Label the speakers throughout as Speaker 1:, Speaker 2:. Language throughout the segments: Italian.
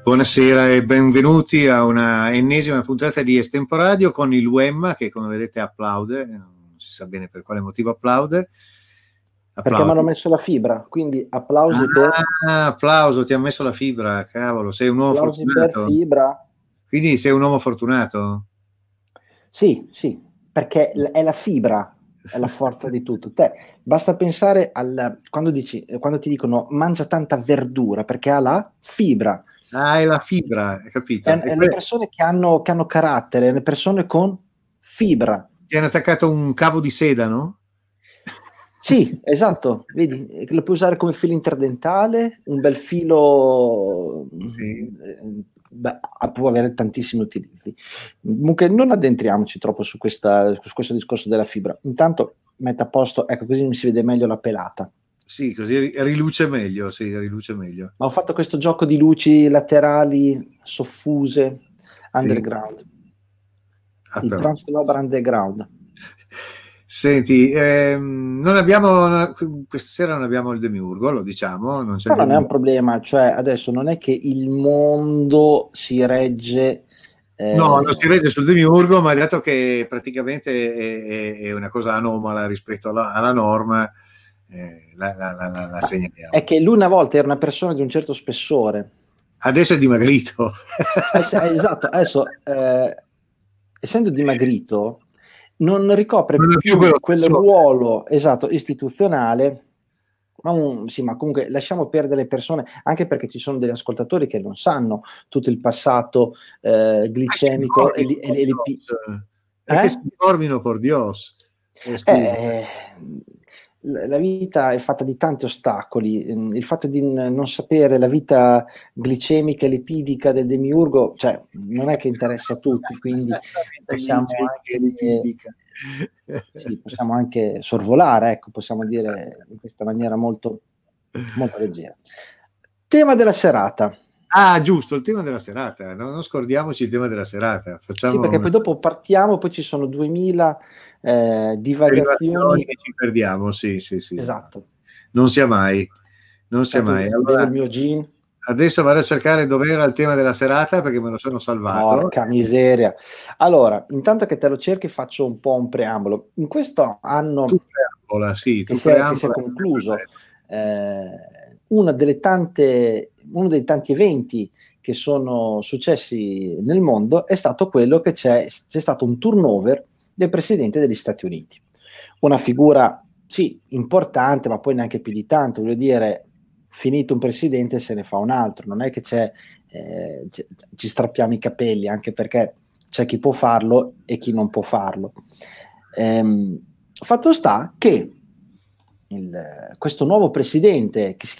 Speaker 1: Buonasera e benvenuti a una ennesima puntata di Estemporadio con il Wemma che, come vedete, applaude, non si sa bene per quale motivo applaude.
Speaker 2: Perché mi hanno messo la fibra, quindi applausi per...
Speaker 1: Applauso, ti ha messo la fibra, cavolo, sei un uomo
Speaker 2: Applausi
Speaker 1: fortunato.
Speaker 2: per fibra.
Speaker 1: Quindi sei un uomo fortunato?
Speaker 2: Sì, perché è la fibra, è la forza di tutto. Basta pensare quando ti dicono mangia tanta verdura, perché ha la fibra.
Speaker 1: Ah, è la fibra, hai capito?
Speaker 2: È le persone che hanno carattere, le persone con fibra.
Speaker 1: Ti hanno attaccato un cavo di sedano?
Speaker 2: Sì, esatto, vedi, lo puoi usare come filo interdentale, un bel filo,
Speaker 1: Sì.
Speaker 2: può avere tantissimi utilizzi. Comunque non addentriamoci troppo su questo discorso della fibra. Intanto metto a posto, ecco, così mi si vede meglio la pelata.
Speaker 1: Sì, così riluce meglio, sì, riluce meglio.
Speaker 2: Ma ho fatto questo gioco di luci laterali, soffuse, underground.
Speaker 1: Ah,
Speaker 2: Il
Speaker 1: però.
Speaker 2: Transglobal Underground.
Speaker 1: Senti, questa sera non abbiamo il demiurgo, lo diciamo, non c'è il
Speaker 2: Ma non è un
Speaker 1: demiurgo.
Speaker 2: problema, cioè adesso non è che il mondo si regge.
Speaker 1: No, non si regge sul demiurgo, ma dato che praticamente è una cosa anomala rispetto alla norma, la segnaliamo.
Speaker 2: È che lui una volta era una persona di un certo spessore.
Speaker 1: Adesso è dimagrito.
Speaker 2: Esatto, adesso essendo dimagrito non ricopre
Speaker 1: Non è più
Speaker 2: più
Speaker 1: quello
Speaker 2: quel
Speaker 1: stesso.
Speaker 2: ruolo istituzionale, ma comunque lasciamo perdere le persone, anche perché ci sono degli ascoltatori che non sanno tutto il passato glicemico e
Speaker 1: Perché si informino por Dios. Scusa.
Speaker 2: La vita è fatta di tanti ostacoli. Il fatto di non sapere la vita glicemica e lipidica del demiurgo, cioè, non è che interessa a tutti, quindi possiamo anche sorvolare, ecco, possiamo dire in questa maniera molto, molto leggera. Tema della serata.
Speaker 1: Ah, giusto, il tema della serata, non scordiamoci il tema della serata.
Speaker 2: Sì, perché poi dopo partiamo, poi ci sono 2000 divagazioni.
Speaker 1: Che ci perdiamo, sì.
Speaker 2: Esatto.
Speaker 1: Non sia mai.
Speaker 2: Bevo il mio gin.
Speaker 1: Adesso vado a cercare dov'era il tema della serata perché me lo sono salvato.
Speaker 2: Porca miseria. Allora, intanto che te lo cerchi faccio un po' un preambolo. In questo anno che si è concluso, uno dei tanti eventi che sono successi nel mondo è stato quello che c'è stato un turnover del presidente degli Stati Uniti. Una figura, sì, importante, ma poi neanche più di tanto, voglio dire, finito un presidente se ne fa un altro, non è che ci strappiamo i capelli, anche perché c'è chi può farlo e chi non può farlo. Fatto sta che questo nuovo presidente che si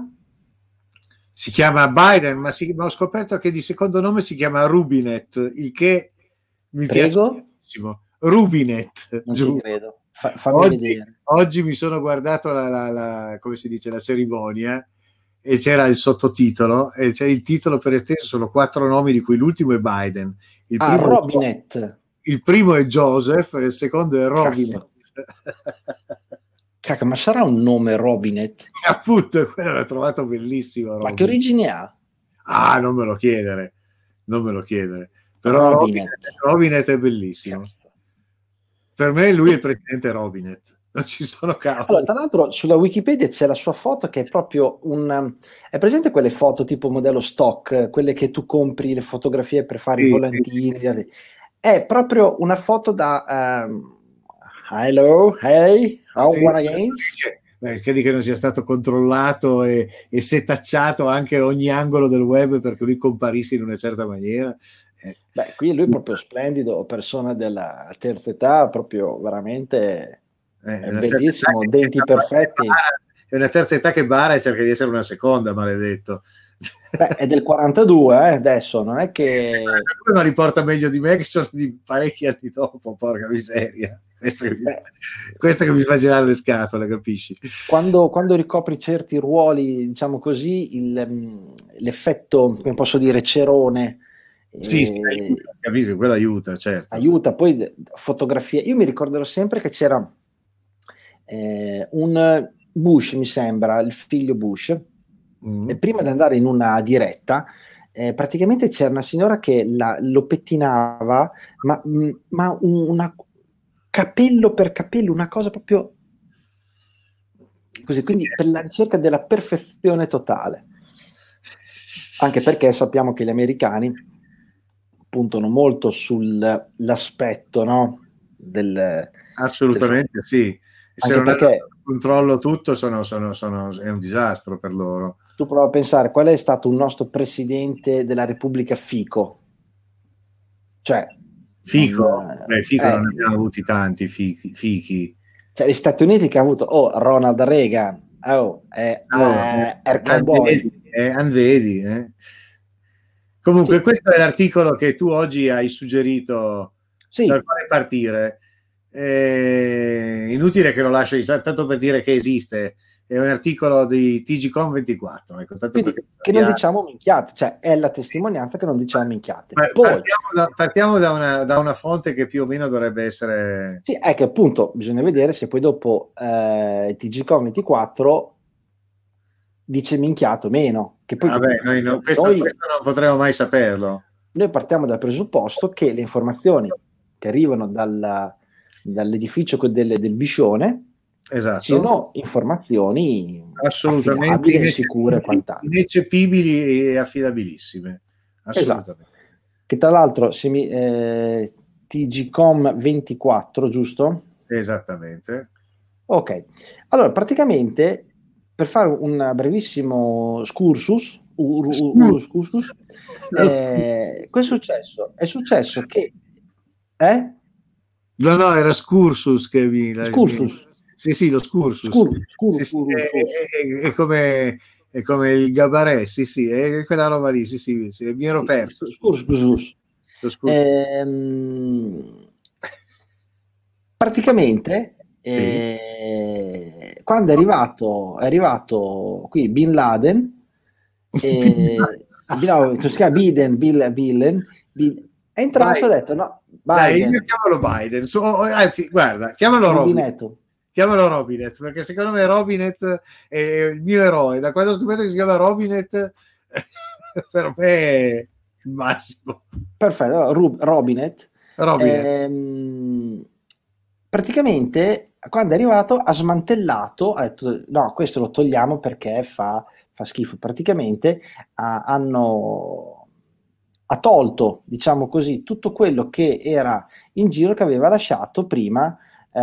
Speaker 1: chiama Biden, ma ho scoperto che di secondo nome si chiama Rubinet, il che mi piace moltissimo. Rubinet.
Speaker 2: Non ci credo. Fammi vedere.
Speaker 1: Oggi mi sono guardato come si dice, la cerimonia e c'era il sottotitolo e c'è il titolo per esteso, sono 4 nomi di cui l'ultimo è Biden.
Speaker 2: Robinet.
Speaker 1: Il primo è Joseph e il secondo è Robinet.
Speaker 2: Cacca, ma sarà un nome Robinet?
Speaker 1: Appunto, quello l'ho trovato bellissimo.
Speaker 2: Ma che origine ha?
Speaker 1: Ah, non me lo chiedere. Però Robinet è bellissimo.
Speaker 2: Cazzo.
Speaker 1: Per me lui è il presidente Robinet. Non ci sono cavoli.
Speaker 2: Allora, tra l'altro sulla Wikipedia c'è la sua foto che è proprio è presente quelle foto tipo modello stock, quelle che tu compri le fotografie per fare i volantini? Sì. È proprio una foto da hello, hey, one against?
Speaker 1: Credi che non sia stato controllato e setacciato anche ogni angolo del web perché lui comparisse in una certa maniera?
Speaker 2: Beh, qui lui è proprio splendido, persona della terza età, proprio veramente è bellissimo, denti perfetti.
Speaker 1: È una terza età che bara e cerca di essere una seconda, maledetto.
Speaker 2: Beh, è del 42, adesso, non è che...
Speaker 1: Ma riporta meglio di me che sono di parecchi anni dopo, porca miseria. Questo che mi fa girare le scatole, capisci?
Speaker 2: Quando ricopri certi ruoli, diciamo così, l'effetto, come posso dire, cerone...
Speaker 1: Sì, capisco, quello aiuta, certo.
Speaker 2: Aiuta, poi fotografie. Io mi ricorderò sempre che c'era un Bush, mi sembra, il figlio Bush, e prima di andare in una diretta praticamente c'era una signora che lo pettinava, ma una capello per capello, una cosa proprio così, quindi per la ricerca della perfezione totale. Anche perché sappiamo che gli americani puntano molto sull'aspetto, no?
Speaker 1: Assolutamente sì. Se
Speaker 2: anche
Speaker 1: non
Speaker 2: perché
Speaker 1: hanno controllo tutto, è un disastro per loro.
Speaker 2: tu prova a pensare qual è stato un nostro presidente della Repubblica Fico, cioè
Speaker 1: Fico? Beh, Fico non ne abbiamo avuti tanti fichi.
Speaker 2: Cioè gli Stati Uniti che ha avuto Ronald Reagan, Cowboy.
Speaker 1: Anvedi. Comunque,
Speaker 2: Sì.
Speaker 1: questo è l'articolo che tu oggi hai suggerito
Speaker 2: Sì.
Speaker 1: dal quale partire. Inutile che lo lasci, tanto per dire che esiste. È un articolo di TGCom24. Ecco,
Speaker 2: che non diciamo minchiate, cioè è la testimonianza che non diciamo minchiate.
Speaker 1: Poi, partiamo da una fonte che più o meno dovrebbe essere...
Speaker 2: Sì, è che appunto bisogna vedere se poi dopo TGCom24 dice minchiato o meno. Che poi
Speaker 1: questo non potremo mai saperlo.
Speaker 2: Noi partiamo dal presupposto che le informazioni che arrivano dall'edificio del Biscione siano informazioni
Speaker 1: assolutamente
Speaker 2: sicure e quant'altro.
Speaker 1: Ineccepibili e affidabilissime. Assolutamente.
Speaker 2: Esatto. Che tra l'altro TGCom 24, giusto?
Speaker 1: Esattamente.
Speaker 2: Ok. Allora, praticamente, per fare un brevissimo excursus, cosa è successo? È successo che...
Speaker 1: No, era Scursus che
Speaker 2: Scursus.
Speaker 1: Sì, lo Scursus. È come il Gabarè, sì, è quella roba lì, sì, mi ero perso.
Speaker 2: Scursus. Praticamente, quando è arrivato qui Bin Laden, si chiama Billen, è entrato e ha detto no, Biden.
Speaker 1: Io chiamalo Biden, anzi guarda, chiamalo Robinet. Chiamalo Robinet, perché secondo me Robinet è il mio eroe. Da quando ho scoperto che si chiama Robinet, per me è il massimo.
Speaker 2: Perfetto, Robinet. Praticamente, quando è arrivato, ha smantellato, ha detto no, questo lo togliamo perché fa schifo. Praticamente ha tolto, diciamo così, tutto quello che era in giro che aveva lasciato prima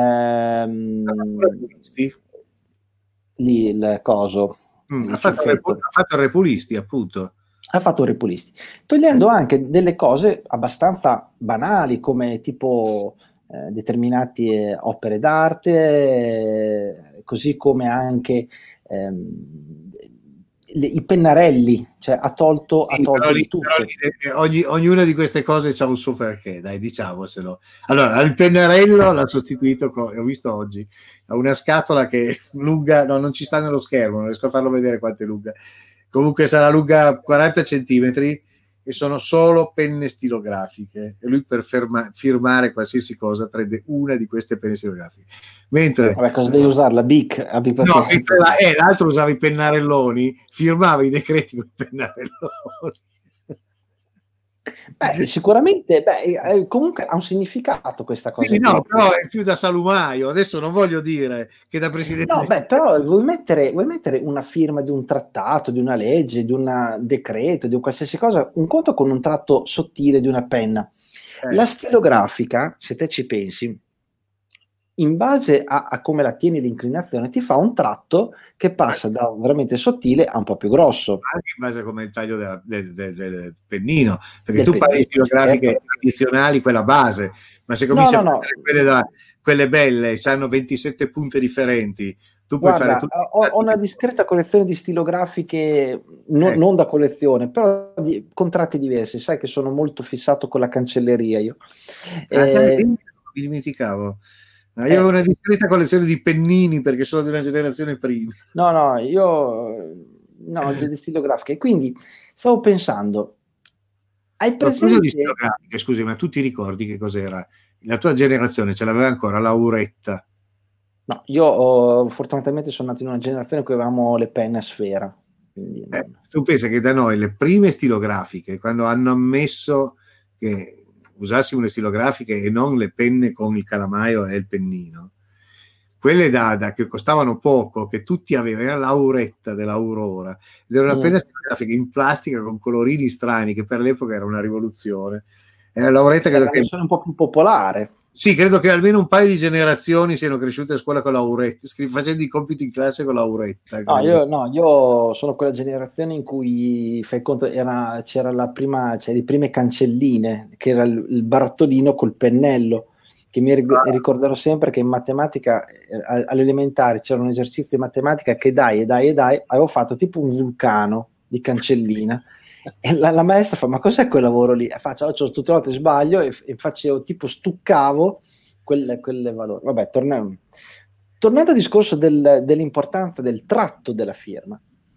Speaker 2: lì il coso.
Speaker 1: Ha fatto repulisti, appunto.
Speaker 2: Ha fatto repulisti, togliendo anche delle cose abbastanza banali come tipo determinate opere d'arte, così come anche i pennarelli, cioè ha tolto di tutto.
Speaker 1: Ognuna di queste cose c'ha un suo perché, dai, diciamocelo. Allora, il pennarello l'ha sostituito, ho visto oggi, ha una scatola che è lunga, no, non ci sta nello schermo, non riesco a farlo vedere quanto è lunga. Comunque sarà lunga 40 centimetri e sono solo penne stilografiche e lui per firmare qualsiasi cosa prende una di queste penne stilografiche. Mentre
Speaker 2: cosa devi usare? La Bic?
Speaker 1: No, l'altro usava i pennarelloni, firmava i decreti con i pennarelloni.
Speaker 2: Sicuramente, comunque ha un significato questa cosa.
Speaker 1: Sì, no, però è più da salumaio. Adesso non voglio dire che da presidente.
Speaker 2: No, però vuoi mettere una firma di un trattato, di una legge, di un decreto, di un qualsiasi cosa, un conto con un tratto sottile di una penna. La stilografica, se te ci pensi, in base a come la tieni l'inclinazione, ti fa un tratto che passa da veramente sottile a un po' più grosso.
Speaker 1: Anche in base a come il taglio del pennino, perché tu parli di stilografiche tradizionali, quella base, ma se cominci a fare quelle belle, hanno 27 punte differenti, tu puoi fare tutto.
Speaker 2: Ho una discreta collezione di stilografiche, non da collezione, però di contratti diversi, sai che sono molto fissato con la cancelleria io.
Speaker 1: Mi dimenticavo. Io avevo una discreta collezione di pennini perché sono di una generazione prima.
Speaker 2: No, di stilografiche. Quindi stavo pensando, hai presente...
Speaker 1: di stilografiche, scusi, ma tu ti ricordi che cos'era? La tua generazione ce l'aveva ancora la uretta?
Speaker 2: No, io fortunatamente sono nato in una generazione in cui avevamo le penne a sfera. Quindi,
Speaker 1: tu pensi che da noi le prime stilografiche, quando hanno ammesso che usassimo le stilografiche e non le penne con il calamaio e il pennino, quelle che costavano poco, che tutti avevano, era l'Auretta dell'Aurora, ed era una penna stilografica in plastica con colorini strani, che per l'epoca era una rivoluzione. Era l'Auretta
Speaker 2: che è un po' più popolare.
Speaker 1: Sì, credo che almeno un paio di generazioni siano cresciute a scuola con l'Auretta, facendo i compiti in classe con l'Auretta.
Speaker 2: Io sono quella generazione in cui, fai conto, c'era le prime cancelline, che era il barattolino col pennello, che mi ricorderò sempre che in matematica, all'elementare, c'era un esercizio di matematica che avevo fatto tipo un vulcano di cancellina. E la maestra fa: ma cos'è quel lavoro lì? E faccio tutte le volte sbaglio e facevo tipo stuccavo quelle valori. Vabbè, tornando al discorso dell'importanza del tratto della firma,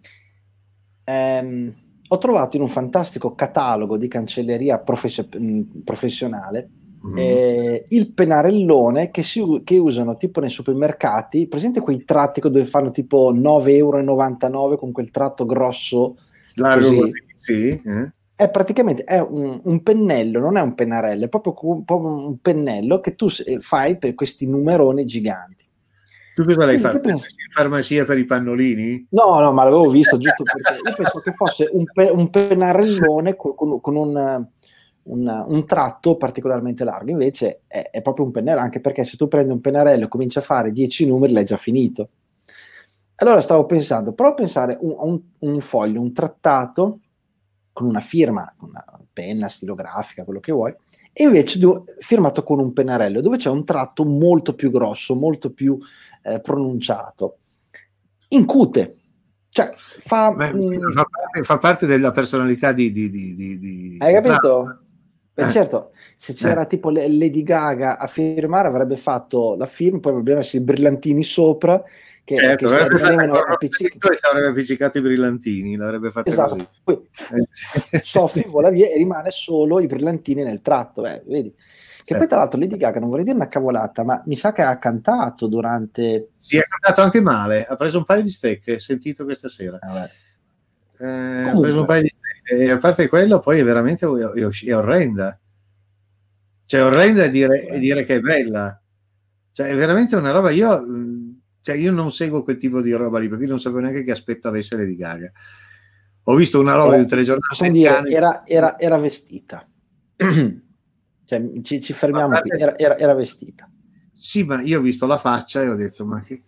Speaker 2: ho trovato in un fantastico catalogo di cancelleria professionale il pennarellone che usano tipo nei supermercati, presente quei tratti dove fanno tipo 9,99 € con quel tratto grosso
Speaker 1: largo, sì,
Speaker 2: È praticamente un pennello, non è un pennarello, è proprio un pennello che tu fai per questi numeroni giganti.
Speaker 1: Tu cosa l'hai fatto? In farmacia per i pannolini?
Speaker 2: No, ma l'avevo visto giusto perché io pensavo che fosse un pennarellone con un tratto particolarmente largo, invece è proprio un pennello, anche perché se tu prendi un pennarello e cominci a fare 10 numeri l'hai già finito. Allora stavo pensando, prova a pensare un foglio, un trattato con una firma, con una penna stilografica, quello che vuoi, e invece firmato con un pennarello, dove c'è un tratto molto più grosso, molto più pronunciato. Incute, cioè fa
Speaker 1: parte della personalità di
Speaker 2: hai capito? Certo, se c'era tipo Lady Gaga a firmare avrebbe fatto la firma, poi avrebbe messo i brillantini sopra che
Speaker 1: avrebbe appiccicato i brillantini, l'avrebbe fatto così.
Speaker 2: Poi Sophie vola via e rimane solo i brillantini nel tratto, vedi? Che poi tra l'altro Lady Gaga, non vorrei dire una cavolata, ma mi sa che ha cantato durante...
Speaker 1: Sì, ha cantato anche male, ha preso un paio di stecche, sentito questa sera. Ha preso un paio di stecche, e a parte quello poi è veramente è orrenda. Cioè orrenda dire che è bella. Cioè è veramente una roba, io non seguo quel tipo di roba lì, perché io non sapevo neanche che aspetto avesse Lady Gaga. Ho visto una roba di un telegiornale.
Speaker 2: Era vestita. Cioè, ci fermiamo qui, era vestita.
Speaker 1: Sì, ma io ho visto la faccia e ho detto, ma che...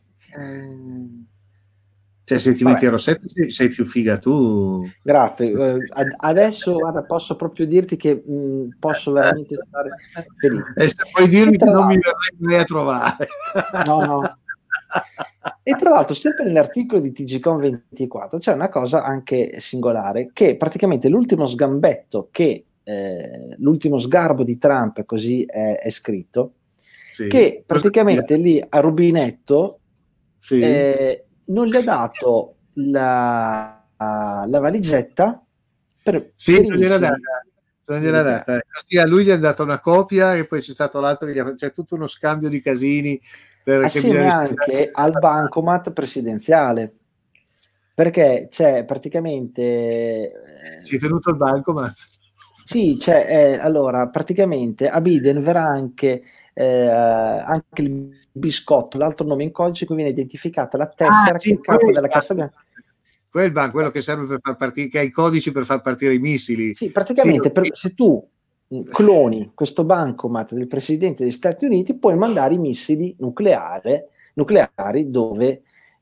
Speaker 1: Cioè, se ti metti il rossetto sei più figa tu.
Speaker 2: Grazie. Adesso guarda, posso proprio dirti che posso veramente stare felice.
Speaker 1: E se puoi dirmi che non mi verrai mai a trovare.
Speaker 2: No. E tra l'altro, sempre nell'articolo di TGCon24 c'è una cosa anche singolare, che praticamente l'ultimo sgambetto l'ultimo sgarbo di Trump, così è scritto, sì, che praticamente lì a Rubinetto non gli ha dato la valigetta per
Speaker 1: non gliela data. Sì, a lui gli ha dato una copia e poi c'è stato l'altro che c'è tutto uno scambio di casini
Speaker 2: assieme anche al bancomat presidenziale, perché c'è praticamente
Speaker 1: si è tenuto il bancomat.
Speaker 2: Sì, allora praticamente a Biden verrà anche il biscotto, l'altro nome in codice, cui viene identificata la tessera che è il capo della Casa Bianca.
Speaker 1: Quello che serve per far partire, che ha i codici per far partire i missili.
Speaker 2: Sì, praticamente se tu cloni questo bancomat del presidente degli Stati Uniti, puoi mandare i missili nucleari dove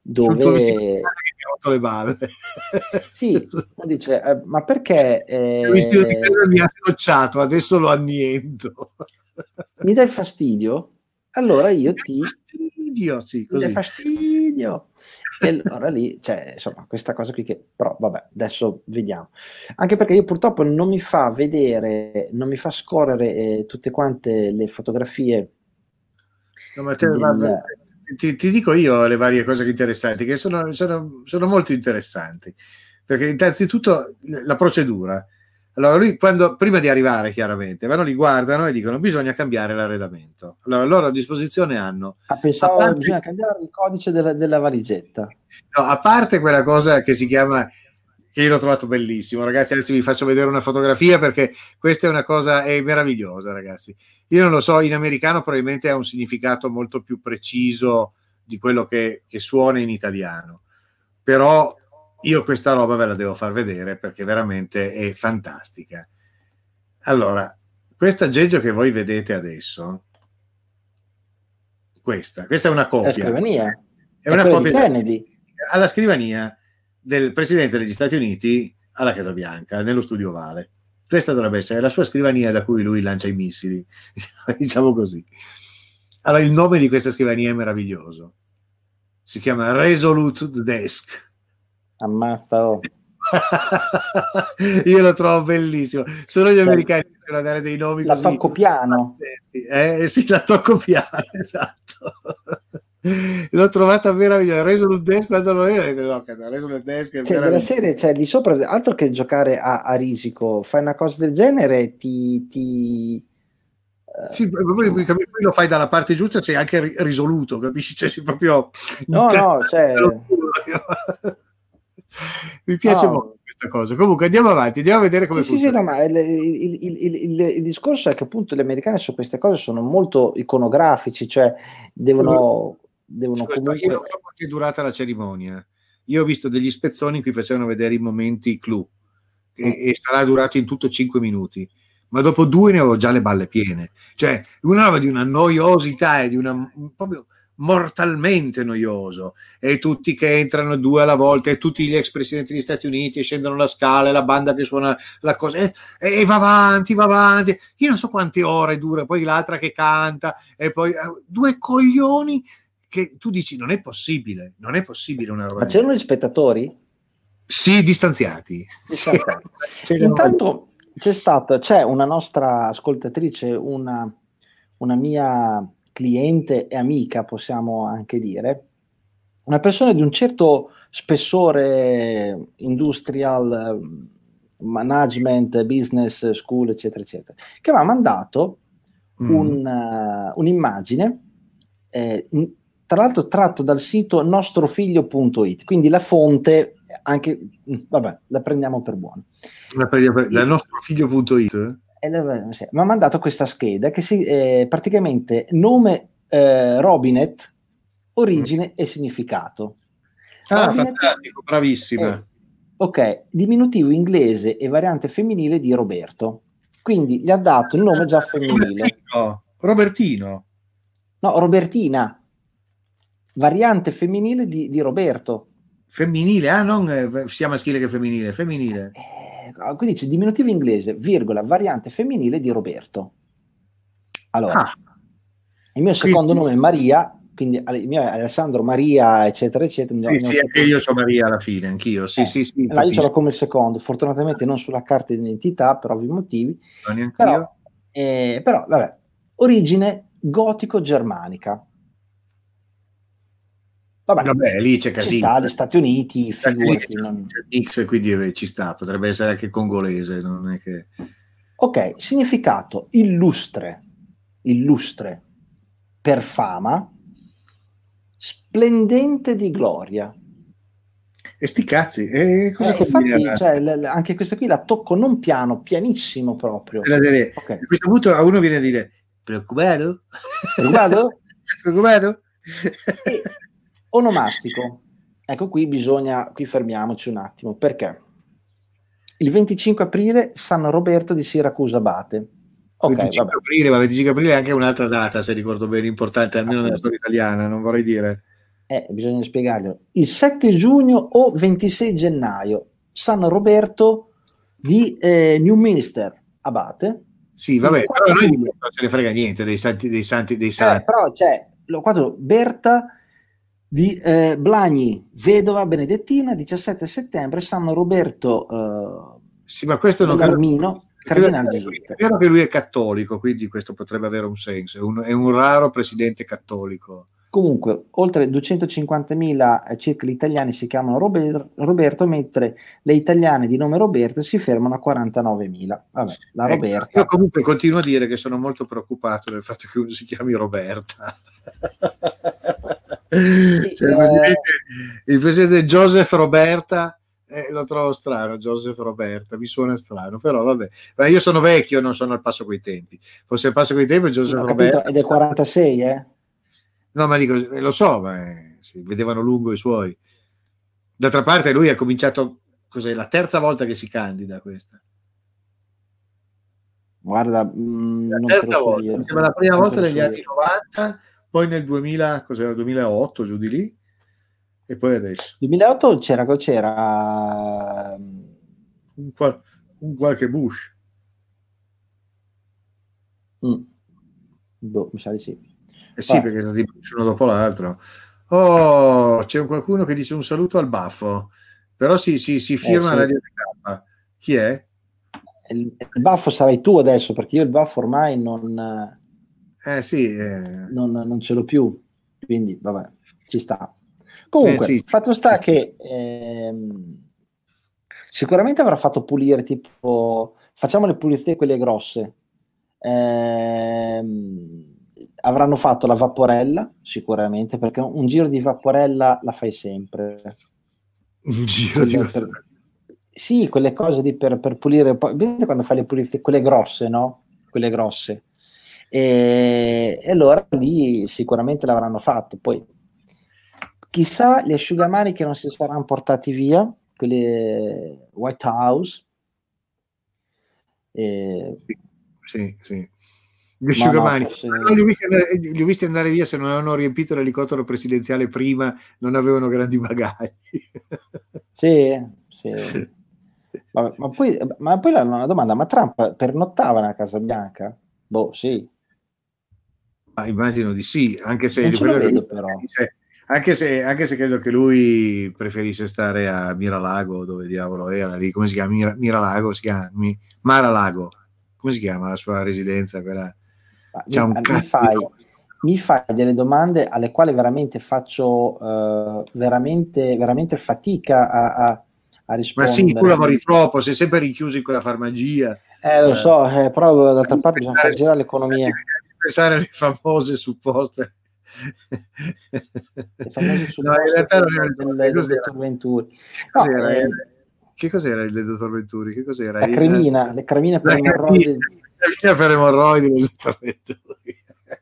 Speaker 1: le balle.
Speaker 2: Sì, dice, ma perché
Speaker 1: mi ha scocciato, adesso lo anniento.
Speaker 2: Mi dai fastidio? Allora io ti
Speaker 1: fastidio, sì, così.
Speaker 2: Mi dai fastidio. E allora lì, insomma, questa cosa qui che però vabbè, adesso vediamo. Anche perché io purtroppo non mi fa scorrere tutte quante le fotografie.
Speaker 1: No, ma ti dico io le varie cose interessanti, che sono molto interessanti, perché innanzitutto la procedura. Allora lui, prima di arrivare chiaramente, vanno lì, guardano e dicono bisogna cambiare l'arredamento. Allora loro a disposizione hanno...
Speaker 2: pensavo che bisogna cambiare il codice della valigetta.
Speaker 1: No, a parte quella cosa che si chiama che io l'ho trovato bellissimo, ragazzi. Adesso vi faccio vedere una fotografia perché questa è una cosa meravigliosa, ragazzi. Io non lo so, in americano probabilmente ha un significato molto più preciso di quello che suona in italiano, però io questa roba ve la devo far vedere perché veramente è fantastica. Allora, questa aggeggio che voi vedete adesso, questa è una copia.
Speaker 2: La scrivania.
Speaker 1: È una copia di Kennedy. Alla scrivania del Presidente degli Stati Uniti alla Casa Bianca, nello studio ovale. Questa dovrebbe essere la sua scrivania da cui lui lancia i missili, diciamo così. Allora, il nome di questa scrivania è meraviglioso. Si chiama Resolute Desk.
Speaker 2: Ammazza, oh.
Speaker 1: Io lo trovo bellissimo. Solo gli americani possono dare dei nomi
Speaker 2: la
Speaker 1: così.
Speaker 2: tocco piano.
Speaker 1: Sì, la tocco piano, esatto. L'ho trovata meravigliosa. Resolute Desk, quando lo vedo, no, Resolute Desk è
Speaker 2: della serie, di sopra, altro che giocare a risico, fai una cosa del genere,
Speaker 1: sì, poi lo fai dalla parte giusta, c'è anche risoluto, capisci? Cioè, proprio
Speaker 2: no, cioè
Speaker 1: mi piace molto questa cosa. Comunque andiamo avanti, andiamo a vedere come funziona.
Speaker 2: Sì, no, ma il discorso è che appunto gli americani su queste cose sono molto iconografici, cioè devono comunque...
Speaker 1: Io non so quanto è durata la cerimonia. Io ho visto degli spezzoni in cui facevano vedere i momenti clou e sarà durato in tutto 5 minuti. Ma dopo 2 ne avevo già le balle piene, cioè una roba di una noiosità e di una proprio mortalmente noioso, e tutti che entrano 2 alla volta e tutti gli ex presidenti degli Stati Uniti scendono la scala e la banda che suona la cosa e va avanti, io non so quante ore dura, poi l'altra che canta e poi 2 coglioni che tu dici non è possibile una roba.
Speaker 2: Ma c'erano gli spettatori?
Speaker 1: Sì, distanziati.
Speaker 2: Intanto c'è una nostra ascoltatrice, una mia cliente e amica, possiamo anche dire, una persona di un certo spessore industrial, management, business school, eccetera, eccetera, che mi ha mandato un'immagine, tra l'altro tratto dal sito nostrofiglio.it, quindi la fonte anche, vabbè, la prendiamo per buona.
Speaker 1: Dal nostrofiglio.it?
Speaker 2: Mi ha mandato questa scheda che praticamente nome Robinet, origine e significato.
Speaker 1: Robinet, fantastico, bravissima.
Speaker 2: Ok, diminutivo inglese e variante femminile di Roberto. Quindi gli ha dato il nome già femminile.
Speaker 1: Robertino.
Speaker 2: No, Robertina. Variante femminile di Roberto.
Speaker 1: Femminile, non sia maschile che femminile, femminile.
Speaker 2: Quindi c'è diminutivo inglese, virgola, variante femminile di Roberto. Allora, il mio secondo nome è Maria, quindi il mio è Alessandro Maria, eccetera, eccetera.
Speaker 1: Sì, anche io ho Maria alla fine, anch'io. Sì.
Speaker 2: Allora, io ce l'ho come secondo, fortunatamente non sulla carta di identità, per ovvi motivi.
Speaker 1: Non neanche
Speaker 2: io. Però, vabbè, origine gotico-germanica.
Speaker 1: Vabbè, lì c'è casino.
Speaker 2: Gli Stati Uniti, figurati.
Speaker 1: C'è X, quindi ci sta, potrebbe essere anche congolese, non è che...
Speaker 2: Ok, significato illustre, per fama, splendente di gloria.
Speaker 1: E sti cazzi,
Speaker 2: infatti, anche questa qui la tocco non piano, pianissimo proprio.
Speaker 1: Okay. A questo punto a uno viene a dire preoccupato?
Speaker 2: E onomastico. Ecco, qui fermiamoci un attimo, perché il 25 aprile San Roberto di Siracusa Abate. Okay,
Speaker 1: 25 aprile, ma 25 aprile è anche un'altra data, se ricordo bene, importante, almeno nella storia italiana, non vorrei dire.
Speaker 2: Bisogna spiegarglielo. Il 7 giugno o 26 gennaio, San Roberto di Newminster Abate.
Speaker 1: Sì, vabbè, però noi non ce ne frega niente dei santi.
Speaker 2: Però c'è lo quadro Berta di Blagni, vedova benedettina, 17 settembre, San Roberto
Speaker 1: sì, ma questo non
Speaker 2: Armino, cardinale gesuita.
Speaker 1: È vero che lui è cattolico, quindi questo potrebbe avere un senso, è un raro presidente cattolico.
Speaker 2: Comunque, oltre 250.000 circa gli italiani si chiamano Roberto, mentre le italiane di nome Roberto si fermano a 49.000. Vabbè, la Roberta.
Speaker 1: Io comunque continuo a dire che sono molto preoccupato del fatto che uno si chiami Roberta. Sì, il presidente Joseph Roberta Lo trovo strano, Joseph Roberta, mi suona strano, però vabbè. Ma io sono vecchio, non sono al passo coi tempi. Fosse al passo coi tempi, Joseph Roberta.
Speaker 2: È del 46, eh?
Speaker 1: No, ma dico, lo so, ma si vedevano lungo i suoi. D'altra parte lui ha cominciato, cos'è, la terza volta che si candida questa.
Speaker 2: Guarda,
Speaker 1: la terza volta, la prima volta negli anni 90, poi nel 2000, cos'era, 2008, giù di lì, e poi adesso.
Speaker 2: 2008 c'era
Speaker 1: un qualche Bush.
Speaker 2: Mi sa di sì.
Speaker 1: Sì, perché non Bush uno dopo l'altro. Oh, c'è qualcuno che dice un saluto al baffo, però si firma
Speaker 2: sì.
Speaker 1: Radio K. Chi è?
Speaker 2: Il baffo sarai tu adesso, perché io il baffo ormai non ce l'ho più, quindi vabbè, ci sta. Comunque, il fatto sta che sicuramente avrà fatto pulire, tipo, facciamo le pulizie quelle grosse, avranno fatto la vaporella sicuramente, perché un giro di vaporella la fai sempre.
Speaker 1: Un giro di vaporella?
Speaker 2: Sì, quelle cose lì per pulire, poi vedete quando fai le pulizie, quelle grosse, no? Quelle grosse. E allora lì sicuramente l'avranno fatto. Poi chissà gli asciugamani che non si saranno portati via, quelle White House.
Speaker 1: Sì. Gli asciugamani, li ho visti andare via, se non avevano riempito l'elicottero presidenziale prima, non avevano grandi bagagli.
Speaker 2: Sì. Vabbè, ma poi una domanda, ma Trump pernottava nella Casa Bianca? Boh, sì.
Speaker 1: Ma immagino di sì, anche se
Speaker 2: non ce lo vedo, però.
Speaker 1: Anche se credo che lui preferisce stare a Miralago, dove diavolo era lì, come si chiama? Miralago, si chiama Mar-a-Lago, come si chiama la sua residenza? Quella...
Speaker 2: mi fai delle domande alle quali veramente faccio veramente, veramente fatica a rispondere.
Speaker 1: Ma sì, tu lavori troppo, sei sempre rinchiuso in quella farmacia.
Speaker 2: Lo so, però d'altra parte bisogna far girare l'economia.
Speaker 1: Pensare alle famose supposte.
Speaker 2: Le famose supposte del dottor Venturi.
Speaker 1: Che cos'era il del dottor Venturi? Che cos'era?
Speaker 2: Le cremine per emorroidi.
Speaker 1: La cremina per emorroidi del dottor Venturi.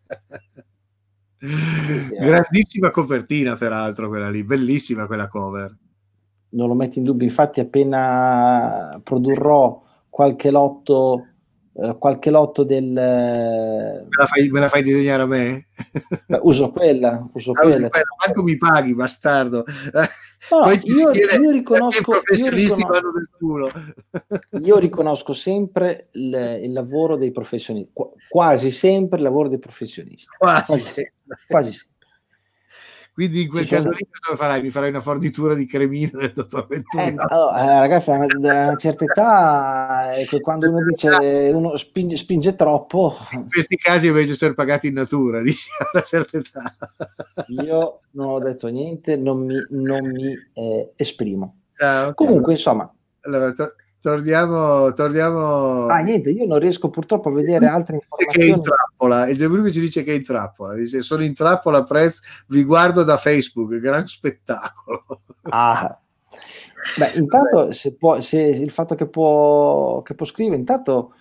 Speaker 1: Grandissima copertina, peraltro, quella lì, bellissima quella cover.
Speaker 2: Non lo metti in dubbio, infatti appena produrrò qualche lotto del...
Speaker 1: Me la fai disegnare a me?
Speaker 2: Uso quella.
Speaker 1: Quanto mi paghi, bastardo?
Speaker 2: No, poi io riconosco,
Speaker 1: i professionisti vanno del culo.
Speaker 2: Io riconosco sempre il lavoro dei professionisti, quasi sempre il lavoro dei professionisti. Quasi sempre.
Speaker 1: Quindi in quel caso lì cosa farai? Mi farai una fornitura di cremina del dottor Venturi?
Speaker 2: Ragazzi, a una certa età, quando uno dice uno spinge troppo.
Speaker 1: In questi casi è meglio essere pagati in natura, dici, a una certa età.
Speaker 2: Io non ho detto niente, non mi esprimo.
Speaker 1: Okay.
Speaker 2: Comunque, insomma.
Speaker 1: Allora, torniamo.
Speaker 2: Niente, io non riesco purtroppo a vedere altre informazioni.
Speaker 1: Che è in trappola. Il Gianluca ci dice che è in trappola. Dice: sono in trappola, Prez, vi guardo da Facebook, gran spettacolo.
Speaker 2: Beh, intanto se il fatto che può scrivere, intanto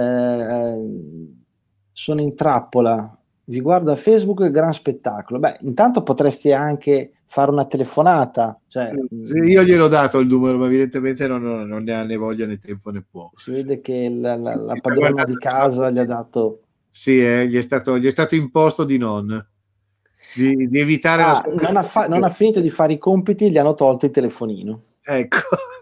Speaker 2: sono in trappola, vi guardo a Facebook, gran spettacolo. Beh, intanto potresti anche fare una telefonata.
Speaker 1: Io gliel'ho dato il numero, ma evidentemente non ne ha né voglia né tempo né può.
Speaker 2: Si vede che la padrona di casa gli ha dato.
Speaker 1: Sì, gli è stato imposto di di evitare la sua...
Speaker 2: non ha finito di fare i compiti, gli hanno tolto il telefonino.
Speaker 1: Ecco.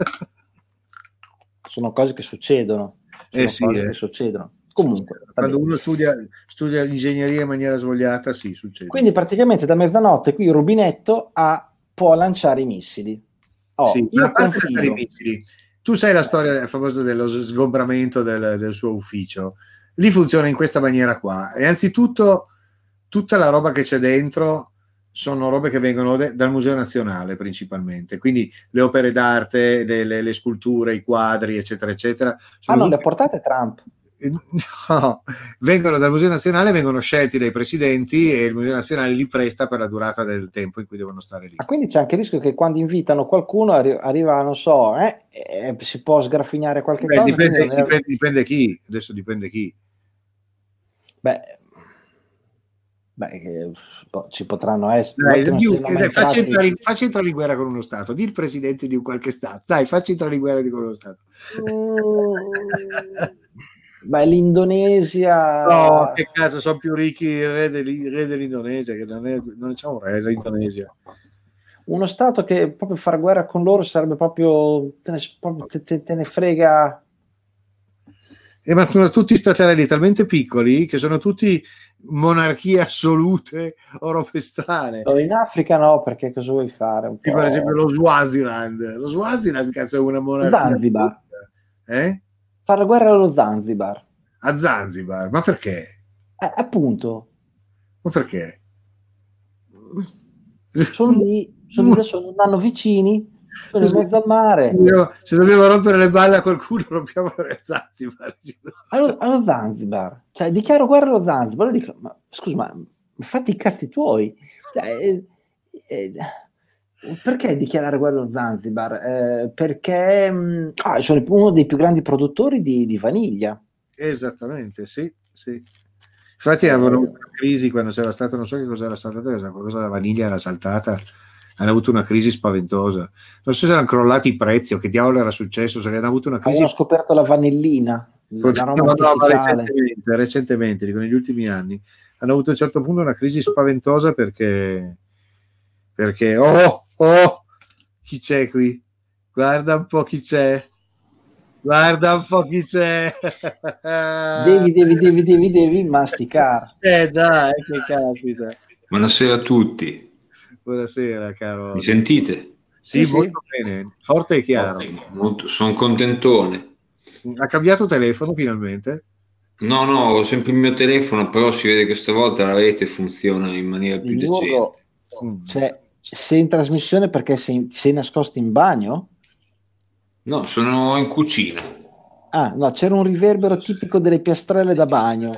Speaker 2: Sono cose che succedono. Che succedono. Comunque,
Speaker 1: quando uno studia ingegneria in maniera svogliata, sì, succede.
Speaker 2: Quindi praticamente da mezzanotte qui il rubinetto può lanciare i missili. Io confido.
Speaker 1: I missili. Tu sai la storia famosa dello sgombramento del suo ufficio. Lì funziona in questa maniera qua. E anzitutto tutta la roba che c'è dentro sono robe che vengono dal Museo Nazionale principalmente, quindi le opere d'arte, le sculture, i quadri, eccetera, eccetera.
Speaker 2: Non le ha portate Trump?
Speaker 1: No, vengono dal Museo Nazionale, vengono scelti dai presidenti e il Museo Nazionale li presta per la durata del tempo in cui devono stare lì.
Speaker 2: Quindi c'è anche il rischio che quando invitano qualcuno arriva, non so, si può sgraffignare qualche cosa.
Speaker 1: Dipende chi, adesso dipende chi.
Speaker 2: Ci potranno essere.
Speaker 1: Facci entrare in guerra con uno Stato, di il presidente di un qualche Stato, dai, facci entrare in guerra con uno Stato.
Speaker 2: L'Indonesia.
Speaker 1: No, che cazzo, sono più ricchi il re dell'Indonesia, che non c'è un re l'Indonesia.
Speaker 2: Uno Stato che proprio fare guerra con loro sarebbe proprio te ne frega.
Speaker 1: Ma sono tutti staterelli talmente piccoli che sono tutti monarchie assolute o robe strane.
Speaker 2: In Africa no, perché cosa vuoi fare?
Speaker 1: Per esempio lo Swaziland cazzo è una monarchia.
Speaker 2: Zanzibar. Fare la guerra allo Zanzibar.
Speaker 1: A Zanzibar? Ma perché?
Speaker 2: Appunto.
Speaker 1: Ma perché?
Speaker 2: Sono lì, non hanno vicini, sono in mezzo al mare.
Speaker 1: Se dobbiamo rompere le balle a qualcuno, rompiamo le Zanzibar.
Speaker 2: Allo Zanzibar, cioè dichiaro guerra allo Zanzibar. Dico, ma scusa, ma fatti i cazzi tuoi. Cioè, perché dichiarare guerra allo Zanzibar? Perché sono uno dei più grandi produttori di vaniglia.
Speaker 1: Esattamente, sì. Infatti avevano avuto una crisi quando c'era stato, non so che cosa era saltata, qualcosa la vaniglia era saltata, hanno avuto una crisi spaventosa. Non so se erano crollati i prezzi o che diavolo era successo, se hanno avuto una crisi.
Speaker 2: Avevano scoperto la vanillina,
Speaker 1: recentemente, dico negli ultimi anni, hanno avuto a un certo punto una crisi spaventosa perché chi c'è qui? Guarda un po' chi c'è.
Speaker 2: Devi masticare.
Speaker 1: Già, che capita.
Speaker 3: Buonasera a tutti.
Speaker 1: Buonasera, caro.
Speaker 3: Mi sentite?
Speaker 1: Sì, molto bene, forte e chiaro.
Speaker 3: Sono contentone.
Speaker 1: Ha cambiato telefono finalmente?
Speaker 3: No, ho sempre il mio telefono, però si vede che stavolta la rete funziona in maniera più decente.
Speaker 2: Cioè, sei in trasmissione perché sei nascosto in bagno?
Speaker 3: No, sono in cucina.
Speaker 2: No, c'era un riverbero tipico delle piastrelle da bagno.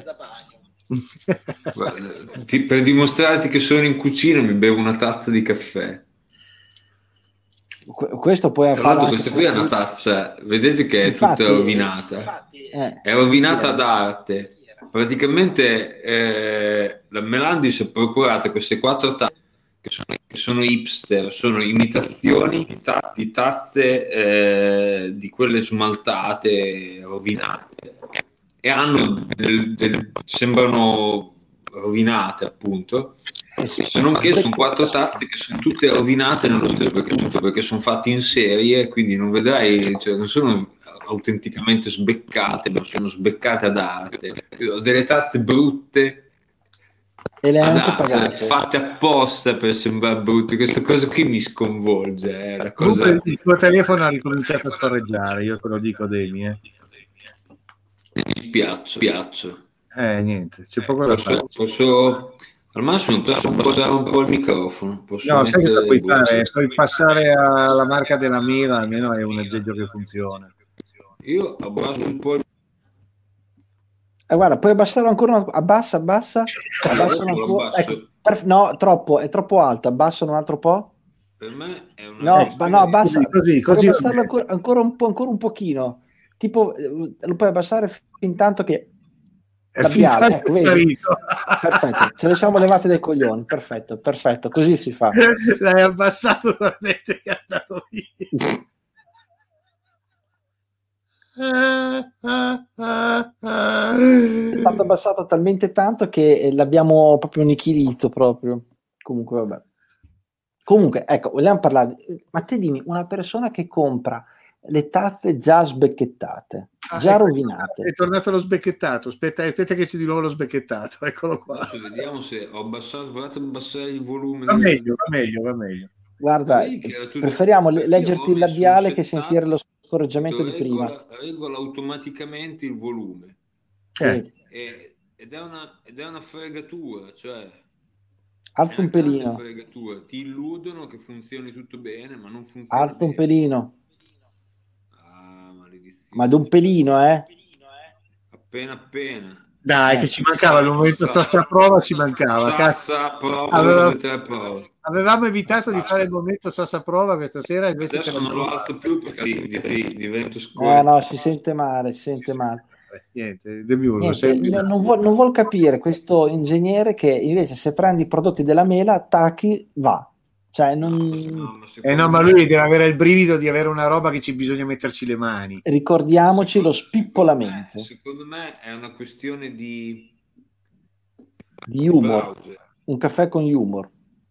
Speaker 3: Per dimostrarti che sono in cucina mi bevo una tazza di caffè.
Speaker 2: Questo puoi fare.
Speaker 3: Questa qui è una tazza, vedete che è tutta rovinata. È rovinata d'arte. Praticamente la Melandi si è procurata queste 4 tazze che sono hipster, sono imitazioni di tazze di quelle smaltate, rovinate, e hanno sembrano rovinate, appunto, se non che sono 4 tazze che sono tutte rovinate nello stesso, perché sono fatte in serie, quindi non vedrai, cioè non sono autenticamente sbeccate, ma sono sbeccate ad arte. Ho delle tazze brutte
Speaker 2: e le hai anche pagate,
Speaker 3: fatte apposta per sembrare brutte. Questa cosa qui mi sconvolge, la cosa...
Speaker 1: Il tuo telefono ha ricominciato a scorreggiare, io te lo dico, Demi.
Speaker 3: Mi spiaccio.
Speaker 1: Niente, c'è poco da fare.
Speaker 3: Posso al massimo posso posare un po' il microfono.
Speaker 1: No, sai cosa puoi fare? Puoi passare alla marca della Mira, almeno è un aggeggio che funziona.
Speaker 3: Io abbasso un po'
Speaker 2: guarda, puoi abbassarlo ancora, abbassa ancora. Ecco, no, è troppo alto, abbassano un altro po'.
Speaker 3: Per me è una
Speaker 2: abbassa
Speaker 1: così.
Speaker 2: Puoi abbassarlo ancora un pochino, tipo lo puoi abbassare fin tanto che labiale, ecco, vedi? Perfetto, ce le siamo levate dai coglioni, perfetto, così si fa.
Speaker 1: L'hai abbassato talmente che è andato via.
Speaker 2: È stato abbassato talmente tanto che l'abbiamo proprio annichilito proprio. Comunque, ecco, vogliamo parlare. Ma te dimmi, una persona che compra le tazze già sbecchettate, già rovinate.
Speaker 1: È tornato lo sbecchettato. Aspetta che c'è di nuovo lo sbecchettato. Eccolo qua.
Speaker 3: Adesso vediamo se ho abbassato. Guardate, abbassare il volume.
Speaker 1: Va meglio.
Speaker 2: Guarda, preferiamo leggerti il labiale che sentire lo scorreggiamento di prima.
Speaker 3: Regola automaticamente il volume.
Speaker 2: Sì.
Speaker 3: Ed è una fregatura, cioè
Speaker 2: alza un pelino.
Speaker 3: Fregatura. Ti illudono che funzioni tutto bene, ma non funziona.
Speaker 2: Alza un pelino.
Speaker 3: Maledizione.
Speaker 2: Ma d'un pelino,
Speaker 3: appena.
Speaker 1: Dai, che ci mancava il momento Sassa prova, ci mancava.
Speaker 3: Sassa prova,
Speaker 1: avevamo evitato di fare il momento Sassa prova questa sera, invece
Speaker 3: adesso non lo alzo più perché divento scuola.
Speaker 2: No, si sente male,
Speaker 1: Niente,
Speaker 2: non vuol capire questo ingegnere che invece se prendi i prodotti della mela, attacchi, va. Cioè,
Speaker 1: ma lui deve avere il brivido di avere una roba che ci bisogna metterci le mani.
Speaker 2: Ricordiamoci lo spippolamento.
Speaker 3: Secondo me è una questione di
Speaker 2: humor. Un caffè con humor.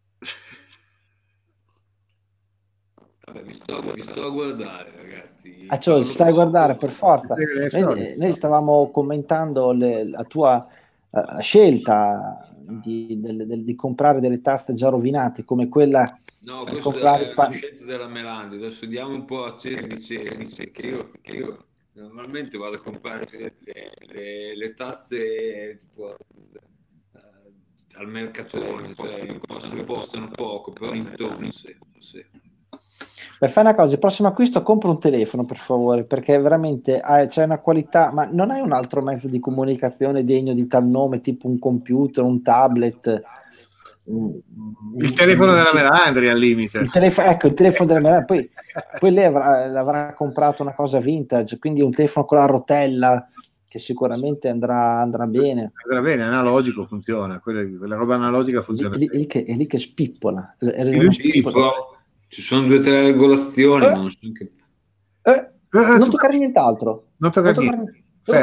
Speaker 3: Vabbè, vi sto a guardare, ragazzi.
Speaker 2: Ci stai a guardare per forza. Noi stavamo commentando la tua scelta di comprare delle taste già rovinate come quella.
Speaker 3: No, questa è la scelta della Melandi. Adesso diamo un po' a Cesare che io normalmente vado a comprare le tasse tipo al mercatone, cioè costano poco, però intorno sì.
Speaker 2: Beh, fai una cosa, il prossimo acquisto compra un telefono per favore, perché veramente c'è una qualità, ma non hai un altro mezzo di comunicazione degno di tal nome, tipo un computer, un tablet?
Speaker 1: Il telefono della Melandri al limite.
Speaker 2: Il telefono della Melandri, poi lei avrà comprato una cosa vintage, quindi un telefono con la rotella che sicuramente andrà bene.
Speaker 1: Andrà bene, analogico funziona, quella roba analogica funziona.
Speaker 2: È lì che spippola.
Speaker 1: Lui spippola.
Speaker 3: Ci sono 2 o 3 regolazioni, non so che...
Speaker 2: non toccare nient'altro.
Speaker 1: Non toccare niente.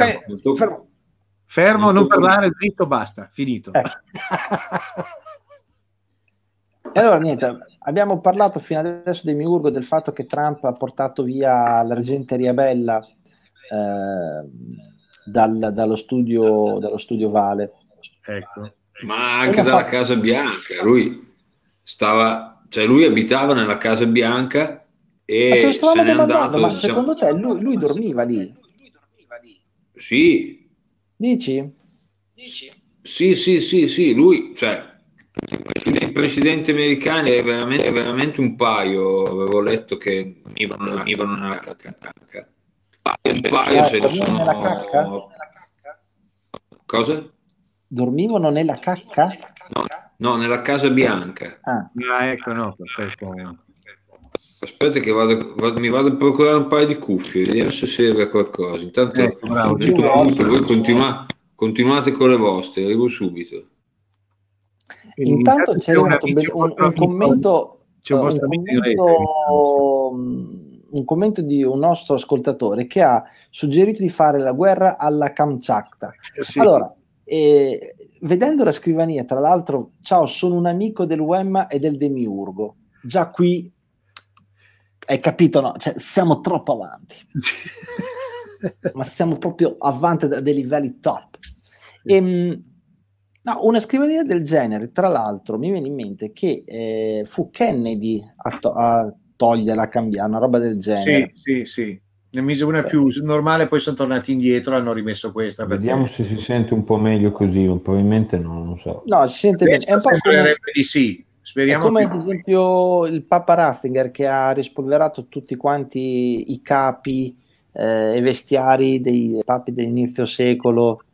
Speaker 1: Fermo, non parlare, zitto, basta, finito.
Speaker 2: E allora niente, abbiamo parlato fino adesso di Miurgo, del fatto che Trump ha portato via l'Argenteria Bella dallo studio Vale.
Speaker 1: Ecco.
Speaker 3: Ma anche dalla Casa Bianca, lui abitava nella Casa Bianca e se n'è andato.
Speaker 2: Ma secondo te lui dormiva lì?
Speaker 3: Sì.
Speaker 2: Dici?
Speaker 3: Sì, lui, cioè i presidenti americani è veramente un paio, avevo letto che dormivano nella cacca. Un paio se ne sono...
Speaker 2: nella cacca?
Speaker 3: Cosa?
Speaker 2: Dormivano nella cacca?
Speaker 3: No, nella Casa Bianca.
Speaker 1: Ecco, no, perfetto.
Speaker 3: Aspetta che mi vado a procurare un paio di cuffie, vediamo se serve a qualcosa. Intanto voi continuate con le vostre, arrivo subito.
Speaker 2: Intanto c'è arrivato un commento di un nostro ascoltatore che ha suggerito di fare la guerra alla Kamchatka. Sì. Allora, vedendo la scrivania, tra l'altro, ciao, sono un amico del Wemma e del Demiurgo. Già qui hai capito, no? Cioè, siamo troppo avanti. Ma siamo proprio avanti da dei livelli top. No, una scrivania del genere, tra l'altro, mi viene in mente che fu Kennedy a toglierla, a cambiare, una roba del genere.
Speaker 1: Sì. Ne mise una più normale, poi sono tornati indietro e hanno rimesso questa.
Speaker 4: Vediamo se si sente un po' meglio così, probabilmente no, non so.
Speaker 2: No, si sente bene. È un po'
Speaker 1: di sì. Speriamo
Speaker 2: come ad esempio il Papa Ratzinger che ha rispolverato tutti quanti i capi e vestiari dei papi dell'inizio secolo.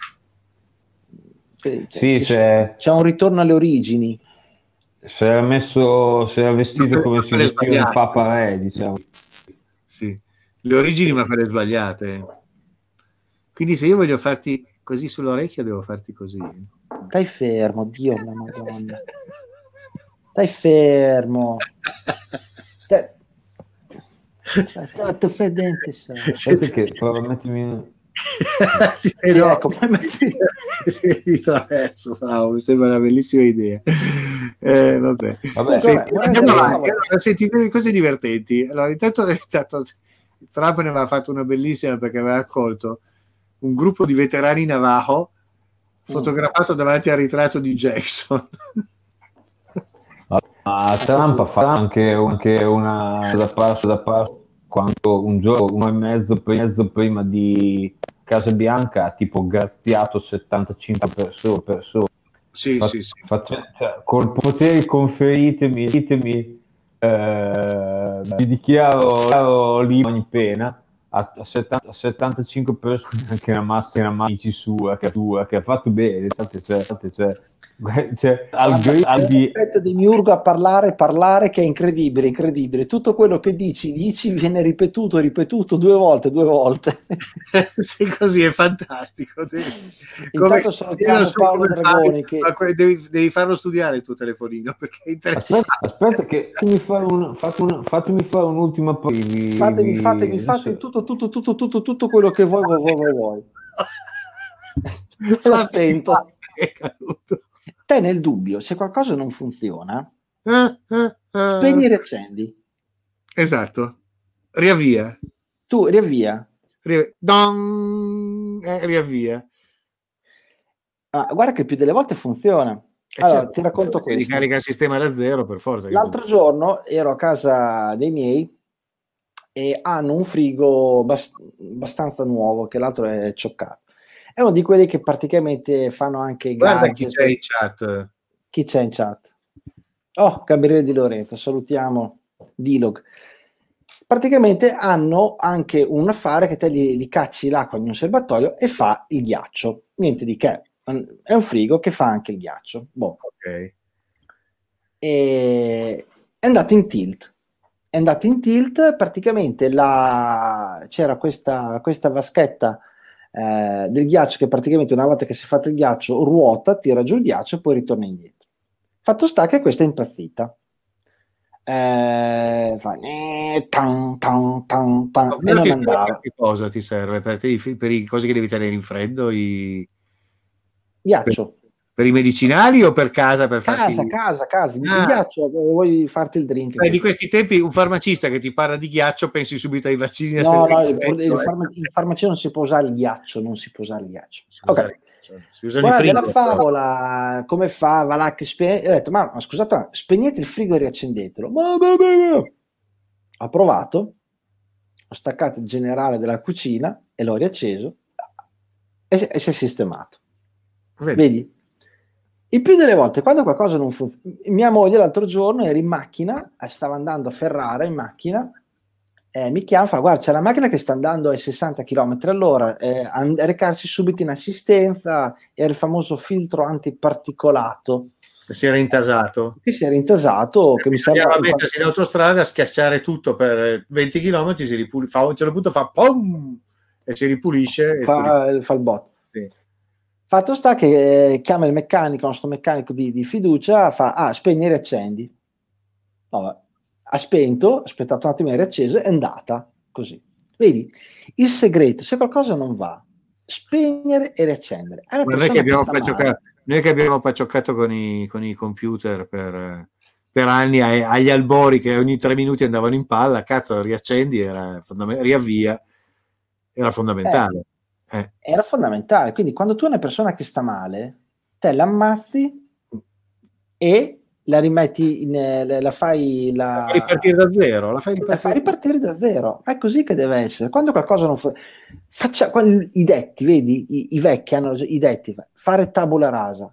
Speaker 2: C'è un ritorno alle origini.
Speaker 4: Si era vestito come si vestiva il Papa Re, diciamo.
Speaker 1: Sì, le origini ma quelle sbagliate. Quindi se io voglio farti così sull'orecchio devo farti così.
Speaker 2: Stai fermo, Dio la Madonna. Stai fermo. Stai fedente.
Speaker 4: Perché mettimi...
Speaker 1: sì, ecco, di traverso, bravo, mi sembra una bellissima idea. Vabbè. Andiamo avanti. Allora, senti delle cose divertenti. Allora, intanto Trump ne aveva fatto una bellissima perché aveva accolto un gruppo di veterani Navajo fotografato davanti al ritratto di Jackson.
Speaker 4: Trump ha fatto anche una da passo quando un giorno, 1 e mezzo prima di Casa Bianca ha tipo graziato 75 persone.
Speaker 1: Sì.
Speaker 4: Cioè, col potere conferitemi, vi dichiaro libero ogni pena. a 75 persone anche una massa amici sua che ha fatto bene,
Speaker 2: l'aspetto di Miurgo a parlare che è incredibile, tutto quello che dici viene ripetuto 2 volte.
Speaker 1: Sì, così è fantastico.
Speaker 2: Intanto salutiamo Paolo Dragoni che...
Speaker 1: devi farlo studiare il tuo telefonino perché è interessante.
Speaker 4: Aspetta che fatemi fare un'ultima
Speaker 2: fatemi tutto quello che vuoi. L'ho spento.
Speaker 1: È caduto.
Speaker 2: Te nel dubbio, se qualcosa non funziona, spegni e riaccendi.
Speaker 1: Esatto. Riavvia.
Speaker 2: Tu riavvia.
Speaker 1: Riavvia.
Speaker 2: Guarda che più delle volte funziona. Allora, certo, ti racconto questo.
Speaker 1: Ricarica il sistema da zero per forza.
Speaker 2: L'altro giorno ero a casa dei miei e hanno un frigo abbastanza nuovo, che l'altro è cioccato. È uno di quelli che praticamente fanno anche
Speaker 1: guarda
Speaker 2: gadget.
Speaker 1: Chi c'è in chat?
Speaker 2: Oh, Gabriele Di Lorenzo, salutiamo Dilog. Praticamente hanno anche un affare che te li cacci l'acqua in un serbatoio e fa il ghiaccio, niente di che, è un frigo che fa anche il ghiaccio. Boh.
Speaker 1: Ok.
Speaker 2: E è andato in tilt. Praticamente c'era questa vaschetta del ghiaccio che praticamente una volta che si è fatto il ghiaccio ruota, tira giù il ghiaccio e poi ritorna indietro. Fatto sta che questa è impazzita, fa tan, e non andava.
Speaker 1: Che cosa ti serve per i cosi che devi tenere in freddo?
Speaker 2: Ghiaccio.
Speaker 1: Per i medicinali o per casa?
Speaker 2: Casa. Il ghiaccio, vuoi farti il drink.
Speaker 1: Di questi tempi un farmacista che ti parla di ghiaccio pensi subito ai vaccini.
Speaker 2: No, in farmacia non si può usare il ghiaccio, Ok.
Speaker 1: Si usano i frigo.
Speaker 2: Della favola, come fa? Va là che ho detto, ma scusate, spegnete il frigo e riaccendetelo. Ho provato, ho staccato il generale della cucina e l'ho riacceso e si è sistemato. Vedi? Il più delle volte quando qualcosa non funziona, mia moglie l'altro giorno era in macchina, stava andando a Ferrara in macchina, mi chiama, fa guarda c'è la macchina che sta andando ai 60 km all'ora, recarsi subito in assistenza, era il famoso filtro antiparticolato.
Speaker 1: Che si era intasato.
Speaker 2: Che mi sembrava
Speaker 1: mettersi in autostrada, schiacciare tutto per 20 km, si ripulisce, a un certo punto fa pom e si ripulisce.
Speaker 2: Fa il botto.
Speaker 1: Sì.
Speaker 2: Fatto sta che chiama il meccanico, il nostro meccanico di fiducia, fa spegni e riaccendi. Vabbè. Ha spento, ha aspettato un attimo e riacceso, è andata così. Vedi, il segreto, se qualcosa non va, spegnere e riaccendere.
Speaker 1: Noi che abbiamo paccioccato con i computer per anni agli albori che ogni 3 minuti andavano in palla, cazzo, riaccendi, riavvia, era fondamentale.
Speaker 2: Era fondamentale, quindi quando tu hai una persona che sta male, te l'ammazzi e la rimetti la fai
Speaker 1: ripartire da zero,
Speaker 2: la fai ripartire da zero, è così che deve essere. Quando qualcosa non i detti, vedi, i vecchi hanno i detti, fare tabula rasa,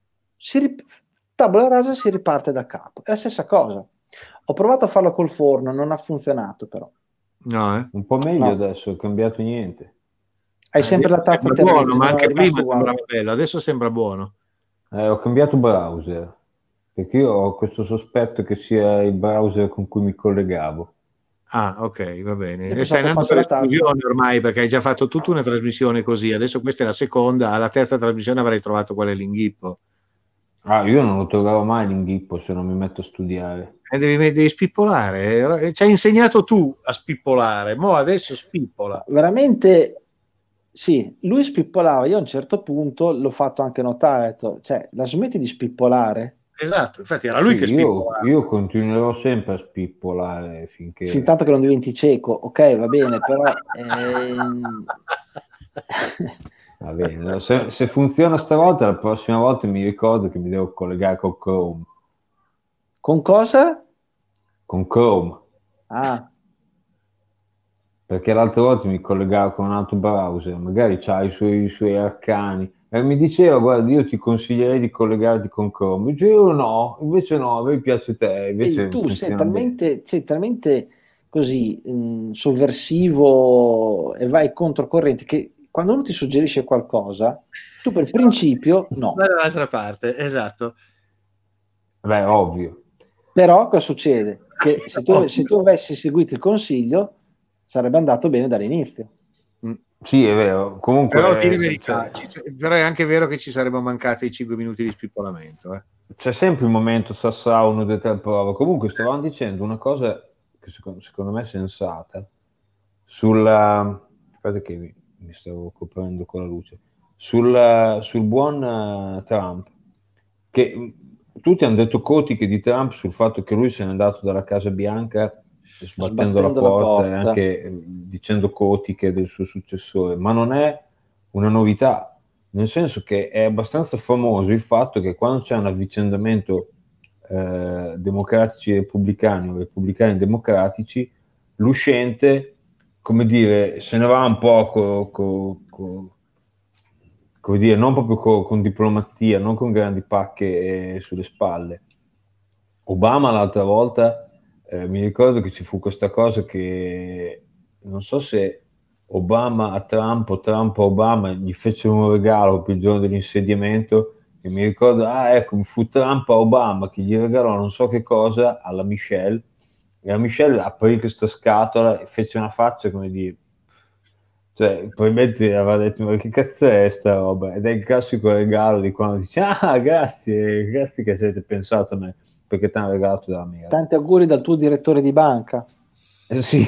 Speaker 2: tabula rasa si riparte da capo, è la stessa cosa. Ho provato a farlo col forno, non ha funzionato però.
Speaker 1: No,
Speaker 4: un po' meglio adesso, è cambiato niente.
Speaker 2: Hai sempre la tazza
Speaker 1: buono, ma anche prima sembrava bello, adesso sembra buono.
Speaker 4: Ho cambiato browser, perché io ho questo sospetto che sia il browser con cui mi collegavo.
Speaker 1: Ah, ok, va bene. E stai andando per esclusione ormai, perché hai già fatto tutta una trasmissione così, adesso questa è la seconda, alla terza trasmissione avrei trovato qual è l'inghippo.
Speaker 4: Io non lo troverò mai l'inghippo se non mi metto a studiare.
Speaker 1: Devi spippolare, ci hai insegnato tu a spippolare, mo adesso spippola.
Speaker 2: Veramente... Sì, lui spippolava, io a un certo punto l'ho fatto anche notare, ho detto, cioè, la smetti di spippolare?
Speaker 1: Esatto, infatti era lui che spippolava.
Speaker 4: Io continuerò sempre a spippolare finché...
Speaker 2: Fintanto che non diventi cieco, ok, va bene, però...
Speaker 4: Va bene, se funziona stavolta, la prossima volta mi ricordo che mi devo collegare con Chrome.
Speaker 2: Con cosa?
Speaker 4: Con Chrome. Perché l'altra volta mi collegavo con un altro browser, magari c'ha i suoi arcani, e mi diceva guarda io ti consiglierei di collegarti con Chrome, io no, invece no, a me piace te, invece
Speaker 2: tu sei talmente così sovversivo e vai controcorrente, che quando uno ti suggerisce qualcosa, tu per principio no.
Speaker 1: Vai dall'altra parte, esatto.
Speaker 4: Beh, ovvio.
Speaker 2: Però cosa succede? Che se tu avessi seguito il consiglio, sarebbe andato bene dall'inizio.
Speaker 4: Sì, è vero. Comunque,
Speaker 1: però dire verità, però è anche vero che ci sarebbero mancati i 5 minuti di spippolamento. C'è
Speaker 4: sempre il momento Sassà 1, 2, 3 prova. Comunque stavamo dicendo una cosa che secondo me è sensata sulla... Aspetta che mi stavo coprendo con la luce. Sul buon Trump, che tutti hanno detto cotiche di Trump sul fatto che lui se n'è andato dalla Casa Bianca sbattendo la porta e anche dicendo cotiche del suo successore, ma non è una novità, nel senso che è abbastanza famoso il fatto che quando c'è un avvicendamento democratici repubblicani o repubblicani democratici, l'uscente, come dire, se ne va un po' come dire, non proprio con diplomazia, non con grandi pacche sulle spalle. Obama l'altra volta, mi ricordo che ci fu questa cosa che non so se Obama a Trump o Trump a Obama gli fecero un regalo per il giorno dell'insediamento, e mi ricordo, ecco, fu Trump a Obama che gli regalò non so che cosa alla Michelle, e la Michelle aprì questa scatola e fece una faccia come dire, cioè probabilmente aveva detto ma che cazzo è sta roba, ed è il classico regalo di quando dice grazie che avete pensato a me perché ti hanno regalato della merda.
Speaker 2: Tanti auguri dal tuo direttore di banca.
Speaker 4: Sì.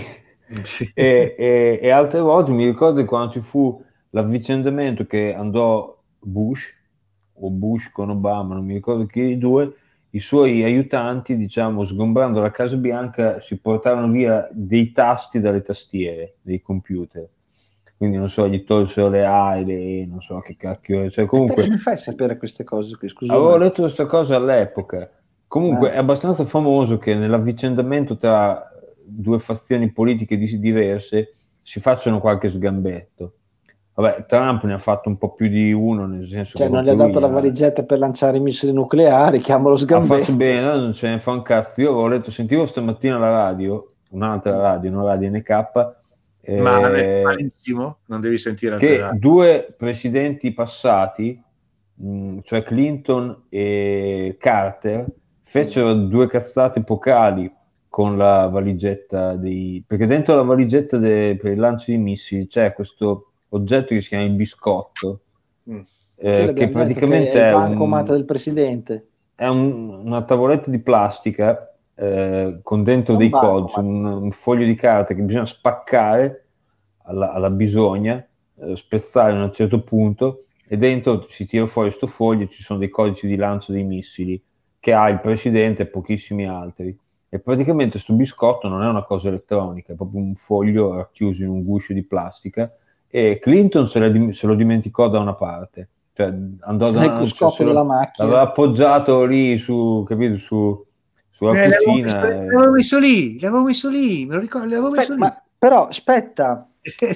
Speaker 4: E altre volte mi ricordo quando ci fu l'avvicendamento che andò Bush o Bush con Obama, non mi ricordo chi dei due, i suoi aiutanti, diciamo, sgombrando la Casa Bianca, si portarono via dei tasti dalle tastiere dei computer. Quindi non so, gli tolsero le A e le E, non so che cacchio. Cioè, comunque,
Speaker 2: come fai a sapere queste cose qui? Scusa,
Speaker 4: avevo letto questa cosa all'epoca. Comunque è abbastanza famoso che nell'avvicendamento tra due fazioni politiche diverse si facciano qualche sgambetto. Vabbè, Trump ne ha fatto un po' più di uno, nel senso che
Speaker 2: non gli ha dato la valigetta per lanciare i missili nucleari, chiamalo sgambetto.
Speaker 4: Ha fatto bene, non ce ne fa un cazzo. Io avevo letto, sentivo stamattina la radio, un'altra radio, una radio NK,
Speaker 1: ma malissimo, non devi sentire
Speaker 4: che due presidenti passati, cioè Clinton e Carter, fecero due cazzate epocali con la valigetta perché dentro la valigetta per il lancio di missili c'è questo oggetto che si chiama il biscotto, che praticamente
Speaker 2: che è il bancomat del presidente.
Speaker 4: È una tavoletta di plastica con dentro dei codici, un foglio di carta che bisogna spaccare alla bisogna, spezzare a un certo punto, e dentro si tira fuori questo foglio e ci sono dei codici di lancio dei missili che ha il presidente e pochissimi altri. E praticamente questo biscotto non è una cosa elettronica, è proprio un foglio racchiuso in un guscio di plastica, e Clinton se lo dimenticò da una parte, cioè andò
Speaker 2: della macchina,
Speaker 4: l'aveva appoggiato lì capito, sulla cucina.
Speaker 1: L'avevo messo lì, me lo ricordo, l'avevo messo lì.
Speaker 2: Però aspetta,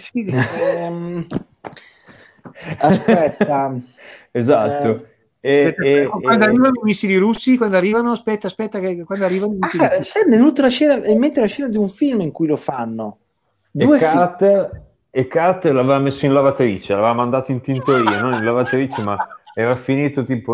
Speaker 2: aspetta,
Speaker 4: esatto.
Speaker 1: Quando arrivano i missili russi, quando arrivano, aspetta che quando arrivano i missili russi.
Speaker 2: È venuta in mente la scena di un film in cui lo fanno.
Speaker 4: E Carter l'aveva messo in lavatrice, l'aveva mandato in tintoria, non in lavatrice, ma era finito tipo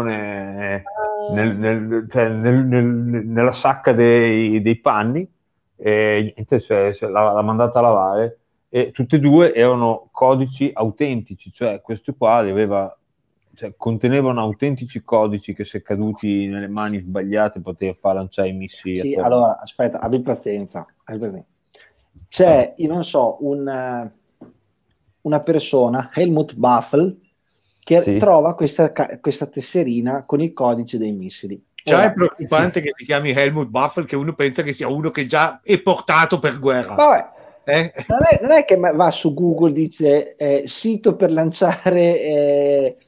Speaker 4: nella sacca dei panni, e l'ha mandata a lavare, e tutti e due erano codici autentici, cioè questo qua contenevano autentici codici che, se caduti nelle mani sbagliate, poteva far lanciare i missili.
Speaker 2: Sì, allora aspetta, abbi pazienza. C'è, io non so, una persona, Helmut Buffel, che trova questa tesserina con il codice dei missili.
Speaker 1: Già è preoccupante che si chiami Helmut Buffel, che uno pensa che sia uno che già è portato per guerra.
Speaker 2: Vabbè, non è che va su Google, dice sito per lanciare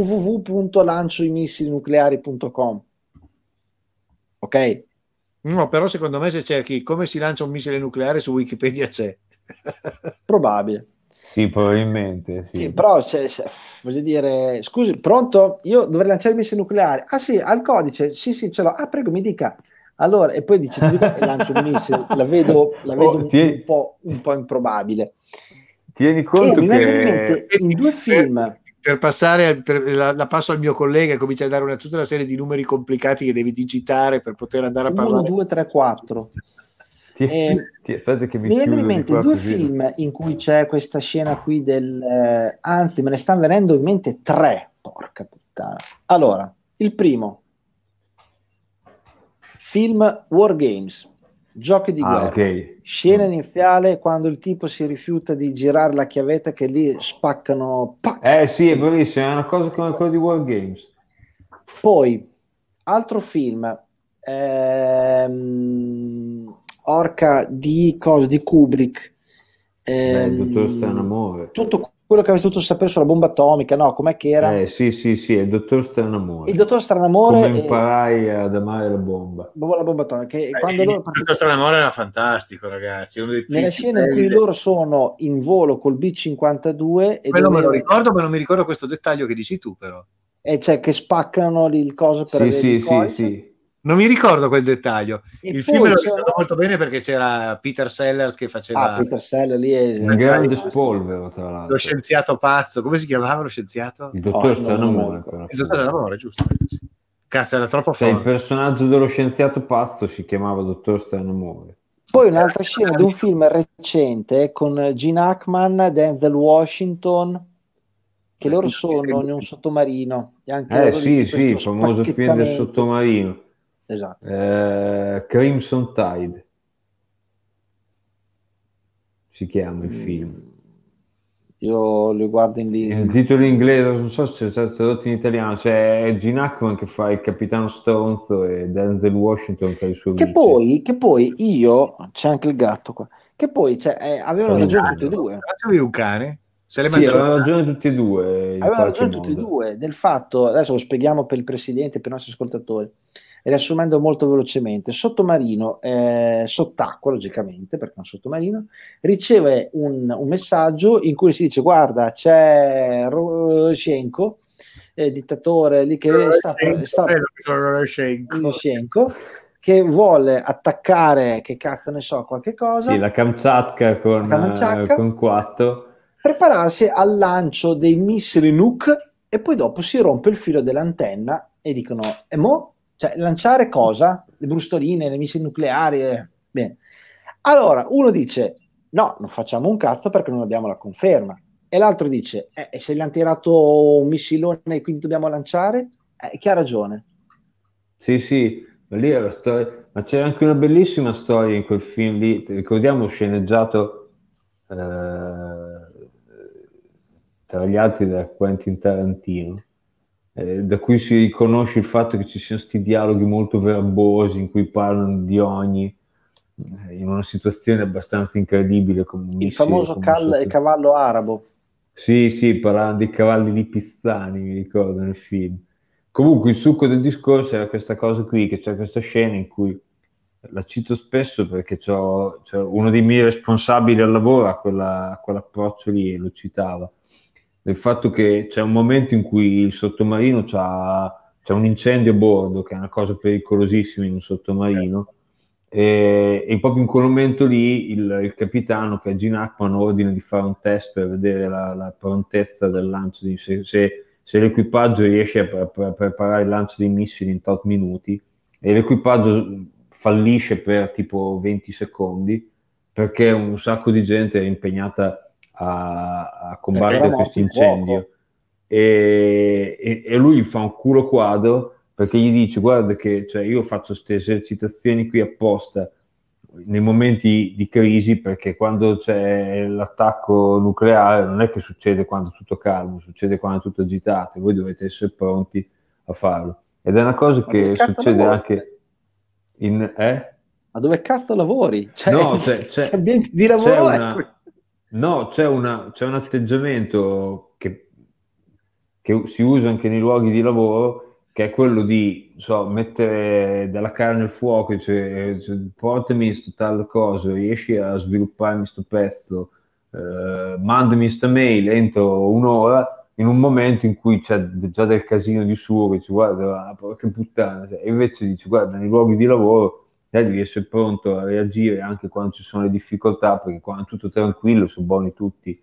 Speaker 2: www.lancioimissilinucleari.com. Ok?
Speaker 1: No, però secondo me se cerchi come si lancia un missile nucleare su Wikipedia c'è.
Speaker 2: Probabile.
Speaker 4: Sì, probabilmente sì.
Speaker 2: Sì, però voglio dire, scusi, pronto? Io dovrei lanciare il missile nucleare. Ah sì, al codice? Sì, ce l'ho. Ah, prego, mi dica. Allora, e poi dice e lancio un missile, la vedo un po' improbabile.
Speaker 4: Tieni conto
Speaker 2: mi viene in mente in 2 film.
Speaker 1: Per passare, la passo al mio collega e comincia a dare tutta una serie di numeri complicati che devi digitare per poter andare a parlare.
Speaker 2: 1, 2, 3, 4.
Speaker 4: Aspetta che
Speaker 2: mi viene in mente 2 film in cui c'è questa scena qui anzi, me ne stanno venendo in mente 3. Porca puttana. Allora, il primo film War Games, giochi di guerra.
Speaker 4: Okay.
Speaker 2: Scena iniziale quando il tipo si rifiuta di girare la chiavetta, che lì spaccano.
Speaker 4: Sì, è bellissimo, è una cosa come quello di War Games.
Speaker 2: Poi altro film, Orca di Kubrick,
Speaker 4: il dottor Stranamore.
Speaker 2: tutto quello che avete dovuto sapere sulla bomba atomica, no? Com'è che era?
Speaker 4: Sì, il dottor Stranamore.
Speaker 2: Il dottor Stranamore.
Speaker 4: Come imparai ad amare la bomba.
Speaker 2: La bomba atomica.
Speaker 1: Il dottor Stranamore era fantastico, ragazzi. Uno dei
Speaker 2: nella scena in cui loro sono in volo col B-52.
Speaker 1: Quello me lo ricordo, ma non mi ricordo questo dettaglio che dici tu, però.
Speaker 2: E cioè che spaccano il coso per avere il codice.
Speaker 1: Sì. Non mi ricordo quel dettaglio. Il film lo ricordo molto bene perché c'era Peter Sellers che faceva.
Speaker 2: Peter Sellers lì è
Speaker 4: un grande spolvero, tra l'altro.
Speaker 1: Lo scienziato pazzo, come si chiamava lo scienziato?
Speaker 4: Il dottor Stranamore.
Speaker 1: Il dottor Stranamore, giusto. Cazzo, era troppo forte.
Speaker 4: Il personaggio dello scienziato pazzo si chiamava dottor Stranamore.
Speaker 2: Poi un'altra scena di un film recente con Gene Hackman, Denzel Washington, che loro sono in un sottomarino. E anche
Speaker 4: il famoso film del sottomarino.
Speaker 2: Esatto.
Speaker 4: Crimson Tide si chiama il film.
Speaker 2: Io lo guardo in
Speaker 4: il titolo in inglese, non so se c'è tradotto in italiano, c'è Gene Hackman che fa il capitano Stronzo e Denzel Washington che è il suo
Speaker 2: vice. Che poi c'è anche il gatto qua, che poi avevano ragione tutti e due.
Speaker 1: Avevi un cane?
Speaker 4: Avevano ragione tutti e due.
Speaker 2: Avevano ragione tutti e due del fatto, adesso lo spieghiamo per il presidente e per i nostri ascoltatori, riassumendo molto velocemente. Sottomarino, sott'acqua logicamente perché è un sottomarino, riceve un messaggio in cui si dice: guarda, c'è Poroshenko, dittatore lì che Poroshenko, che vuole attaccare, che cazzo ne so, qualche cosa.
Speaker 4: Sì, la Kamchatka con 4.
Speaker 2: Prepararsi al lancio dei missili nuke e poi dopo si rompe il filo dell'antenna e dicono: e mo? Cioè, lanciare cosa? Le brustoline, le missili nucleari? Bene. Allora, uno dice: no, non facciamo un cazzo perché non abbiamo la conferma. E l'altro dice: se gli hanno tirato un missilone e quindi dobbiamo lanciare? Chi ha ragione?
Speaker 4: Sì, ma lì è la storia. Ma c'è anche una bellissima storia in quel film lì. Ricordiamo sceneggiato tra gli altri da Quentin Tarantino. Da cui si riconosce il fatto che ci siano questi dialoghi molto verbosi in cui parlano di ogni in una situazione abbastanza incredibile come
Speaker 2: il famoso cavallo arabo.
Speaker 4: Sì, parlano dei cavalli di Pizzani, mi ricordo nel film. Comunque il succo del discorso era questa cosa qui, che c'è questa scena in cui la cito spesso perché c'è uno dei miei responsabili al lavoro a quell'approccio lì e lo citava. Del fatto che c'è un momento in cui il sottomarino c'è un incendio a bordo, che è una cosa pericolosissima in un sottomarino, e proprio in quel momento lì il capitano, che è Gene Hackman, ordina di fare un test per vedere la prontezza del lancio, se l'equipaggio riesce a preparare il lancio dei missili in tot minuti, e l'equipaggio fallisce per tipo 20 secondi, perché un sacco di gente è impegnata a combattere questo incendio e lui gli fa un culo quadro perché gli dice: guarda che io faccio queste esercitazioni qui apposta nei momenti di crisi, perché quando c'è l'attacco nucleare non è che succede quando è tutto calmo, succede quando è tutto agitato e voi dovete essere pronti a farlo. Ed è una cosa che succede anche
Speaker 2: ma dove cazzo lavori?
Speaker 4: No, c'è
Speaker 2: ambiente di lavoro
Speaker 4: No, c'è un atteggiamento che si usa anche nei luoghi di lavoro, che è quello di mettere della carne al fuoco, portami sto tal cosa, riesci a svilupparmi sto pezzo, mandami sta mail entro un'ora, in un momento in cui c'è già del casino di suo, che dice: guarda, porca puttana, e invece dice: guarda, nei luoghi di lavoro devi essere pronto a reagire anche quando ci sono le difficoltà, perché quando è tutto tranquillo sono buoni tutti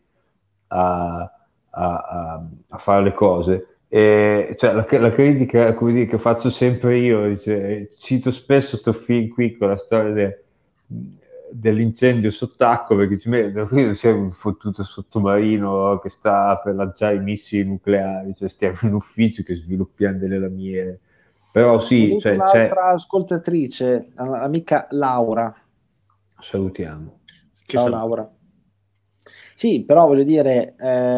Speaker 4: a fare le cose. E, cioè, la critica, come dire, che faccio sempre io, cito spesso sto film qui con la storia dell'incendio sott'acqua, perché qui c'è un fottuto sottomarino che sta per lanciare i missili nucleari, cioè stiamo in ufficio che sviluppiamo delle lamiere. Però sì, cioè,
Speaker 2: un'altra ascoltatrice, l'amica Laura.
Speaker 4: Salutiamo.
Speaker 2: Ciao Laura. Sì, però voglio dire,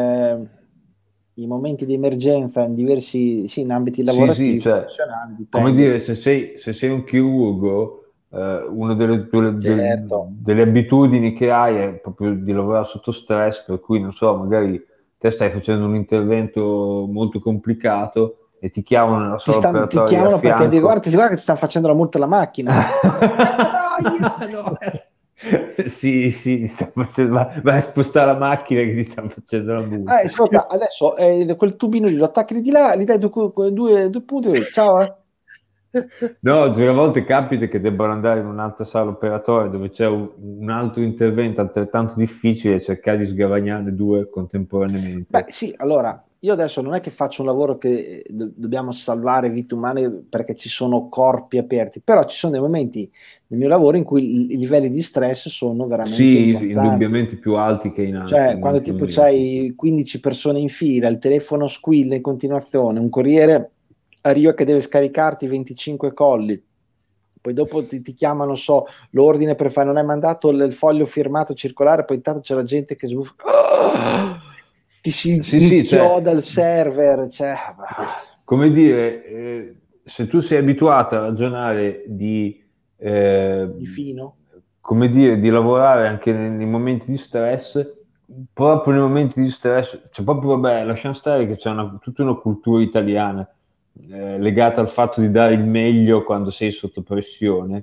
Speaker 2: i momenti di emergenza in diversi in ambiti lavorativi,
Speaker 4: sì, cioè, come dire, se sei un chirurgo, una delle abitudini che hai è proprio di lavorare sotto stress, per cui non so, magari te stai facendo un intervento molto complicato e ti chiamano nella sala operatoria,
Speaker 2: ti chiamano perché ti guarda che ti stanno facendo la multa alla macchina.
Speaker 4: No. Sì, vai a spostare la macchina che ti stanno facendo la multa.
Speaker 2: Ascolta, adesso quel tubino lì lo attacchi di là, gli dai due punti, ciao.
Speaker 4: No, a volte capita che debbano andare in un'altra sala operatoria dove c'è un altro intervento altrettanto difficile e cercare di sgavagnare due contemporaneamente.
Speaker 2: Beh, sì, allora, io adesso non è che faccio un lavoro che dobbiamo salvare vite umane perché ci sono corpi aperti, però ci sono dei momenti nel mio lavoro in cui i livelli di stress sono veramente importanti.
Speaker 4: Indubbiamente più alti che in altri.
Speaker 2: Cioè, quando tipo c'hai 15 persone in fila, il telefono squilla in continuazione, un corriere arriva che deve scaricarti 25 colli, poi dopo ti chiamano, l'ordine per fare, non hai mandato il foglio firmato circolare, poi intanto c'è la gente che ti si inchioda il server,
Speaker 4: come dire, se tu sei abituato a ragionare di
Speaker 2: fino,
Speaker 4: come dire, di lavorare anche nei momenti di stress, proprio nei momenti di stress, cioè proprio, vabbè, lasciamo stare che c'è tutta una cultura italiana legata al fatto di dare il meglio quando sei sotto pressione.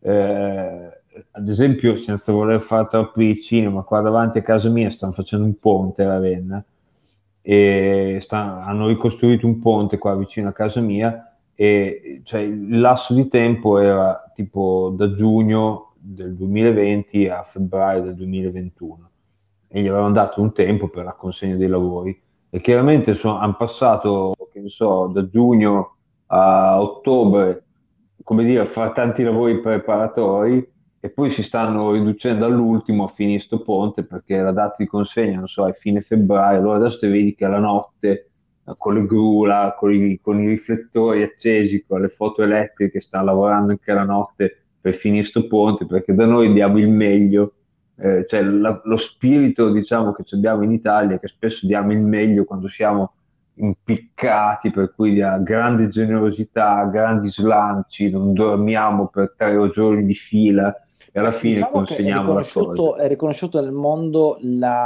Speaker 4: Ad esempio, senza voler fare troppi vicini, ma qua davanti a casa mia stanno facendo un ponte a Ravenna e hanno ricostruito un ponte qua vicino a casa mia e cioè, il lasso di tempo era tipo da giugno del 2020 a febbraio del 2021 e gli avevano dato un tempo per la consegna dei lavori e chiaramente hanno passato, che ne so, da giugno a ottobre, come dire, a fare tanti lavori preparatori e poi si stanno riducendo all'ultimo a finire sto ponte perché la data di consegna, non so, è fine febbraio, allora adesso te vedi che alla notte con le gru, con i riflettori accesi, con le foto elettriche, stanno lavorando anche la notte per finire sto ponte perché da noi diamo il meglio. Cioè lo spirito diciamo che abbiamo in Italia è che spesso diamo il meglio quando siamo impiccati, per cui ha grande generosità, grandi slanci, non dormiamo per 3 giorni di fila e alla fine
Speaker 2: diciamo
Speaker 4: consegniamo la cosa.
Speaker 2: È riconosciuto nel mondo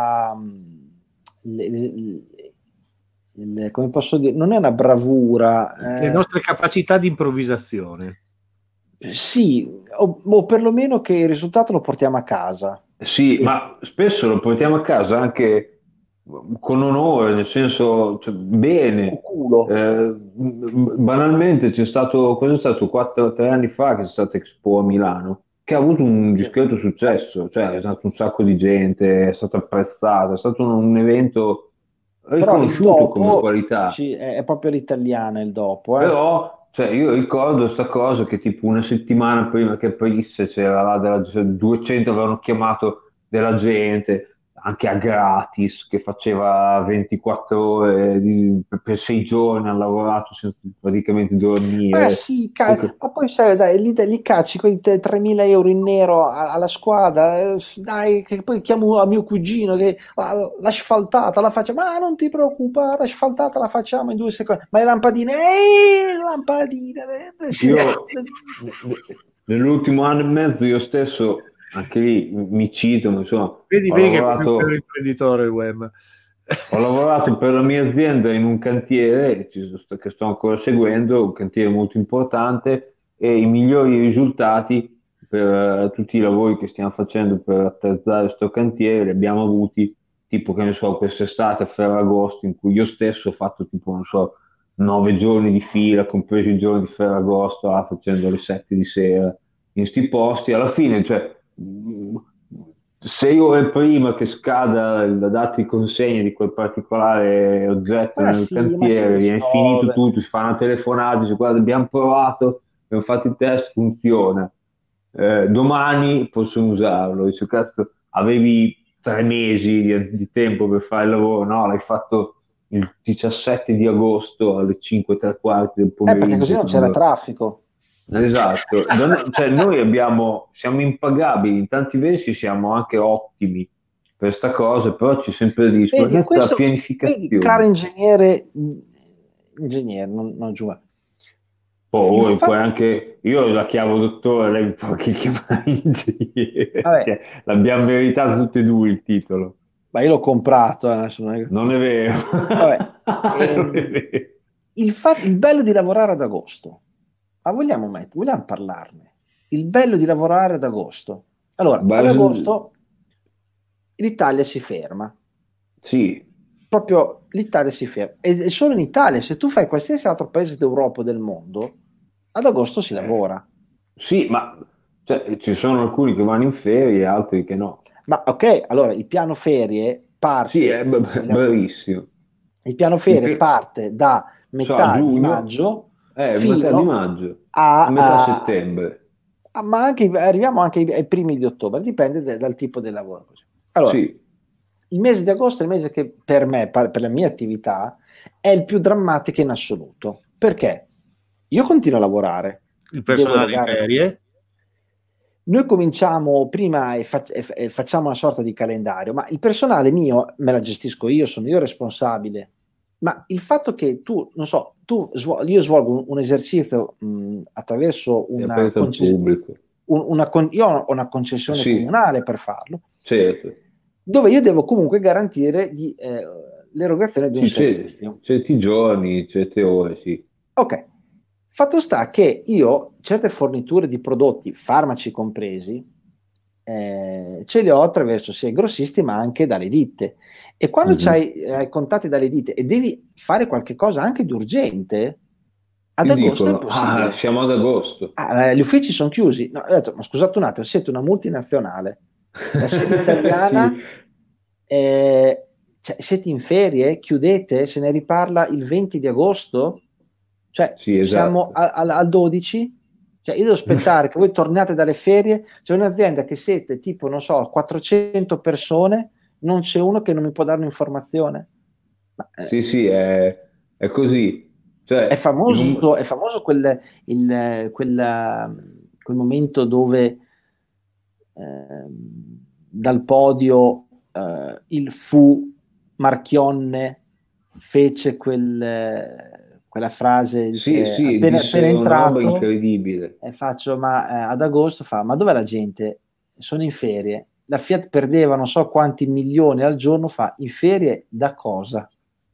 Speaker 2: come posso dire, non è una bravura,
Speaker 1: le nostre capacità di improvvisazione.
Speaker 2: Sì, o perlomeno che il risultato lo portiamo a casa.
Speaker 4: Sì, ma spesso lo portiamo a casa anche con onore, nel senso, cioè, bene. Banalmente c'è stato, cosa è stato 3 anni fa che c'è stato Expo a Milano, che ha avuto un discreto successo, cioè è stato un sacco di gente, è stato apprezzato, è stato un evento riconosciuto come qualità.
Speaker 2: Sì, è proprio l'italiana il dopo.
Speaker 4: Però cioè, io ricordo sta cosa che tipo una settimana prima che aprisse c'era là 200 avevano chiamato della gente anche a gratis che faceva 24 ore per 6 giorni, hanno lavorato senza praticamente dormire.
Speaker 2: Sì, ma poi sai, dai, lì cacci quei 3.000 euro in nero alla squadra, dai, che poi chiamo a mio cugino che l'asfaltata la facciamo, ma non ti preoccupare, l'asfaltata la facciamo in 2 secondi, ma le lampadine,
Speaker 4: io nell'ultimo anno e mezzo io stesso anche lì mi cito, ma insomma,
Speaker 1: vedi che è più per l'imprenditore il web.
Speaker 4: Ho lavorato per la mia azienda in un cantiere che sto ancora seguendo, un cantiere molto importante e i migliori risultati per tutti i lavori che stiamo facendo per attrezzare questo cantiere li abbiamo avuti tipo, che ne so, quest'estate a Ferragosto in cui io stesso ho fatto tipo, non so, 9 giorni di fila, compreso i giorni di Ferragosto, facendo le 7 di sera. in sti posti, alla fine, cioè 6 ore prima che scada la data di consegna di quel particolare oggetto nel cantiere, viene finito tutto, si fa una telefonata, dice guarda abbiamo provato, abbiamo fatto il test, funziona. Domani possono usarlo. Dice cazzo, avevi 3 mesi di tempo per fare il lavoro, no, l'hai fatto il 17 di agosto alle 5:15 del pomeriggio.
Speaker 2: Perché così non c'era traffico.
Speaker 4: Esatto, cioè siamo impagabili, in tanti versi siamo anche ottimi per sta cosa, però c'è sempre il rischio,
Speaker 2: vedi,
Speaker 4: questa la pianificazione.
Speaker 2: Vedi, caro ingegnere, non giù.
Speaker 4: Poi anche, io la chiamo dottore, lei mi può anche chiamare ingegnere, cioè, l'abbiamo meritato tutti e due il titolo.
Speaker 2: Ma io l'ho comprato, adesso
Speaker 4: non è vero.
Speaker 2: Vabbè, il bello di lavorare ad agosto. Ma vogliamo parlarne? Il bello di lavorare ad agosto. Allora, ad agosto l'Italia si ferma.
Speaker 4: Sì.
Speaker 2: Proprio l'Italia si ferma. E solo in Italia, se tu fai qualsiasi altro paese d'Europa o del mondo, ad agosto si lavora.
Speaker 4: Sì, ma cioè, ci sono alcuni che vanno in ferie e altri che no.
Speaker 2: Ma ok, allora il piano ferie parte...
Speaker 4: Sì, è bravissimo.
Speaker 2: Il piano ferie parte da metà
Speaker 4: giugno,
Speaker 2: di maggio
Speaker 4: fino metà di maggio
Speaker 2: a
Speaker 4: metà settembre.
Speaker 2: Ma arriviamo anche ai primi di ottobre, dipende dal tipo del lavoro. Allora,
Speaker 4: sì.
Speaker 2: Il mese di agosto è il mese che per me, per la mia attività, è il più drammatico in assoluto. Perché? Io continuo a lavorare.
Speaker 1: Il personale in ferie?
Speaker 2: Noi cominciamo prima e facciamo una sorta di calendario, ma il personale mio me la gestisco io, sono io responsabile. Ma il fatto che tu, non so, io svolgo un esercizio attraverso una concessione, io ho una concessione comunale per farlo,
Speaker 4: certo,
Speaker 2: dove io devo comunque garantire l'erogazione di un servizio.
Speaker 4: Certi giorni, certe ore, sì.
Speaker 2: Ok. Fatto sta che io certe forniture di prodotti, farmaci compresi, ce le ho attraverso sia i grossisti ma anche dalle ditte. E quando c'hai contatti dalle ditte e devi fare qualche cosa anche di urgente, ad agosto è possibile.
Speaker 4: Siamo ad agosto.
Speaker 2: Gli uffici sono chiusi. No, ho detto, ma scusate un attimo, siete una multinazionale, la sede italiana, siete in ferie, chiudete, se ne riparla il 20 di agosto. Cioè, siamo al 12, cioè io devo aspettare che voi torniate dalle ferie, c'è un'azienda che siete tipo, non so, 400 persone, non c'è uno che non mi può dare un'informazione.
Speaker 4: Sì, è così. Cioè,
Speaker 2: è famoso quel momento dove dal podio il fu Marchionne fece quella frase, appena entrato,
Speaker 4: una roba incredibile.
Speaker 2: Ad agosto ma dov'è la gente? Sono in ferie. La Fiat perdeva non so quanti milioni al giorno, in ferie da cosa?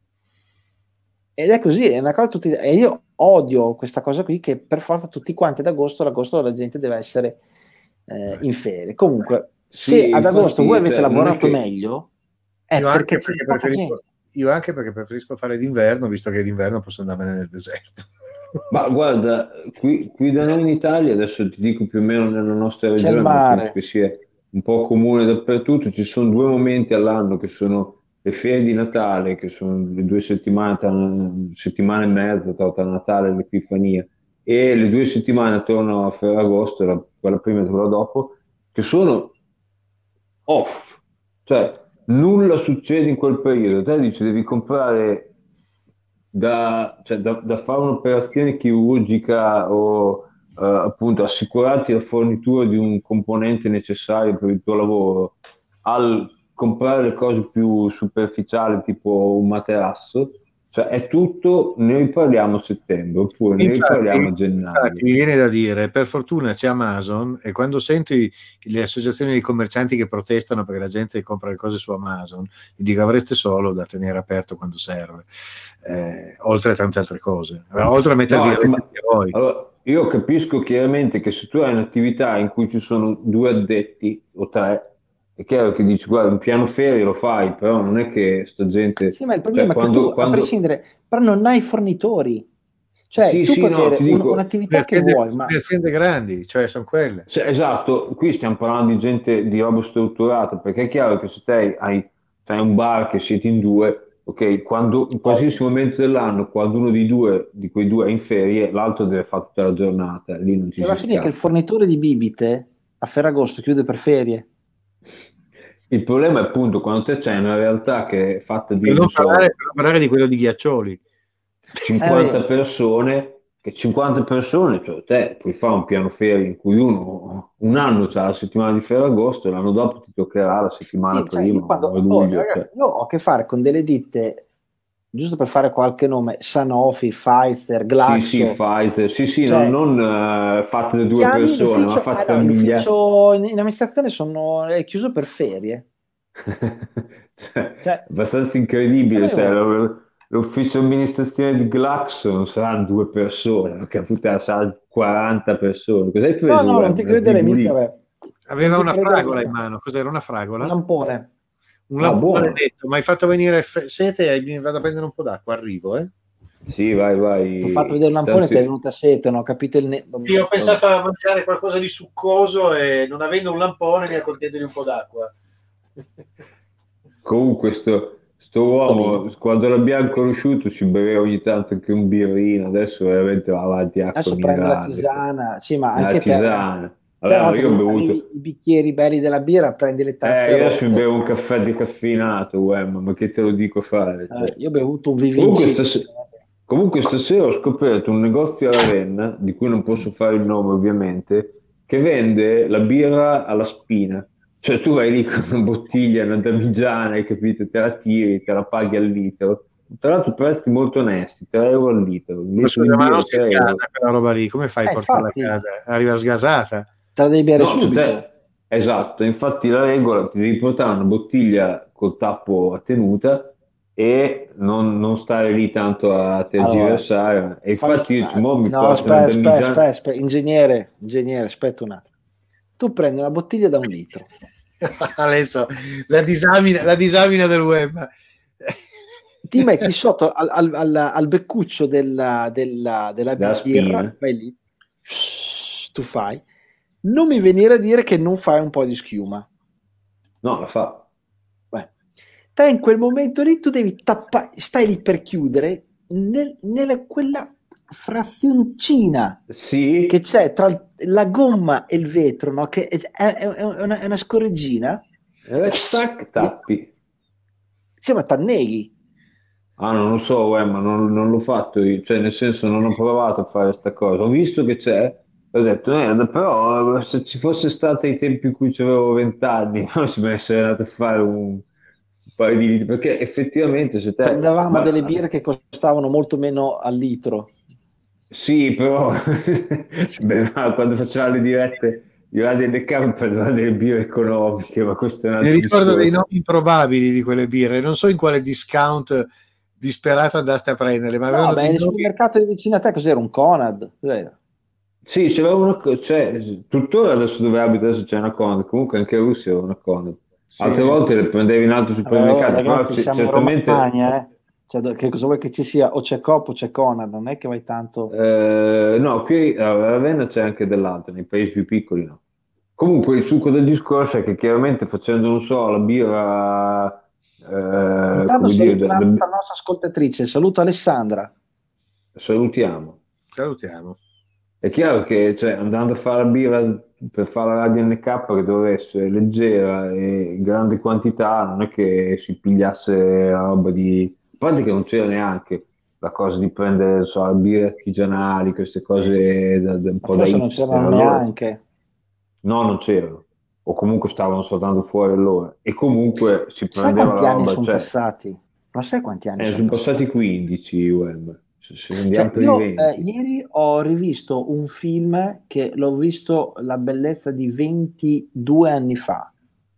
Speaker 2: Ed è così, è una cosa e io odio questa cosa qui, che per forza tutti quanti ad agosto la gente deve essere in ferie. Comunque, se ad agosto voi avete lavorato meglio, è perché
Speaker 1: io anche perché preferisco fare d'inverno, visto che d'inverno posso andarmene nel deserto.
Speaker 4: Ma guarda, qui da noi in Italia, adesso ti dico più o meno nella nostra regione, ma penso che sia un po' comune dappertutto, ci sono 2 momenti all'anno che sono le ferie di Natale, che sono le 2 settimane e mezza tra Natale e l'Epifania, e le 2 settimane attorno a Ferragosto, quella prima e quella dopo, che sono off, cioè nulla succede in quel periodo. Te dici devi comprare da fare un'operazione chirurgica o appunto assicurarti la fornitura di un componente necessario per il tuo lavoro, al comprare le cose più superficiali tipo un materasso, cioè è tutto, ne riparliamo a settembre oppure ne riparliamo a gennaio.
Speaker 1: Infatti mi viene da dire, per fortuna c'è Amazon, e quando sento le associazioni di commercianti che protestano perché la gente compra le cose su Amazon, gli dico avreste solo da tenere aperto quando serve, oltre a tante altre cose, oltre a mettervi voi.
Speaker 4: Allora, io capisco chiaramente che se tu hai un'attività in cui ci sono 2 addetti o 3, è chiaro che dici guarda un piano ferie lo fai, però non è che sta gente...
Speaker 2: Sì, ma il problema è che tu, a prescindere, però non hai fornitori. Cioè, tu puoi avere un'attività che vuoi, ma
Speaker 1: le aziende grandi, cioè sono quelle.
Speaker 4: Esatto, qui stiamo parlando di gente di roba strutturata, perché è chiaro che se te hai un bar che siete in due, ok, quando in qualsiasi momento dell'anno, quando uno di quei due è in ferie, l'altro deve fare tutta la giornata, lì non ci
Speaker 2: alla
Speaker 4: si
Speaker 2: fine è che il fornitore di bibite a Ferragosto chiude per ferie.
Speaker 4: Il problema è appunto quando te c'è una realtà che è fatta di,
Speaker 1: per non parlare di quello di ghiaccioli.
Speaker 4: 50 persone, che 50 persone, cioè te puoi fare un piano ferie in cui un anno c'ha la settimana di Ferragosto e l'anno dopo ti toccherà la settimana prima, o luglio.
Speaker 2: Ragazzi, io ho a che fare con delle ditte, giusto per fare qualche nome, Sanofi, Pfizer, Glaxo.
Speaker 4: Sì, Pfizer, cioè, non fatte da due persone, ma fatte da
Speaker 2: l'ufficio in amministrazione è chiuso per ferie.
Speaker 4: cioè, abbastanza incredibile, cioè, l'ufficio amministrazione di Glaxo non saranno 2 persone, perché puttana saranno 40 persone. Cos'hai preso?
Speaker 2: No, non ti credere mica.
Speaker 1: Aveva una fragola in mano. Cos'era una fragola?
Speaker 2: Un lampone.
Speaker 1: Un lampone maledetto. Mi hai fatto venire sete e mi vado a prendere un po' d'acqua. Arrivo,
Speaker 4: Sì, vai.
Speaker 2: Ti ho fatto vedere un lampone e ti è venuta sete, non ho capito
Speaker 1: Sì, ho pensato a mangiare qualcosa di succoso e non avendo un lampone mi accontento di un po' d'acqua.
Speaker 4: Comunque sto uomo, quando l'abbiamo conosciuto ci beveva ogni tanto anche un birrino, adesso veramente va avanti acqua
Speaker 2: adesso
Speaker 4: minerale.
Speaker 2: prende la tisana, sì, ma anche
Speaker 4: tisana. Allora, io ho bevuto
Speaker 2: i bicchieri belli della birra, prendi le tazze
Speaker 4: io adesso mi bevo un caffè decaffeinato, ma che te lo dico fare?
Speaker 2: Io ho bevuto un Vivinci.
Speaker 4: Comunque stasera ho scoperto un negozio a Ravenna, di cui non posso fare il nome ovviamente, che vende la birra alla spina. Cioè tu vai lì con una bottiglia, una damigiana, hai capito? Te la tiri, te la paghi al litro. Tra l'altro prezzi molto onesti, 3 euro al litro.
Speaker 1: Ma scusa, ma non si gasa quella roba lì, come fai a portarla a casa? Arriva sgasata.
Speaker 2: Te la devi bere subito.
Speaker 4: Esatto, infatti la regola ti devi portare una bottiglia col tappo a tenuta e non stare lì tanto a tergiversare. Allora, e infatti io mi porto
Speaker 2: aspetta, ingegnere, aspetta un attimo. Tu prendi una bottiglia da 1 litro.
Speaker 1: Adesso la disamina del web.
Speaker 2: Ti metti sotto al beccuccio della birra, vai lì, tu fai. Non mi venire a dire che non fai un po' di schiuma.
Speaker 4: No, la fa.
Speaker 2: Beh, te in quel momento lì tu devi tappare, stai lì per chiudere nella quella frazioncina che c'è tra la gomma e il vetro, no? Che è una scorreggina.
Speaker 4: Tac, tappi.
Speaker 2: Sì, ma t'anneghi.
Speaker 4: Non lo so, ma non l'ho fatto io, cioè nel senso non ho provato a fare questa cosa. Ho visto che c'è, ho detto, però se ci fosse stato ai tempi in cui avevo 20 anni, non si me ne sarei andato a fare un paio di litri, perché effettivamente se te...
Speaker 2: Prendevamo delle birre che costavano molto meno al litro.
Speaker 4: Sì, però quando facevamo le dirette di Radio del Campo prendevamo delle birre economiche, ma questo è un altro
Speaker 1: Mi ricordo dei nomi improbabili di quelle birre, non so in quale discount disperato andaste a prenderle, ma avevano
Speaker 2: nel supermercato vicino a te cos'era? Un Conad? Cos'era?
Speaker 4: Sì, c'era tuttora adesso dove abito adesso c'è una Conad, comunque anche a Russia era una Conad. Sì. Altre volte le prendevi in altri supermercati,
Speaker 2: ragazzi, siamo certamente... in Romagna, Cioè, che cosa vuoi che ci sia? O c'è Coop o c'è Conad, non è che vai tanto...
Speaker 4: no, qui a Ravenna c'è anche dell'altro, nei paesi più piccoli no. Comunque il succo del discorso è che chiaramente facendo, non so, la birra...
Speaker 2: Intanto saluto la nostra ascoltatrice, saluto Alessandra.
Speaker 4: Salutiamo. È chiaro che andando a fare la birra per fare la radio NK, che doveva essere leggera e in grande quantità, non è che si pigliasse la roba di... A parte che non c'era neanche la cosa di prendere birre artigianali, queste cose da un po'
Speaker 2: forse non c'erano neanche.
Speaker 4: No, non c'erano. O comunque stavano saltando fuori allora. E comunque si prendeva
Speaker 2: quanti anni sono passati? Non sai quanti anni
Speaker 4: sono passati 15, Web.
Speaker 2: Io ieri ho rivisto un film che l'ho visto la bellezza di 22 anni fa.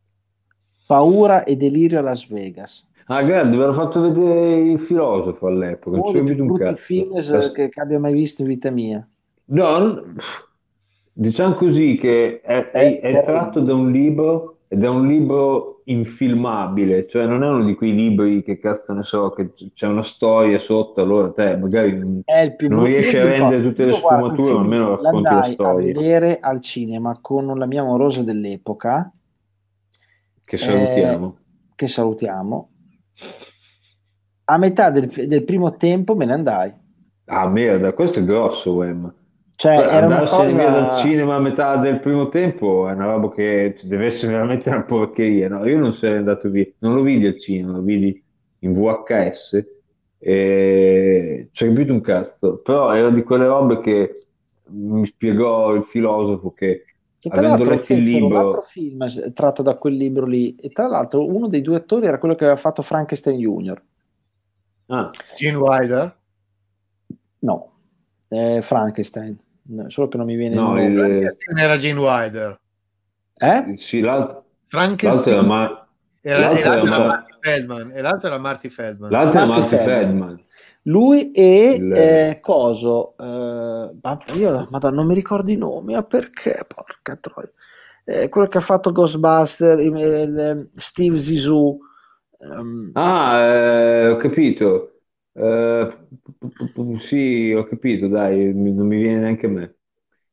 Speaker 2: Paura e delirio a Las Vegas.
Speaker 4: Grande, ve l'ho fatto vedere Il filosofo all'epoca.
Speaker 2: Uno dei più brutti film che abbia mai visto in vita mia.
Speaker 4: No, diciamo così che è tratto da un libro ed è un libro infilmabile, cioè non è uno di quei libri che cazzo ne so, che c'è una storia sotto, allora te magari
Speaker 2: È il più
Speaker 4: non
Speaker 2: brutto.
Speaker 4: riesci a rendere tutte le
Speaker 2: Guarda, quel
Speaker 4: sfumature, ma
Speaker 2: film
Speaker 4: almeno racconti la
Speaker 2: l'andai a
Speaker 4: storia.
Speaker 2: vedere al cinema con la mia amorosa dell'epoca,
Speaker 4: Che salutiamo.
Speaker 2: che salutiamo. A metà del primo tempo me ne andai.
Speaker 4: Ah, merda, questo è grosso, Wem.
Speaker 2: Cioè, era una
Speaker 4: Andarsene via dal
Speaker 2: cosa...
Speaker 4: cinema a metà del primo tempo è una roba che deve essere veramente una porcheria. No, io non sono andato via, non lo vidi al cinema, lo vidi in VHS e ci ho capito un cazzo. Però era di quelle robe che mi spiegò il filosofo che
Speaker 2: Che tra
Speaker 4: avendo
Speaker 2: l'altro
Speaker 4: letto il
Speaker 2: fecero un altro
Speaker 4: libro,
Speaker 2: film tratto da quel libro lì, e tra l'altro uno dei due attori era quello che aveva fatto Frankenstein Junior.
Speaker 1: Gene Wilder?
Speaker 2: No, Frankenstein, no, solo che non mi viene il
Speaker 4: no,
Speaker 2: nome.
Speaker 1: Frankenstein era Gene Wilder.
Speaker 4: sì, l'altro
Speaker 1: Frankenstein
Speaker 4: l'altro era
Speaker 1: Marty Feldman, e l'altro era Marty Feldman.
Speaker 4: l'altro era Marty Feldman.
Speaker 2: Lui e coso, io Madonna, non mi ricordo i nomi, ma perché? Porca troia. Quello che ha fatto Ghostbuster, Steve Zissou.
Speaker 4: Ho capito. Sì, ho capito, dai, non mi viene neanche a me.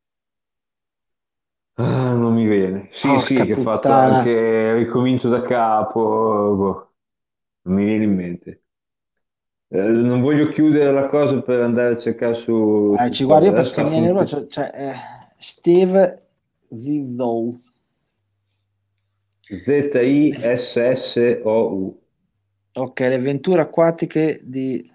Speaker 4: Non mi viene. Sì, sì,
Speaker 2: Porca
Speaker 4: che ha fatto
Speaker 2: puttana.
Speaker 4: anche Ricomincio da capo. Boh, non mi viene in mente. Non voglio chiudere la cosa per andare a cercare su
Speaker 2: Ci guardo
Speaker 4: cosa.
Speaker 2: io
Speaker 4: Adesso
Speaker 2: perché mi viene in Steve Zissou.
Speaker 4: Zissou.
Speaker 2: Ok, le avventure acquatiche di...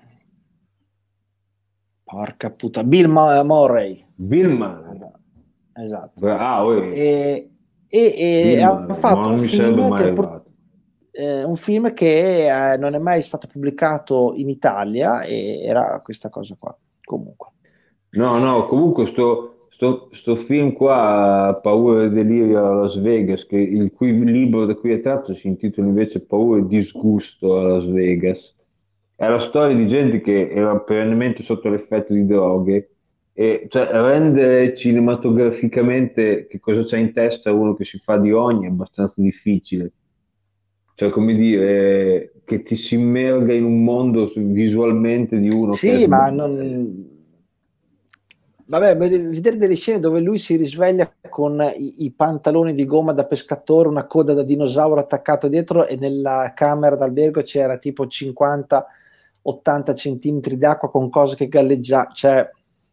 Speaker 2: Porca puttana, Bill Murray.
Speaker 4: Bill Murray.
Speaker 2: Esatto.
Speaker 4: E
Speaker 2: ha fatto
Speaker 4: non mi sarebbe mai arrivato.
Speaker 2: Un film che non è mai stato pubblicato in Italia e era questa cosa qua. Comunque.
Speaker 4: No, comunque sto film qua, Paura e delirio a Las Vegas, il cui libro da cui è tratto si intitola invece Paura e disgusto a Las Vegas. È la storia di gente che era perennemente sotto l'effetto di droghe e cioè, rendere cinematograficamente che cosa c'è in testa uno che si fa di ogni è abbastanza difficile. Cioè, come dire, che ti si immerga in un mondo visualmente di uno che
Speaker 2: Sì,
Speaker 4: è...
Speaker 2: ma non... Vabbè, vedere delle scene dove lui si risveglia con i pantaloni di gomma da pescatore, una coda da dinosauro attaccato dietro e nella camera d'albergo c'era tipo 50-80 centimetri d'acqua con cose che galleggiavano. Cioè,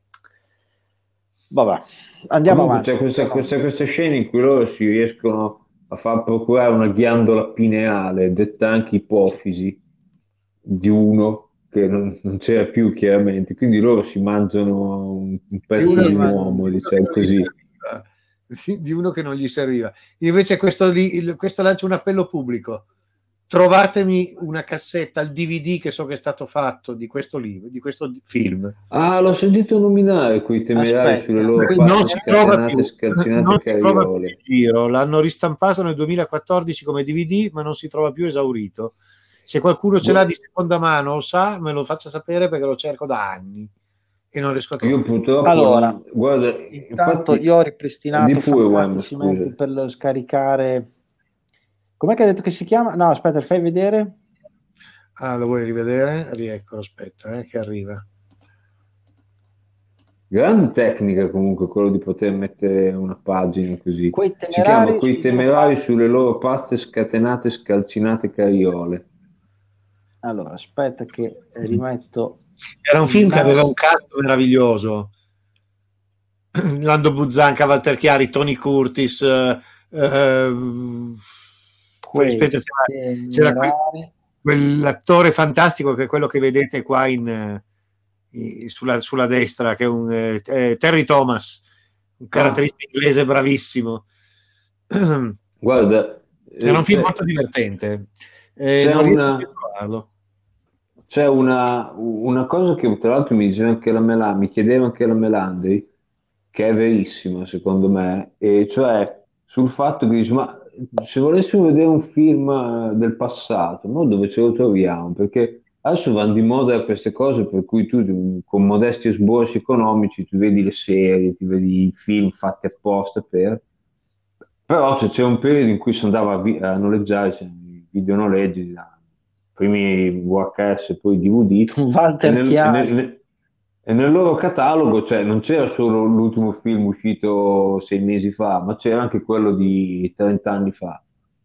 Speaker 2: vabbè, andiamo
Speaker 4: Comunque
Speaker 2: avanti.
Speaker 4: c'è queste scene in cui loro si riescono a far procurare una ghiandola pineale, detta anche ipofisi, di uno che non c'era più chiaramente, quindi loro si mangiano un pezzo di un uomo, diciamo così.
Speaker 1: Di uno che non gli serviva. Invece questo lancia un appello pubblico. Trovatemi una cassetta, il DVD che so che è stato fatto di questo libro, di questo film.
Speaker 4: Ah, l'ho sentito nominare quei temerari sulle loro
Speaker 1: Non si trova più,
Speaker 4: scatenate cariole.
Speaker 1: Giro. L'hanno ristampato nel 2014 come DVD, ma non si trova più esaurito. Se qualcuno ce l'ha di seconda mano o sa, me lo faccia sapere perché lo cerco da anni e non riesco a trovare.
Speaker 4: Io purtroppo
Speaker 2: allora,
Speaker 4: guarda,
Speaker 2: intanto io ho ripristinato fantastici mezzi per scaricare. Com'è che ha detto che si chiama? No, aspetta, fai vedere.
Speaker 1: Ah, lo vuoi rivedere? Rieccolo, aspetta, che arriva.
Speaker 4: Grande tecnica comunque quello di poter mettere una pagina così. Si chiama Quei temerari sulle loro paste scatenate, scalcinate cariole.
Speaker 2: Allora, aspetta che rimetto.
Speaker 1: Era un film che aveva un cast meraviglioso. Lando Buzzanca, Walter Chiari, Tony Curtis, c'era quell'attore fantastico che è quello che vedete qua sulla destra, che è un Terry Thomas, un caratterista inglese bravissimo.
Speaker 4: Guarda,
Speaker 1: era un film molto divertente.
Speaker 4: C'è una cosa che tra l'altro mi diceva anche mi chiedeva anche la Melandri, che è verissima secondo me, e cioè sul fatto che dice, ma se volessimo vedere un film del passato, no? Dove ce lo troviamo? Perché adesso vanno di moda queste cose per cui tu con modesti sborsi economici tu vedi le serie, ti vedi i film fatti apposta per... Però c'è un periodo in cui si andava a noleggiare, cioè, i videonoleggi, primi VHS, poi DVD,
Speaker 2: Walter Chiari.
Speaker 4: E nel loro catalogo, cioè, non c'era solo l'ultimo film uscito 6 mesi fa, ma c'era anche quello di 30 anni fa.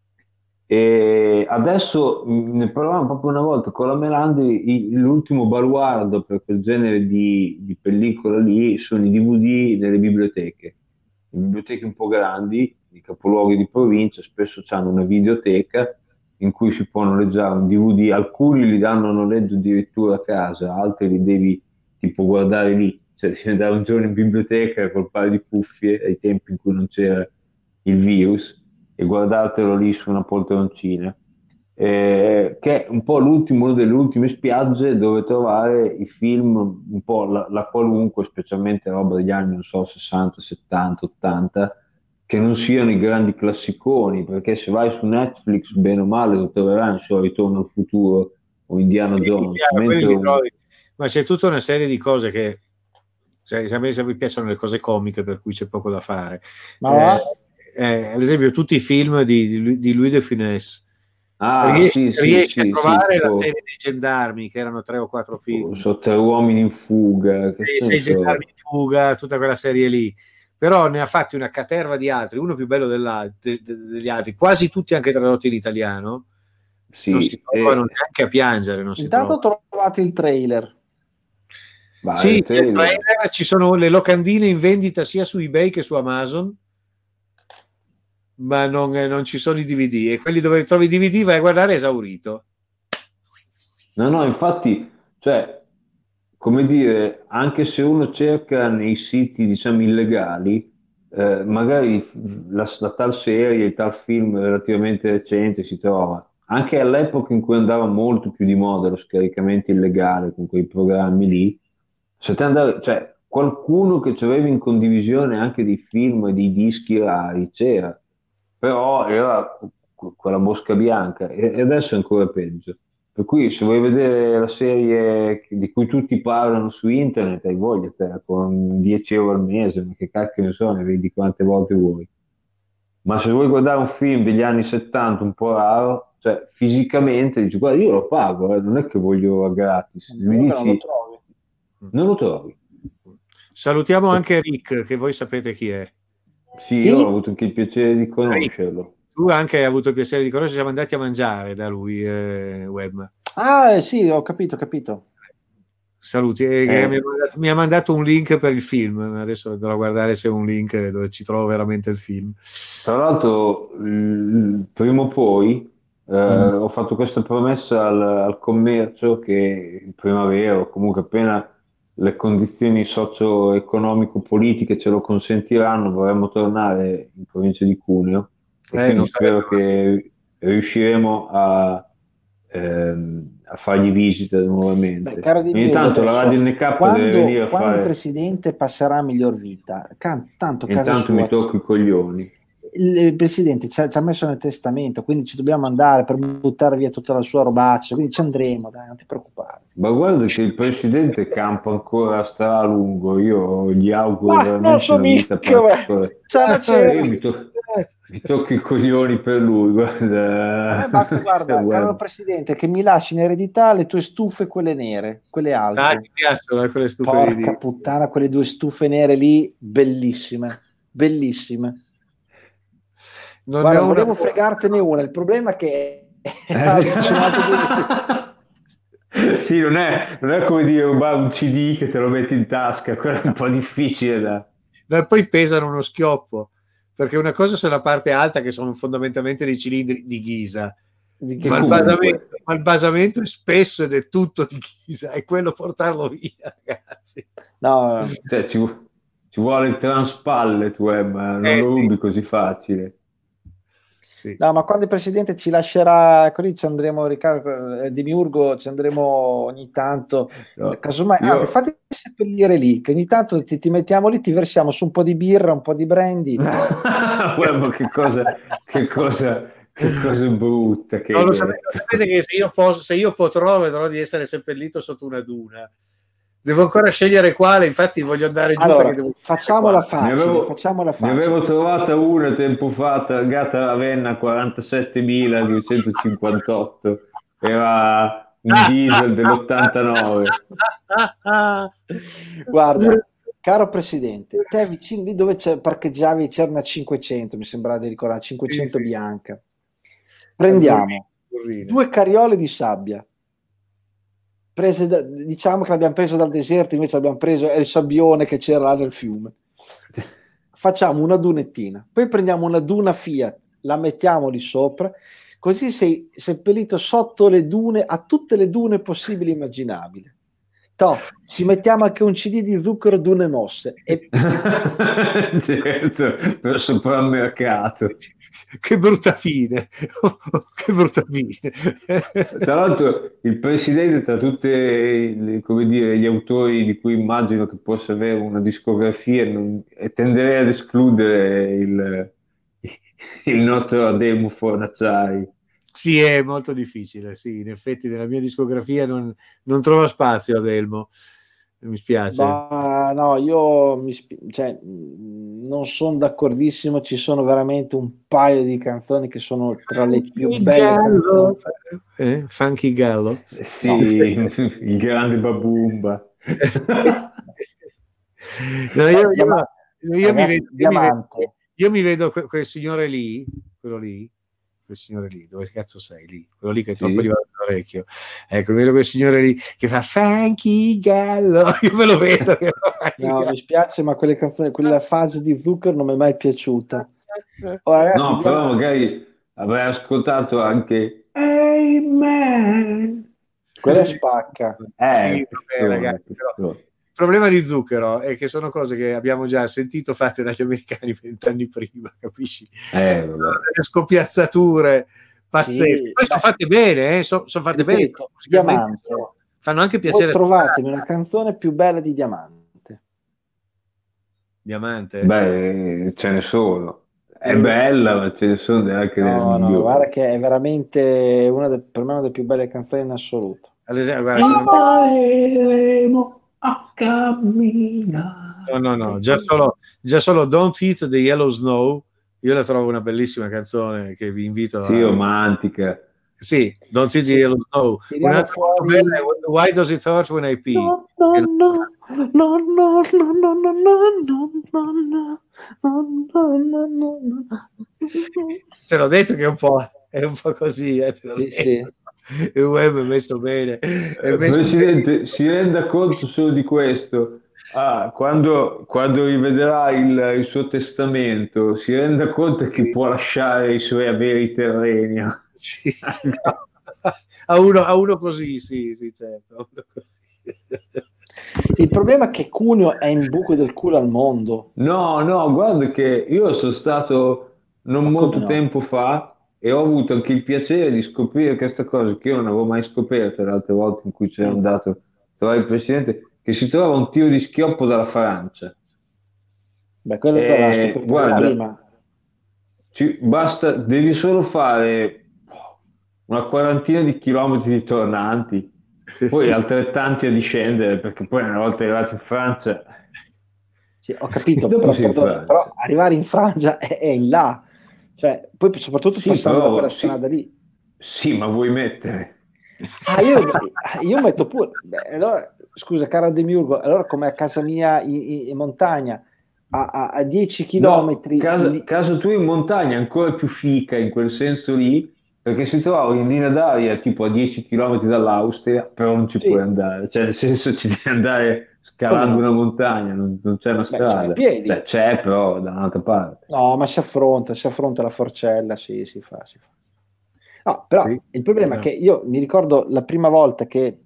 Speaker 4: E adesso ne parlavamo proprio una volta con la Melandi, l'ultimo baluardo per quel genere di pellicola lì sono i DVD nelle biblioteche. Le biblioteche un po' grandi, i capoluoghi di provincia, spesso hanno una videoteca in cui si può noleggiare un DVD, alcuni li danno a noleggio addirittura a casa, altri li devi tipo guardare lì, cioè si andava un giorno in biblioteca col paio di cuffie ai tempi in cui non c'era il virus e guardartelo lì su una poltroncina, che è un po' una delle ultime spiagge dove trovare i film, un po' la qualunque, specialmente roba degli anni, non so, 60, 70, 80, che non siano i grandi classiconi, perché se vai su Netflix, bene o male, lo troverai, non so, Ritorno al futuro o Indiana Jones.
Speaker 1: Chiaro, ma c'è tutta una serie di cose che, cioè, a me mi piacciono le cose comiche, per cui c'è poco da fare. Ma ad esempio tutti i film di Louis de Funès, riesce a trovare la serie dei Gendarmi, che erano 3 o 4 film,
Speaker 4: so, 3 uomini in fuga,
Speaker 1: sei Gendarmi in fuga, tutta quella serie lì, però ne ha fatti una caterva di altri, uno più bello degli altri, quasi tutti anche tradotti in italiano. Non si trovano neanche a piangere.
Speaker 2: Intanto trovate il trailer.
Speaker 1: Sì, c'è il trailer, ci sono le locandine in vendita sia su eBay che su Amazon, ma non ci sono i DVD, e quelli dove trovi i DVD vai a guardare esaurito.
Speaker 4: No, infatti, cioè, come dire, anche se uno cerca nei siti, diciamo, illegali, magari la tal serie, il tal film relativamente recente si trova. Anche all'epoca in cui andava molto più di moda lo scaricamento illegale con quei programmi lì, se te andavi, cioè, qualcuno che ci aveva in condivisione anche dei film e dei dischi rari c'era, però era quella mosca bianca e adesso è ancora peggio. Per cui se vuoi vedere la serie di cui tutti parlano su internet, hai voglia te, con 10 euro al mese, ma che cacchio ne so, ne vedi quante volte vuoi. Ma se vuoi guardare un film degli anni 70 un po' raro, cioè fisicamente dici guarda io lo pago, non è che voglio a gratis. Mi dici, non lo trovi.
Speaker 1: Salutiamo anche Rick, che voi sapete chi è.
Speaker 4: Sì, io ho avuto anche il piacere di conoscerlo.
Speaker 1: Rick, tu anche hai avuto il piacere di conoscerlo, siamo andati a mangiare da lui, Web.
Speaker 2: Ah sì, ho capito.
Speaker 1: Saluti, mi ha mandato un link per il film, adesso andrò a guardare se è un link dove ci trovo veramente il film.
Speaker 4: Tra l'altro, prima o poi ho fatto questa promessa al commercio che in primavera o comunque appena le condizioni socio-economico-politiche ce lo consentiranno, vorremmo tornare in provincia di Cuneo e quindi spero che riusciremo a fargli visita nuovamente. Intanto la Radio NK deve venire a fare.
Speaker 2: Quando il presidente passerà a miglior vita, tanto
Speaker 4: mi tocco i coglioni.
Speaker 2: Il presidente ci ha messo nel testamento, quindi ci dobbiamo andare per buttare via tutta la sua robaccia, quindi ci andremo, dai, non ti preoccupare.
Speaker 4: Ma guarda che il presidente campa ancora stra a lungo, io gli auguro veramente una vita particolare. Mi tocco i coglioni per lui, guarda.
Speaker 2: Basta, guarda, caro presidente, che mi lasci in eredità le tue stufe, quelle nere, quelle alte.
Speaker 1: Mi piacciono quelle stufe.
Speaker 2: Porca puttana, quelle 2 stufe nere lì, bellissime. Guarda, volevo fregartene una, il problema è che
Speaker 4: sì, non è come dire un CD che te lo metti in tasca, quello è un po' difficile
Speaker 1: e poi pesano uno schioppo, perché una cosa sono la parte alta, che sono fondamentalmente dei cilindri di ghisa, ma il basamento è spesso ed è tutto di ghisa, e quello portarlo via, ragazzi.
Speaker 2: No,
Speaker 4: cioè, ci vuole il transpallet, ma non lo rubi così facile.
Speaker 2: Sì. No, ma quando il presidente ci lascerà, così ci andremo, Riccardo Demiurgo, ci andremo ogni tanto, casomai, anzi, fate seppellire lì, che ogni tanto ti mettiamo lì, ti versiamo su un po' di birra, un po' di brandy.
Speaker 4: Guarda, che cosa brutta.
Speaker 1: Sapete che se io potrò, vedrò di essere seppellito sotto una duna, Devo ancora scegliere quale, infatti voglio andare giù.
Speaker 2: Allora, facciamola facile.
Speaker 4: Ne avevo trovata una tempo fa targata Ravenna 47.258, era un diesel dell'89.
Speaker 2: Guarda, caro Presidente, te vicino lì dove parcheggiavi c'era una 500, mi sembrava di ricordare, 500 sì. Bianca. Prendiamo 2 carriole di sabbia, diciamo che l'abbiamo presa dal deserto, invece l'abbiamo preso il sabbione che c'era là nel fiume. Facciamo una dunettina, poi prendiamo una duna Fiat, la mettiamo lì sopra, così sei seppellito sotto le dune, a tutte le dune possibili e immaginabili. Ci mettiamo anche un CD di Zucchero Dune Mosse e...
Speaker 4: certo, per supermercato.
Speaker 1: Che brutta fine. Che brutta fine.
Speaker 4: Tra l'altro il presidente, tra tutte come dire, gli autori di cui immagino che possa avere una discografia, tenderei ad escludere il nostro Ademo Fornaciari.
Speaker 1: Sì, è molto difficile, sì, in effetti nella mia discografia non trova spazio Adelmo, mi spiace.
Speaker 2: Ma no, io non sono d'accordissimo, ci sono veramente un paio di canzoni che sono tra le più belle canzoni.
Speaker 1: Funky Gallo?
Speaker 4: Sì, no. Il grande Babumba.
Speaker 1: No, io mi vedo quel signore lì, quello lì, quel signore lì, dove cazzo sei lì? Quello lì che è troppo arrivato all'orecchio. Ecco, vedo quel signore lì che fa Funky Gallo, io me lo vedo.
Speaker 2: No, mi spiace, ma quelle canzoni, quella fase di Zucchero non mi è mai piaciuta.
Speaker 4: Ragazzi, no, però magari avrei ascoltato anche Hey Man.
Speaker 2: Quella spacca.
Speaker 1: Sì, ragazzi, però il problema di Zucchero è che sono cose che abbiamo già sentito fatte dagli americani 20 anni prima, capisci? Le scoppiazzature pazzesche. Sì, poi sono fatte bene, sono fatte bene.
Speaker 2: Diamante.
Speaker 1: Fanno anche piacere.
Speaker 2: Trovatemi una canzone più bella di Diamante.
Speaker 1: Diamante?
Speaker 4: Beh, ce ne sono. È bella, ma ce ne sono anche delle migliori.
Speaker 2: No, guarda che è veramente per me una delle più belle canzoni in assoluto.
Speaker 1: Ad esempio, guarda,
Speaker 4: a camminare.
Speaker 1: No, già solo Don't Eat the Yellow Snow, io la trovo una bellissima canzone che vi invito a...
Speaker 4: Sì, romantica.
Speaker 1: Sì, Don't Eat the Yellow Snow. Bella, Why Does It Hurt When I Pee?
Speaker 2: No.
Speaker 1: Te l'ho detto che è un po' così, te l'ho detto.
Speaker 2: Sì.
Speaker 1: Il web è messo bene.
Speaker 4: Presidente, si renda conto solo di questo. Quando rivederà il suo testamento, si renda conto che può lasciare i suoi averi terreni.
Speaker 1: Sì. a uno così, sì, certo.
Speaker 2: Il problema è che Cuneo è in buco del culo al mondo.
Speaker 4: No, guarda che io sono stato molto tempo fa e ho avuto anche il piacere di scoprire questa cosa che io non avevo mai scoperto le altre volte in cui c'era andato a trovare il presidente, che si trova un tiro di schioppo dalla Francia.
Speaker 2: Beh, quello l'ho scoperto prima.
Speaker 4: Basta, devi solo fare una quarantina di chilometri di tornanti, poi altrettanti a discendere, perché poi una volta arrivati in Francia...
Speaker 2: Sì, ho capito, però arrivare in Francia è in là. Cioè, poi soprattutto passando da quella strada lì.
Speaker 4: Sì, ma vuoi mettere?
Speaker 2: Io metto pure. Allora, scusa, caro Demiurgo, allora come a casa mia in montagna, a 10 chilometri...
Speaker 4: Casa tua in montagna è ancora più fica in quel senso lì, perché si trova in linea d'aria tipo a 10 chilometri dall'Austria, però non ci puoi andare. Cioè, nel senso ci devi andare scalando una montagna, non c'è una strada. C'è però da un'altra parte.
Speaker 2: No, ma si affronta la forcella, si fa. No, però il problema è che io mi ricordo la prima volta che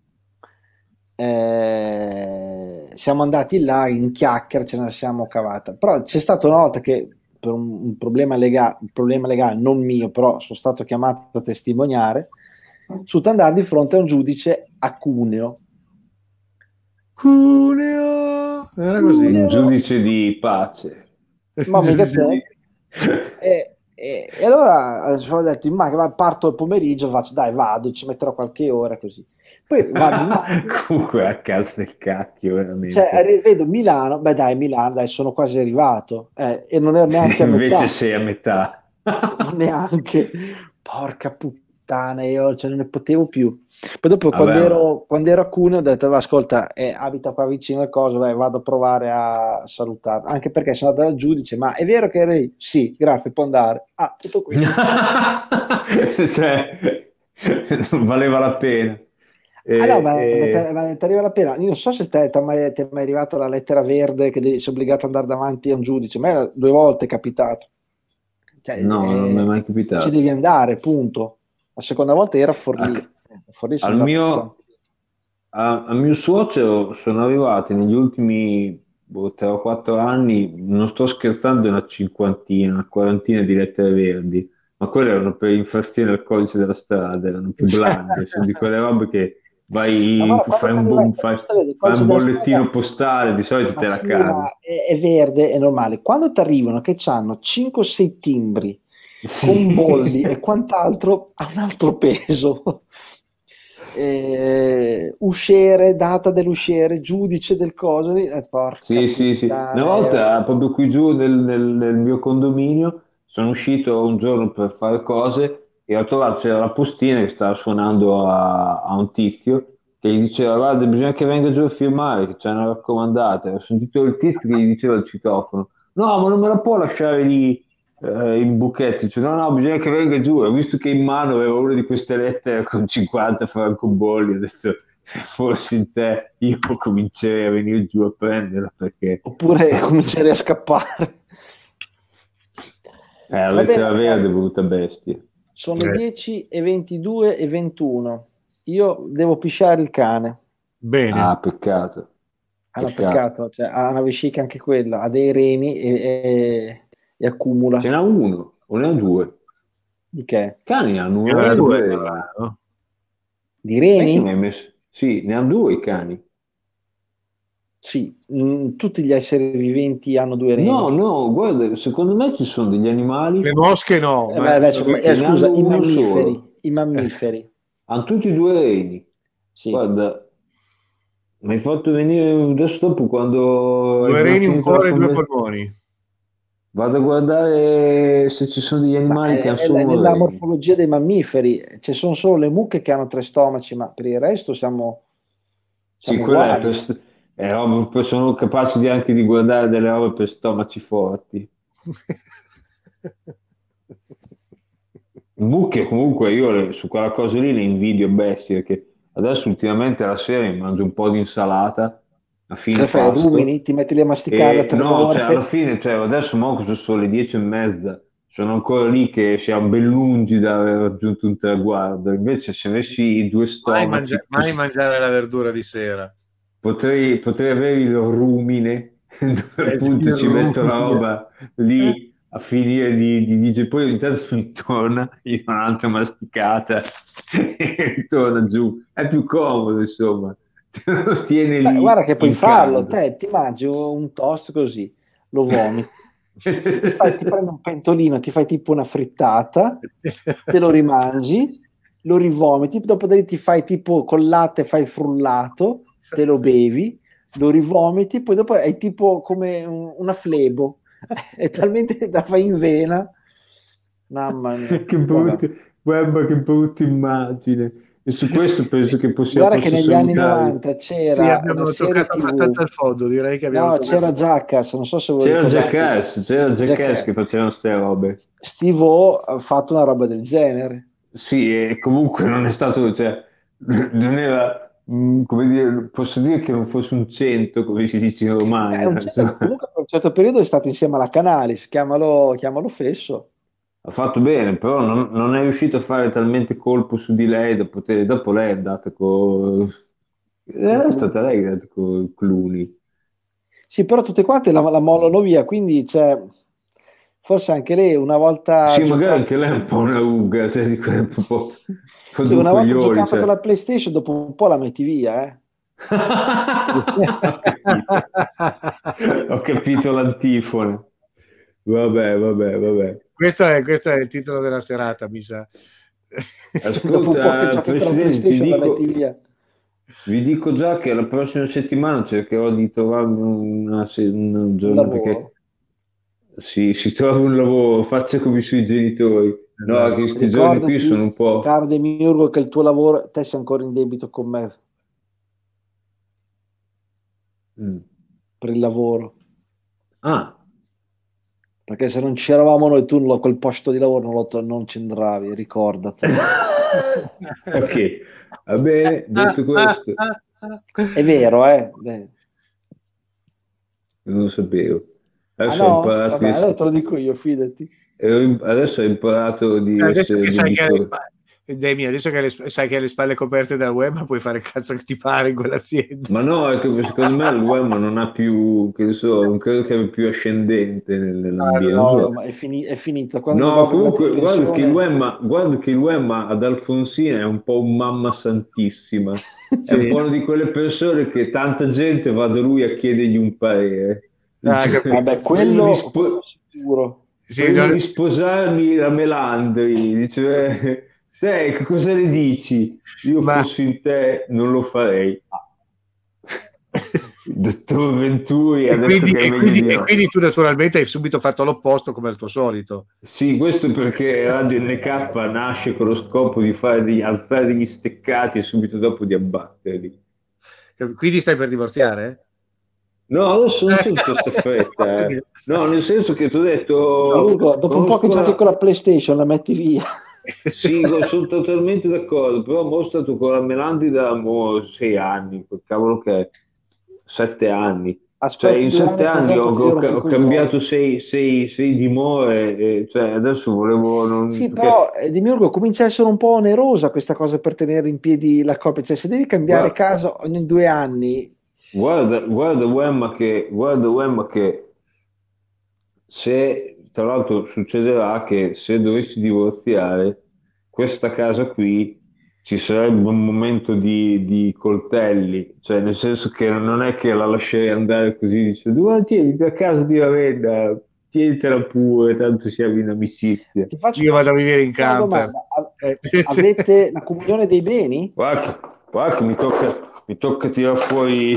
Speaker 2: siamo andati là in chiacchiera, ce ne siamo cavata, però c'è stata una volta che per un problema legale non mio, però sono stato chiamato a testimoniare, su andare di fronte a un giudice a Cuneo.
Speaker 1: Era così.
Speaker 4: Un giudice di pace.
Speaker 2: Ma mica te. E allora ho detto in macchina, parto il pomeriggio, faccio dai vado, ci metterò qualche ora così. Poi vado in macchina.
Speaker 4: Comunque a casa del cacchio, veramente.
Speaker 2: Cioè, vedo Milano, beh dai Milano, dai sono quasi arrivato, e non ero neanche a metà.
Speaker 4: Invece sei a metà.
Speaker 2: Non neanche, porca puttana, io non ne potevo più. Poi dopo quando ero a Cuneo ho detto, ascolta, abita qua vicino al coso, vai, vado a provare a salutare, anche perché sono andato dal giudice, ma è vero che eri? Sì, grazie, può andare. Ah, tutto qui.
Speaker 4: Cioè, valeva la pena.
Speaker 2: No, ma ti arriva la pena. Io non so se ti è mai arrivata la lettera verde che sei obbligato ad andare davanti a un giudice, a me 2 volte è capitato. Cioè,
Speaker 4: no, non mi è mai capitato.
Speaker 2: Ci devi andare, punto. La seconda volta era a Forlì.
Speaker 4: Al mio suocero sono arrivati negli ultimi 3 o 4 anni, non sto scherzando, una quarantina di lettere verdi, ma quelle erano per infrazione al codice della strada, erano più blande, sono di quelle robe che fai un bollettino postale, di solito te la cavi.
Speaker 2: È verde, è normale. Quando ti arrivano che hanno 5-6 timbri, sì, con bolli e quant'altro, ha un altro peso. Usciere, data dell'usciere, giudice del coso, porca
Speaker 4: sì. Una volta proprio qui giù nel mio condominio sono uscito un giorno per fare cose e ho trovato, c'era la postina che stava suonando a un tizio che gli diceva guarda bisogna che venga giù a firmare che c'è una raccomandata. Ho sentito il tizio che gli diceva al citofono no ma non me la può lasciare lì in buchetti, cioè, no bisogna che venga giù. Ho visto che in mano aveva una di queste lettere con 50 francobolli, ho detto forse in te io comincerei a venire giù a prenderla perché
Speaker 2: oppure comincerei a scappare.
Speaker 4: La lettera verde è venuta bestia.
Speaker 2: Sono 10:22 e 21. Io devo pisciare il cane.
Speaker 1: Bene.
Speaker 4: Peccato.
Speaker 2: Peccato. Cioè, ha una vescica anche quella, ha dei reni e accumula.
Speaker 4: Ce n'ha uno o ne ha 2?
Speaker 2: Di che?
Speaker 4: Cani hanno uno e 2.
Speaker 2: Di reni?
Speaker 4: Sì, ne hanno 2 i cani.
Speaker 2: Sì, tutti gli esseri viventi hanno 2 reni.
Speaker 4: No, guarda, secondo me ci sono degli animali.
Speaker 1: Le mosche no.
Speaker 2: Scusa, i mammiferi.
Speaker 4: Hanno tutti 2 reni. Sì. Guarda, mi hai fatto venire adesso dopo quando...
Speaker 1: 2 reni, un cuore e 2 polmoni.
Speaker 4: Vado a guardare se ci sono degli animali che hanno solo
Speaker 2: nella morfologia dei mammiferi ci sono solo le mucche che hanno 3 stomaci, ma per il resto siamo uguali.
Speaker 4: Sono capaci anche di guardare delle robe per stomaci forti. Mucche comunque io su quella cosa lì le invidio bestie, perché adesso ultimamente alla sera mi mangio un po' di insalata a fine pasto.
Speaker 2: Rumini, ti metti lì a masticare a 3 ore.
Speaker 4: Cioè alla fine, adesso sono le 10:30, sono ancora lì che siamo ben lungi da aver raggiunto un traguardo, invece se avessi i 2 stomaci...
Speaker 1: Mai mangiare la verdura di sera.
Speaker 4: Potrei avere il rumine, dove appunto ci metto la roba lì a finire di digerire, poi ogni tanto mi torna, gli do un'altra masticata e ritorna giù, è più comodo insomma. Tiene lì.
Speaker 2: Guarda che puoi farlo, te ti mangi un toast così, lo vomiti, ti prendi un pentolino, ti fai tipo una frittata, te lo rimangi, lo rivomiti, dopo ti fai tipo col latte, fai il frullato, te lo bevi, lo rivomiti, poi dopo è tipo come una flebo, è talmente da fai in vena, mamma mia.
Speaker 4: Che brutta immagine. E su questo penso che possiamo.
Speaker 2: Guarda che negli anni 90 c'era.
Speaker 1: Sì, abbiamo toccato abbastanza il fondo, direi che abbiamo.
Speaker 2: No, c'era Jackass, non so se voi
Speaker 4: c'era Jackass che facevano ste robe.
Speaker 2: Steve-O ha fatto una roba del genere.
Speaker 4: Sì, e comunque non è stato, cioè, non era, come dire, posso dire che non fosse un 100, come si dice in Romagna.
Speaker 2: Comunque per un certo periodo è stato insieme alla Canalis, chiamalo fesso.
Speaker 4: Ha fatto bene, però non è riuscito a fare talmente colpo su di lei dopo lei è andata con... È stata lei che è andata con Clooney.
Speaker 2: Sì, però tutte quante la mollano via, quindi forse anche lei una volta...
Speaker 4: Sì, magari anche lei è un po' una uga, cioè, un po'
Speaker 2: una volta giocato con la PlayStation, dopo un po' la metti via,
Speaker 4: Ho capito l'antifona. Vabbè.
Speaker 1: questo è il titolo della serata, mi sa.
Speaker 2: Dopo un po' che giochi con la PlayStation la metti via.
Speaker 4: Vi dico già che la prossima settimana cercherò di trovarmi una giornata che si trova un lavoro, faccia come i suoi genitori. No, che questi giorni qui sono un po'...
Speaker 2: Caro Demiurgo, che il tuo lavoro, te sei ancora in debito con me. Per il lavoro. Perché se non c'eravamo noi, tu quel posto di lavoro non ci andavi, ricordati.
Speaker 4: Ok, va bene, detto questo.
Speaker 2: È vero,
Speaker 4: Non lo sapevo.
Speaker 2: Adesso ho imparato. Vabbè, allora te lo dico io, fidati.
Speaker 4: Adesso ho imparato di essere
Speaker 1: Demi, adesso che sai che hai le spalle coperte dal web, puoi fare il cazzo che ti pare in quell'azienda.
Speaker 4: Ma no, è che secondo me il web non ha più, che so, non credo che sia più ascendente nell'ambiente.
Speaker 2: No, ma è finita.
Speaker 4: No, comunque guarda che il web ad Alfonsina è un po' un mamma santissima. Sì. È un po' di quelle persone che tanta gente va da lui a chiedergli un parere.
Speaker 2: Vabbè, quello sicuro.
Speaker 4: Di sposarmi la Melandri, dice... Sai, che cosa ne dici? Io fossi in te non lo farei. Dottor Venturi
Speaker 1: e quindi tu naturalmente hai subito fatto l'opposto come al tuo solito.
Speaker 4: Sì, questo perché Radio NK nasce con lo scopo di alzare degli steccati e subito dopo di abbatterli.
Speaker 1: Quindi stai per divorziare?
Speaker 4: No, adesso non c'è questa fretta. No, nel senso che ti ho detto...
Speaker 2: dopo un po' che giochi con la PlayStation la metti via.
Speaker 4: Sì, sono totalmente d'accordo, però ho stato con la Melandi da 6 anni, quel cavolo che è 7 anni. Cioè, in 7 anni ho cambiato 6 dimore, cioè adesso volevo...
Speaker 2: Sì, però Demiurgo comincia a essere un po' onerosa questa cosa per tenere in piedi la coppia, cioè se devi cambiare casa ogni 2 anni...
Speaker 4: Guarda Wemma che se... Tra l'altro succederà che se dovessi divorziare, questa casa qui ci sarebbe un momento di coltelli, cioè nel senso che non è che la lascerei andare così, dice, tieni a casa di Ravenna, tienitela pure, tanto siamo in amicizia.
Speaker 1: Io vado a vivere in camper.
Speaker 2: Avete la comunione dei beni?
Speaker 4: Guarda che mi tocca tirare fuori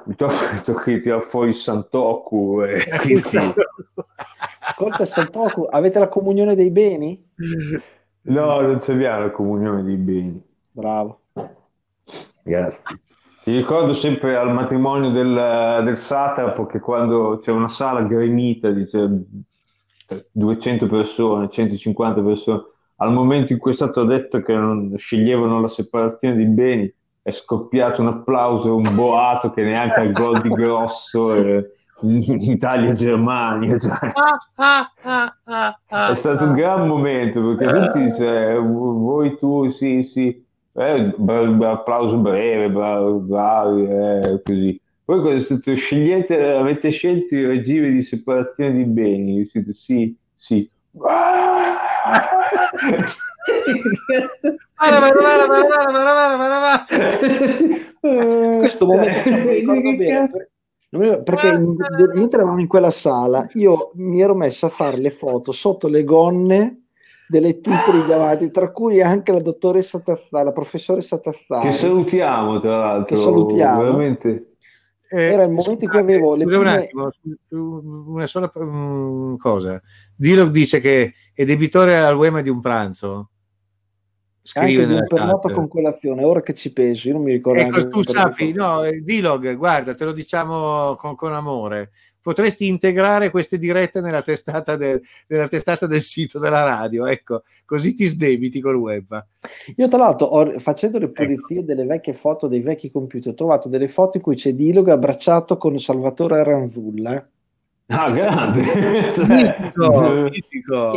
Speaker 4: il Santoku quindi...
Speaker 2: Ascolta Santoku, avete la comunione dei beni?
Speaker 4: No, non abbiamo la comunione dei beni.
Speaker 2: Bravo.
Speaker 4: Grazie. Ti ricordo sempre al matrimonio del Satrafo che quando c'è una sala gremita, dice 200 persone, 150 persone, al momento in cui è stato detto che non sceglievano la separazione dei beni, è scoppiato un applauso, un boato che neanche al gol di Grosso in Italia-Germania. Cioè. È stato un gran momento perché tutti dicono, voi tu, sì, applauso breve, bravi, così. Poi quando è stato avete scelto il regime di separazione di beni, io dico, sì.
Speaker 2: Questo momento non mi ricordo bene perché mentre eravamo in quella sala io mi ero messo a fare le foto sotto le gonne delle tipe di davanti, tra cui anche la dottoressa Tazzari, la professoressa Tazzari,
Speaker 4: che salutiamo tra l'altro,
Speaker 2: che salutiamo
Speaker 4: veramente.
Speaker 2: Era il momento in cui avevo le
Speaker 1: prime... un attimo, una sola cosa. Dilog dice che è debitore al Wema di un pranzo.
Speaker 2: Scrive anche di un pernoto con colazione, ora che ci penso, io non mi ricordo.
Speaker 1: Ecco, tu sappi, no, Dilog, guarda, te lo diciamo con amore. Potresti integrare queste dirette nella testata del sito della radio, ecco, così ti sdebiti col web.
Speaker 2: Io tra l'altro facendo le pulizie delle vecchie foto dei vecchi computer ho trovato delle foto in cui c'è Dilog abbracciato con Salvatore Aranzulla.
Speaker 4: Ah, grande!
Speaker 1: Mitico.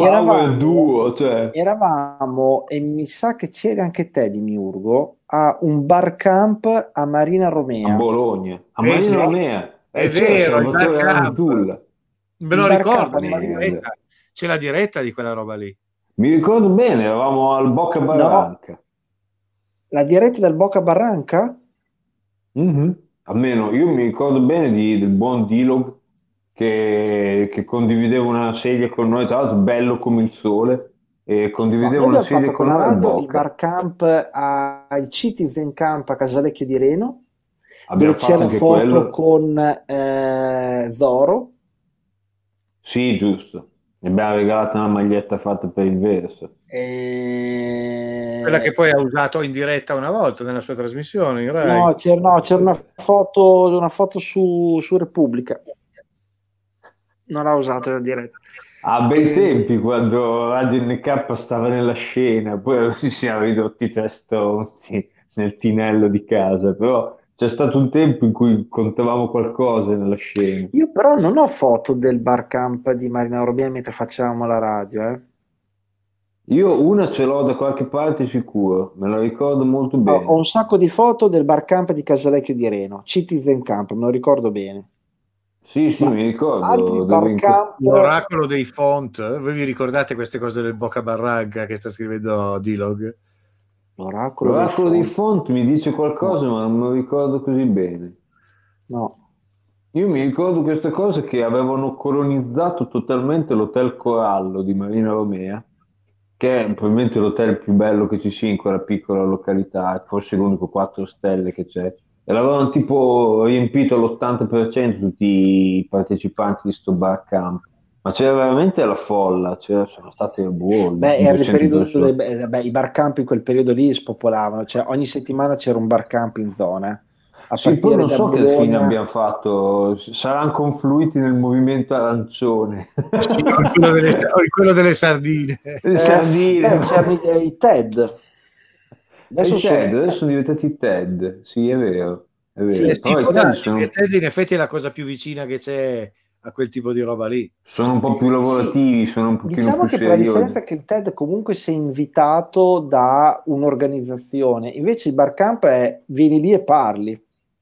Speaker 2: Eravamo, e mi sa che c'eri anche te di Miurgo, a un bar camp a Marina Romea.
Speaker 4: A Bologna. A Marina Romea.
Speaker 1: È vero,
Speaker 4: Salvatore Aranzulla.
Speaker 1: Me lo ricordo, c'è la diretta di quella roba lì.
Speaker 4: Mi ricordo bene, eravamo al Bocca Barranca.
Speaker 2: No. La diretta del Bocca Barranca?
Speaker 4: Mm-hmm. Almeno io mi ricordo bene del buon Dilog che condivideva una sedia con noi, tra l'altro bello come il sole, e condivideva una sedia con noi al
Speaker 2: radio, il bar camp al Citizen Camp a Casalecchio di Reno,
Speaker 4: abbiamo
Speaker 2: dove c'è la foto
Speaker 4: quello
Speaker 2: con Zoro.
Speaker 4: Sì, giusto. Mi abbiamo regalato una maglietta fatta per il verso.
Speaker 1: Quella che poi ha usato in diretta una volta nella sua trasmissione.
Speaker 2: No, c'era una foto su Repubblica. Non l'ha usato in diretta.
Speaker 4: A bei tempi, quando Radio NK stava nella scena, poi ci siamo ridotti tre stronzi nel tinello di casa, però c'è stato un tempo in cui contavamo qualcosa nella scena.
Speaker 2: Io però non ho foto del bar camp di Marina Robbia mentre facciamo la radio,
Speaker 4: Io una ce l'ho da qualche parte sicuro, me la ricordo molto bene.
Speaker 2: Ho un sacco di foto del bar camp di Casalecchio di Reno, Citizen Camp, me lo ricordo bene.
Speaker 4: Sì, mi ricordo.
Speaker 2: Altri bar camp...
Speaker 1: L'oracolo dei font, voi vi ricordate queste cose del Boca Barragga che sta scrivendo D-Log?
Speaker 2: L'oracolo
Speaker 4: dei font mi dice qualcosa, ma non me lo ricordo così bene.
Speaker 2: No.
Speaker 4: Io mi ricordo questa cosa che avevano colonizzato totalmente l'Hotel Corallo di Marina Romea, che è probabilmente l'hotel più bello che ci sia in quella piccola località, forse l'unico 4 stelle che c'è. E l'avevano tipo riempito all'80% tutti i partecipanti di sto bar camp. Ma c'era veramente la folla, sono state
Speaker 2: era il periodo i bar camp in quel periodo lì spopolavano, cioè ogni settimana c'era un bar camp in zona.
Speaker 4: Sì, poi non so che fine abbiamo fatto, saranno confluiti nel movimento arancione.
Speaker 1: Sì, quello delle sardine.
Speaker 2: C'erano i TED.
Speaker 4: Adesso sono diventati TED, sì, è vero.
Speaker 1: Sì, però i TED in effetti è la cosa più vicina che c'è a quel tipo di roba lì.
Speaker 4: Sono un po' più lavorativi, sono un pochino
Speaker 2: diciamo
Speaker 4: più
Speaker 2: che
Speaker 4: seriosi.
Speaker 2: La differenza è che il TED comunque sei invitato da un'organizzazione, invece il bar camp è vieni lì e parli.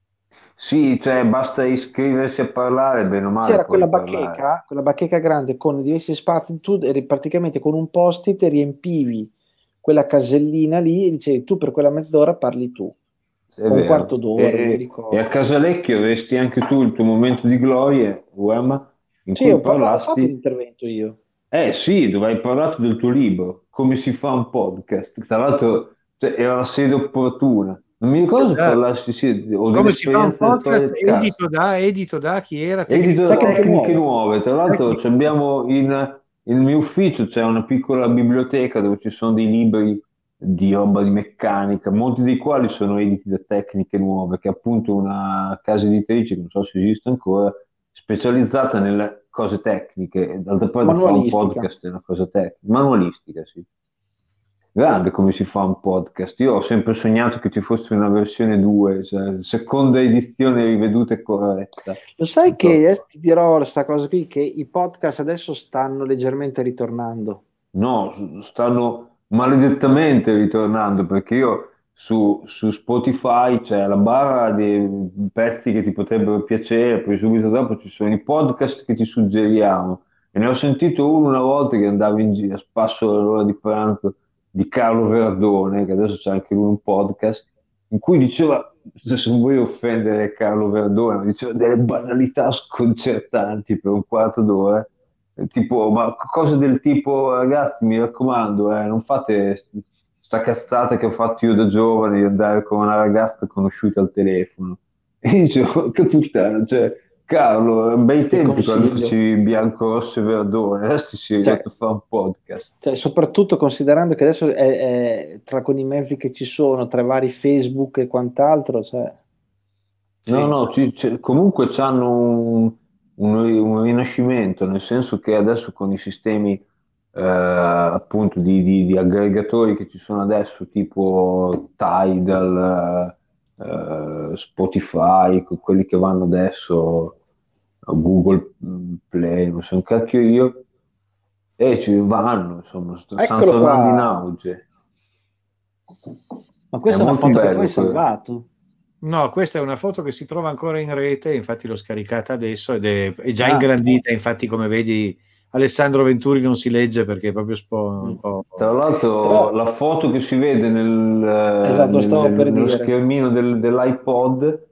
Speaker 4: Sì, cioè basta iscriversi a parlare, bene o male.
Speaker 2: C'era quella bacheca grande con diversi spazi, tu eri praticamente con un post-it riempivi quella casellina lì e dicevi tu per quella mezz'ora parli tu. Un quarto d'ora, mi ricordo.
Speaker 4: E a Casalecchio avresti anche tu il tuo momento di gloria, Uema, in cui parlasti...
Speaker 2: ho fatto un intervento io.
Speaker 4: Sì, dove hai parlato del tuo libro, come si fa un podcast. Tra l'altro era la sede opportuna. Non mi ricordo se parlassi
Speaker 1: come si fa un podcast edito da chi era?
Speaker 4: Edito da Tecniche Nuove. Tra l'altro abbiamo nel mio ufficio c'è una piccola biblioteca dove ci sono dei libri di roba di meccanica, molti dei quali sono editi da Tecniche Nuove, che è appunto una casa editrice, che non so se esiste ancora, specializzata nelle cose tecniche. D'altra parte fa un podcast, è una cosa tecnica, manualistica, sì. Grande come si fa un podcast. Io ho sempre sognato che ci fosse una versione 2, cioè seconda edizione riveduta e corretta.
Speaker 2: Lo sai che ti dirò questa cosa qui, che i podcast adesso stanno leggermente ritornando.
Speaker 4: No, stanno maledettamente ritornando, perché io su Spotify c'è la barra dei pezzi che ti potrebbero piacere, poi subito dopo ci sono i podcast che ti suggeriamo. E ne ho sentito uno una volta che andavo in giro a spasso all'ora di pranzo di Carlo Verdone, che adesso c'è anche lui un podcast, in cui diceva, se non vuoi offendere Carlo Verdone, ma diceva delle banalità sconcertanti per un quarto d'ora, tipo, ma cose del tipo, ragazzi, mi raccomando, non fate sta cazzata che ho fatto io da giovane di andare con una ragazza conosciuta al telefono. E dicevo, che puttana, cioè, Carlo, bei tempi quando facevi Bianco, Rosso e Verdone, adesso si è arrivato a fare un podcast.
Speaker 2: Cioè, soprattutto considerando che adesso è tra con i mezzi che ci sono, tra vari Facebook e quant'altro, cioè...
Speaker 4: Comunque c'hanno un rinascimento, nel senso che adesso con i sistemi appunto di aggregatori che ci sono adesso, tipo Tidal, Spotify, quelli che vanno adesso a Google Play, non so un cacchio io, e ci vanno, insomma, stanno tornando in auge.
Speaker 2: Ma questa è una foto che tu hai salvato?
Speaker 1: No, questa è una foto che si trova ancora in rete, infatti l'ho scaricata adesso ed è già ingrandita, infatti come vedi Alessandro Venturi non si legge perché è proprio un po'...
Speaker 4: Tra l'altro la foto che si vede nello schermino dell'iPod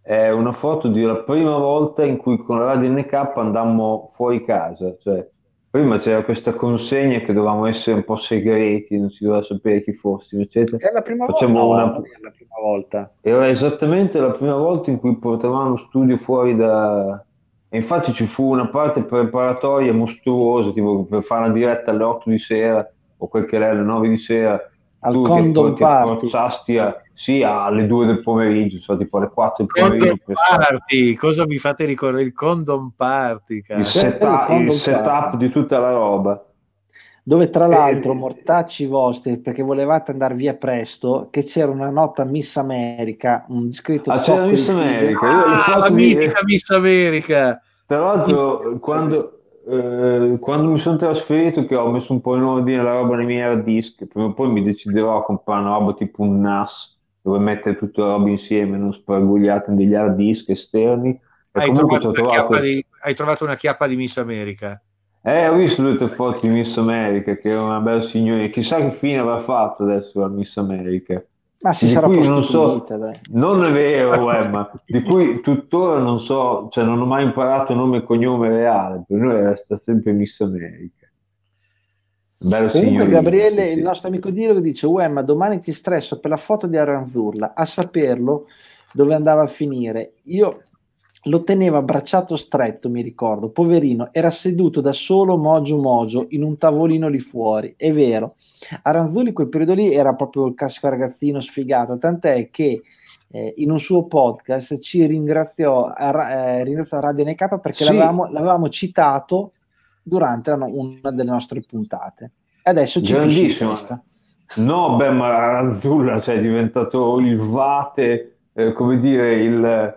Speaker 4: è una foto della prima volta in cui con la Radio NK andammo fuori casa, cioè prima c'era questa consegna che dovevamo essere un po' segreti, non si doveva sapere chi fossimo, eccetera.
Speaker 2: È la prima volta?
Speaker 4: Facciamo
Speaker 2: No,
Speaker 4: una...
Speaker 2: non è la prima volta.
Speaker 4: Era esattamente la prima volta in cui portavamo lo studio fuori da... E infatti ci fu una parte preparatoria mostruosa, tipo per fare una diretta alle 8 di sera, o quel che era alle 9 di sera,
Speaker 2: Al
Speaker 4: tu
Speaker 2: Condom
Speaker 4: ti
Speaker 2: Party.
Speaker 4: approcciasti sì, alle 2 del pomeriggio, cioè tipo alle 4 del pomeriggio.
Speaker 1: Condom Party, cosa mi fate ricordare? Il Condom Party,
Speaker 4: Il setup di tutta la roba.
Speaker 2: Dove tra l'altro, mortacci vostri, perché volevate andare via presto, che c'era una nota Miss America, un scritto
Speaker 4: c'era Miss America,
Speaker 1: la mitica Miss America.
Speaker 4: Tra l'altro, quando mi sono trasferito, che ho messo un po' in ordine la roba nei miei hard disk, prima o poi mi deciderò a comprare una roba tipo un NAS dove mettere tutta la roba insieme, non spargugliata in degli hard disk esterni. E
Speaker 1: hai trovato una chiappa di Miss America?
Speaker 4: Ho visto tutte le foto di Miss America, che era una bella signorina. Chissà che fine avrà fatto adesso la Miss America.
Speaker 2: Ma si sarà prostituita,
Speaker 4: non so, non è vero, ma di cui tuttora non so, cioè non ho mai imparato nome e cognome reale, per noi resta sempre Miss America.
Speaker 2: Comunque Gabriele, sì. Il nostro amico Diego dice: ma domani ti stresso per la foto di Aranzulla, a saperlo dove andava a finire. Io lo teneva abbracciato stretto, mi ricordo, poverino, era seduto da solo mogio in un tavolino lì fuori, è vero. Aranzulli quel periodo lì era proprio il classico ragazzino sfigato, tant'è che in un suo podcast ci ringraziò Radio NK perché sì, l'avevamo citato durante una delle nostre puntate. E adesso ci pisce in testa.
Speaker 4: No, ma Aranzulla, cioè, è diventato il vate, come dire,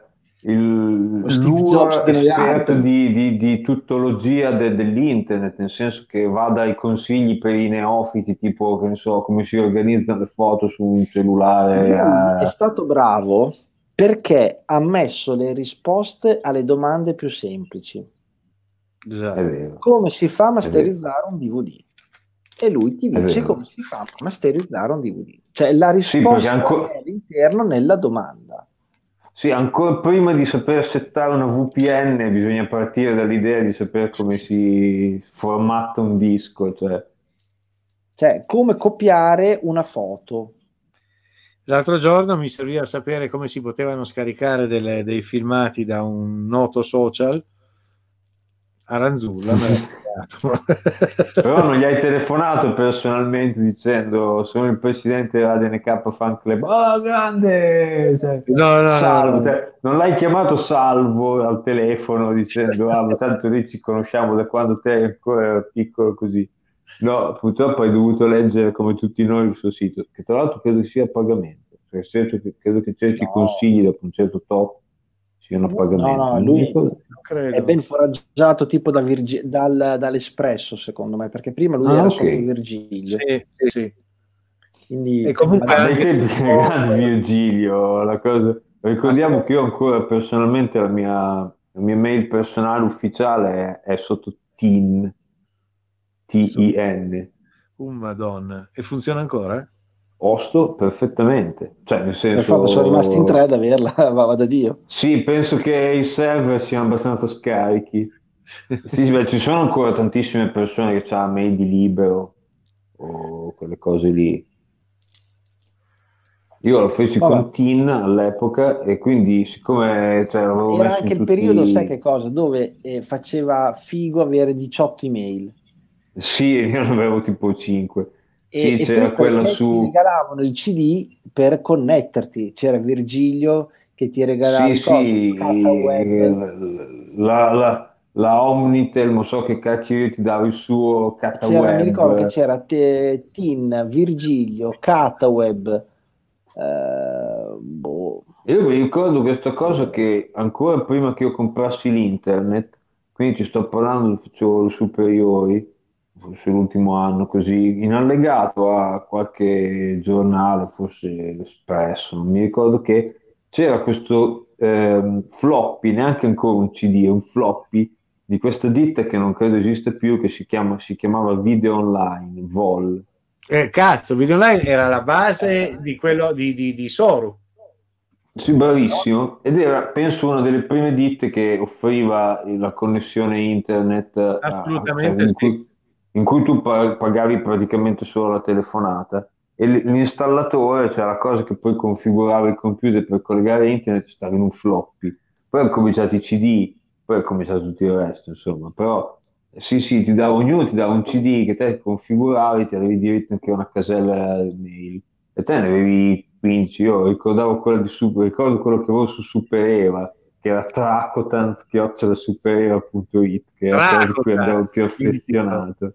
Speaker 4: l'esperto di tuttologia dell'internet, nel senso che va dai consigli per i neofiti, tipo, che ne so, come si organizzano le foto su un cellulare.
Speaker 2: È stato bravo perché ha messo le risposte alle domande più semplici.
Speaker 1: Esatto.
Speaker 2: Come si fa a masterizzare un DVD? E lui ti dice come si fa a masterizzare un DVD. Cioè la risposta è all'interno nella domanda.
Speaker 4: Sì, ancora prima di saper settare una VPN bisogna partire dall'idea di sapere come si formatta un disco.
Speaker 2: Cioè come copiare una foto.
Speaker 1: L'altro giorno mi serviva sapere come si potevano scaricare dei filmati da un noto social. Aranzulla me l'ha
Speaker 4: Però non gli hai telefonato personalmente dicendo sono il presidente della DNK Fan Club, grande,
Speaker 1: no.
Speaker 4: Cioè, non l'hai chiamato Salvo al telefono dicendo tanto noi ci conosciamo da quando te eri ancora piccolo così. No, purtroppo hai dovuto leggere come tutti noi il suo sito, che tra l'altro credo sia a pagamento, credo che certi consigli dopo un certo top siano a pagamento.
Speaker 2: No, lui è ben foraggiato tipo dall'Espresso, secondo me, perché prima lui era sotto Virgilio.
Speaker 1: Sì.
Speaker 2: Quindi,
Speaker 1: e comunque
Speaker 4: grande Virgilio, la cosa. Ricordiamo che io ancora personalmente la mia mail personale ufficiale è sotto TIN. TIN.
Speaker 1: Madonna. E funziona ancora?
Speaker 4: Osto perfettamente, cioè nel senso,
Speaker 2: per fatto sono rimasti in 3 ad averla, va da Dio.
Speaker 4: Sì, penso che i server siano abbastanza scarichi. Sì, ci sono ancora tantissime persone che hanno mail di libero o quelle cose lì. Io lo feci con TIN all'epoca e quindi siccome l'avevo
Speaker 2: era
Speaker 4: messo
Speaker 2: anche il periodo, sai che cosa, dove faceva figo avere 18 email.
Speaker 4: Sì, io ne avevo tipo 5.
Speaker 2: E c'era quella ti regalavano il CD per connetterti, c'era Virgilio che ti regalava
Speaker 4: la Omnitel, non so che cacchio ti dava il suo CataWeb.
Speaker 2: Mi ricordo che c'era TIN, Virgilio, CataWeb.
Speaker 4: Io mi ricordo questa cosa che ancora prima che io comprassi l'internet, quindi ti sto parlando, facevo le superiori, forse l'ultimo anno, così in allegato a qualche giornale, forse l'Espresso, non mi ricordo, che c'era questo floppy, neanche ancora un CD, un floppy di questa ditta che non credo esiste più, che si chiamava Video Online, VOL.
Speaker 1: Cazzo, Video Online era la base di quello di Soru.
Speaker 4: Sì, bravissimo. Ed era, penso, una delle prime ditte che offriva la connessione internet, cioè
Speaker 1: Assolutamente sì.
Speaker 4: in cui tu pagavi praticamente solo la telefonata. E l'installatore, cioè la cosa che poi configurava il computer per collegare internet, stava in un floppy. Poi hanno cominciato i CD, poi è cominciato tutto il resto, insomma. Però sì, ognuno ti dava un CD che te configuravi, ti avevi diritto anche a una casella mail. E te ne avevi 15, io ricordavo quella di ricordo quello che avevo su Supereva, che era tracotan@supereva.it, che era quello di cui andavo più affezionato.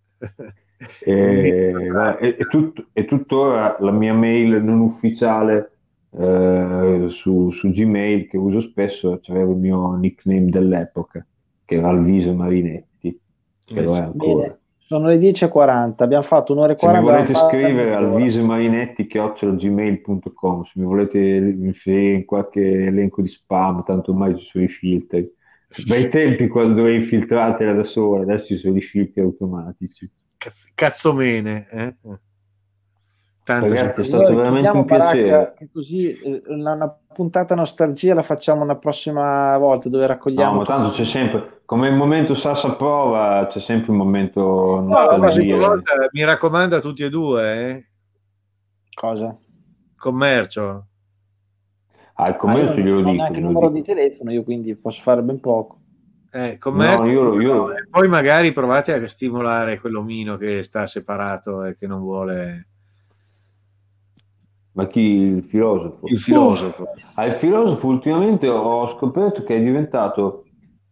Speaker 4: E tuttora la mia mail non ufficiale su Gmail, che uso spesso, c'avevo il mio nickname dell'epoca, che era Alvise Marinetti, che lo è ancora.
Speaker 2: Bene. Sono le 10:40, abbiamo fatto un'ora e
Speaker 4: Se mi
Speaker 2: 40.
Speaker 4: volete scrivere al visemarinetti@gmail.com, se mi volete inserire in qualche elenco di spam, tanto ormai ci sono i filtri. Bei tempi quando dovevi infiltrartela da sola, adesso ci sono i filtri automatici.
Speaker 1: Cazzomene, eh?
Speaker 4: Tanto ragazzi, è stato veramente un piacere.
Speaker 2: Che così una puntata nostalgia la facciamo una prossima volta, dove raccogliamo.
Speaker 4: No, ma tanto c'è sempre, come il momento Sassa prova, c'è sempre un momento nostalgia.
Speaker 1: Volta, mi raccomando a tutti e due,
Speaker 2: Cosa?
Speaker 1: Commercio.
Speaker 4: Il commercio glielo dico.
Speaker 2: Non ho neanche il numero di telefono, io quindi posso fare ben poco.
Speaker 1: Commercio, no, poi magari provate a stimolare quell'omino che sta separato e che non vuole.
Speaker 4: Ma chi? Il filosofo?
Speaker 1: Il filosofo.
Speaker 4: Il filosofo ultimamente ho scoperto che è diventato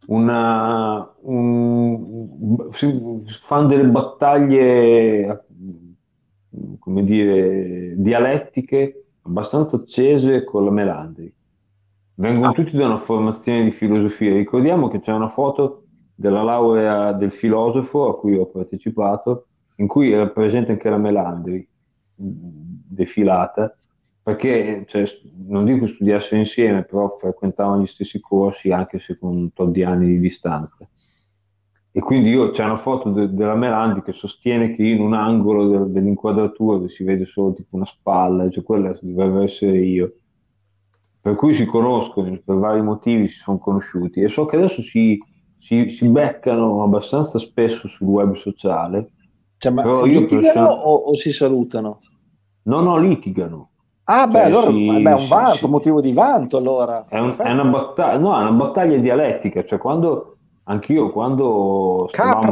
Speaker 4: fanno delle battaglie, come dire, dialettiche abbastanza accese con la Melandri. Vengono tutti da una formazione di filosofia. Ricordiamo che c'è una foto della laurea del filosofo a cui ho partecipato, in cui era presente anche la Melandri, defilata, perché cioè, non dico studiassero insieme, però frequentavano gli stessi corsi anche se con un tot di anni di distanza. E quindi c'è una foto della Melandri che sostiene che in un angolo dell'inquadratura dove si vede solo tipo una spalla, cioè quella dovrebbe essere io. Per cui si conoscono, per vari motivi si sono conosciuti, e so che adesso si beccano abbastanza spesso sul web sociale.
Speaker 2: Cioè, ma litigano o si salutano?
Speaker 4: No, litigano.
Speaker 2: Ah, beh, allora è un vanto, motivo di vanto, allora.
Speaker 4: È una battaglia, no, è una battaglia dialettica, cioè anch'io quando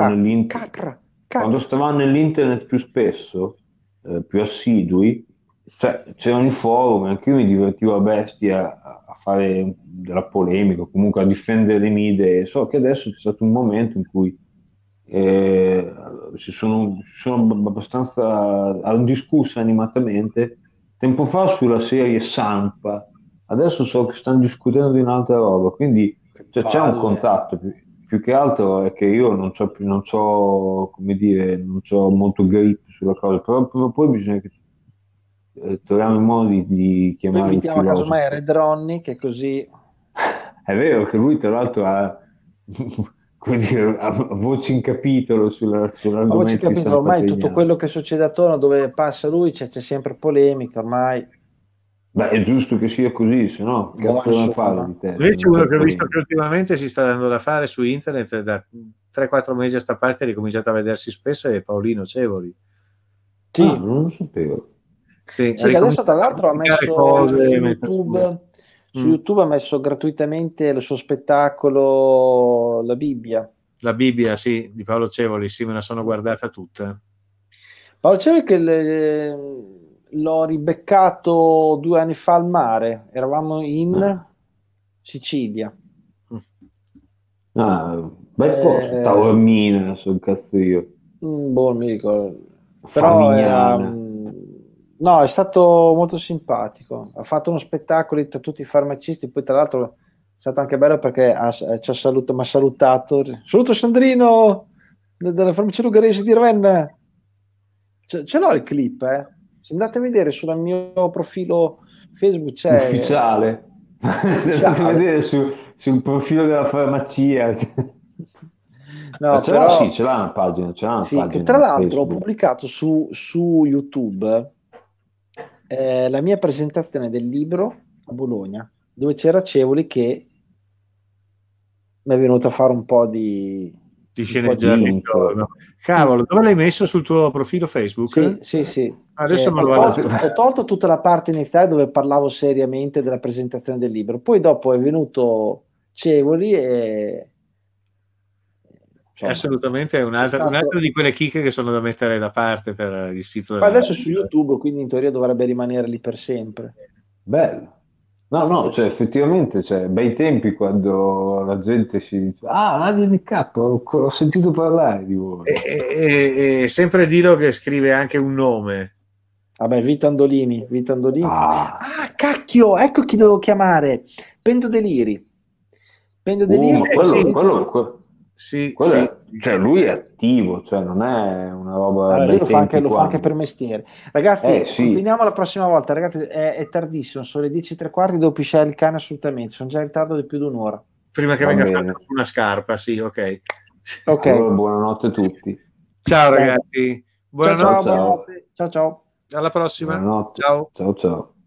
Speaker 4: stavamo nell'internet più spesso, più assidui, cioè c'erano i forum, anche io mi divertivo a bestia a fare della polemica, comunque a difendere le mie idee. So che adesso c'è stato un momento in cui si sono abbastanza hanno discusso animatamente tempo fa sulla serie Sampa. Adesso so che stanno discutendo di un'altra roba, quindi c'è un contatto. Più che altro è che io non c'ho come dire, non c'ho molto grip sulla cosa, però poi bisogna che troviamo il modo di chiamare
Speaker 2: il filosofo. Invitiamo casomai Red Ronnie, che così.
Speaker 4: È vero che lui tra l'altro ha voci in capitolo sull'argomento di San
Speaker 2: ormai tutto quello che succede attorno dove passa lui c'è sempre polemica ormai.
Speaker 4: Beh, è giusto che sia così, se no cazzo non parla di te.
Speaker 1: Invece quello che ho visto che ultimamente si sta dando da fare su internet da 3-4 mesi a sta parte, è ricominciato a vedersi spesso, è Paolino Cevoli.
Speaker 2: Sì,
Speaker 4: non lo sapevo.
Speaker 2: Sì, adesso tra l'altro ha messo su YouTube ha messo gratuitamente il suo spettacolo La Bibbia.
Speaker 1: La Bibbia, sì, di Paolo Cevoli, sì, me la sono guardata tutta.
Speaker 2: Paolo Cevoli che l'ho ribeccato 2 anni fa al mare, eravamo in Sicilia.
Speaker 4: Bel posto, Taormina, sul cazzo io.
Speaker 2: Boh, mi ricordo. Però no, è stato molto simpatico. Ha fatto uno spettacolo tra tutti i farmacisti, poi tra l'altro è stato anche bello perché mi ha salutato. Saluto Sandrino della farmacia Lugarese di Ravenna. Ce l'ho il clip, Se andate a vedere sul mio profilo Facebook c'è
Speaker 4: ufficiale. Se andate a vedere sul profilo della farmacia.
Speaker 2: No,
Speaker 4: però sì, ce l'ha una pagina,
Speaker 2: che tra l'altro ho pubblicato su YouTube la mia presentazione del libro a Bologna, dove c'era Cevoli che mi è venuto a fare un po' di
Speaker 1: sceneggiare. Cavolo, dove l'hai messo sul tuo profilo Facebook?
Speaker 2: Sì.
Speaker 1: Adesso me lo
Speaker 2: ho tolto tutta la parte iniziale dove parlavo seriamente della presentazione del libro, poi dopo è venuto Cevoli e
Speaker 1: assolutamente è un'altra di quelle chicche che sono da mettere da parte per il sito
Speaker 2: della... adesso su YouTube, quindi in teoria dovrebbe rimanere lì per sempre.
Speaker 4: Bello. No, cioè effettivamente, bei tempi quando la gente si dice Nadia NK, ho sentito parlare di voi.
Speaker 1: E sempre Dilo che scrive anche un nome.
Speaker 2: Vabbè, Vito Andolini. Cacchio, ecco chi dovevo chiamare. Pendo Deliri.
Speaker 4: Quello
Speaker 1: sì.
Speaker 4: Cioè lui è attivo, cioè non è una roba.
Speaker 2: Allora, lo fa anche per mestiere. Ragazzi,
Speaker 4: sì.
Speaker 2: Continuiamo la prossima volta. Ragazzi, è tardissimo, sono le 10:15, devo pisciare il cane assolutamente. Sono già in ritardo di più di un'ora.
Speaker 1: Prima che venga fatta su una scarpa, sì, ok.
Speaker 4: Allora, buonanotte a tutti.
Speaker 1: Ciao ragazzi.
Speaker 2: Buonanotte. Ciao.
Speaker 1: Alla prossima.
Speaker 4: Buonanotte.
Speaker 1: Ciao.
Speaker 4: Ciao.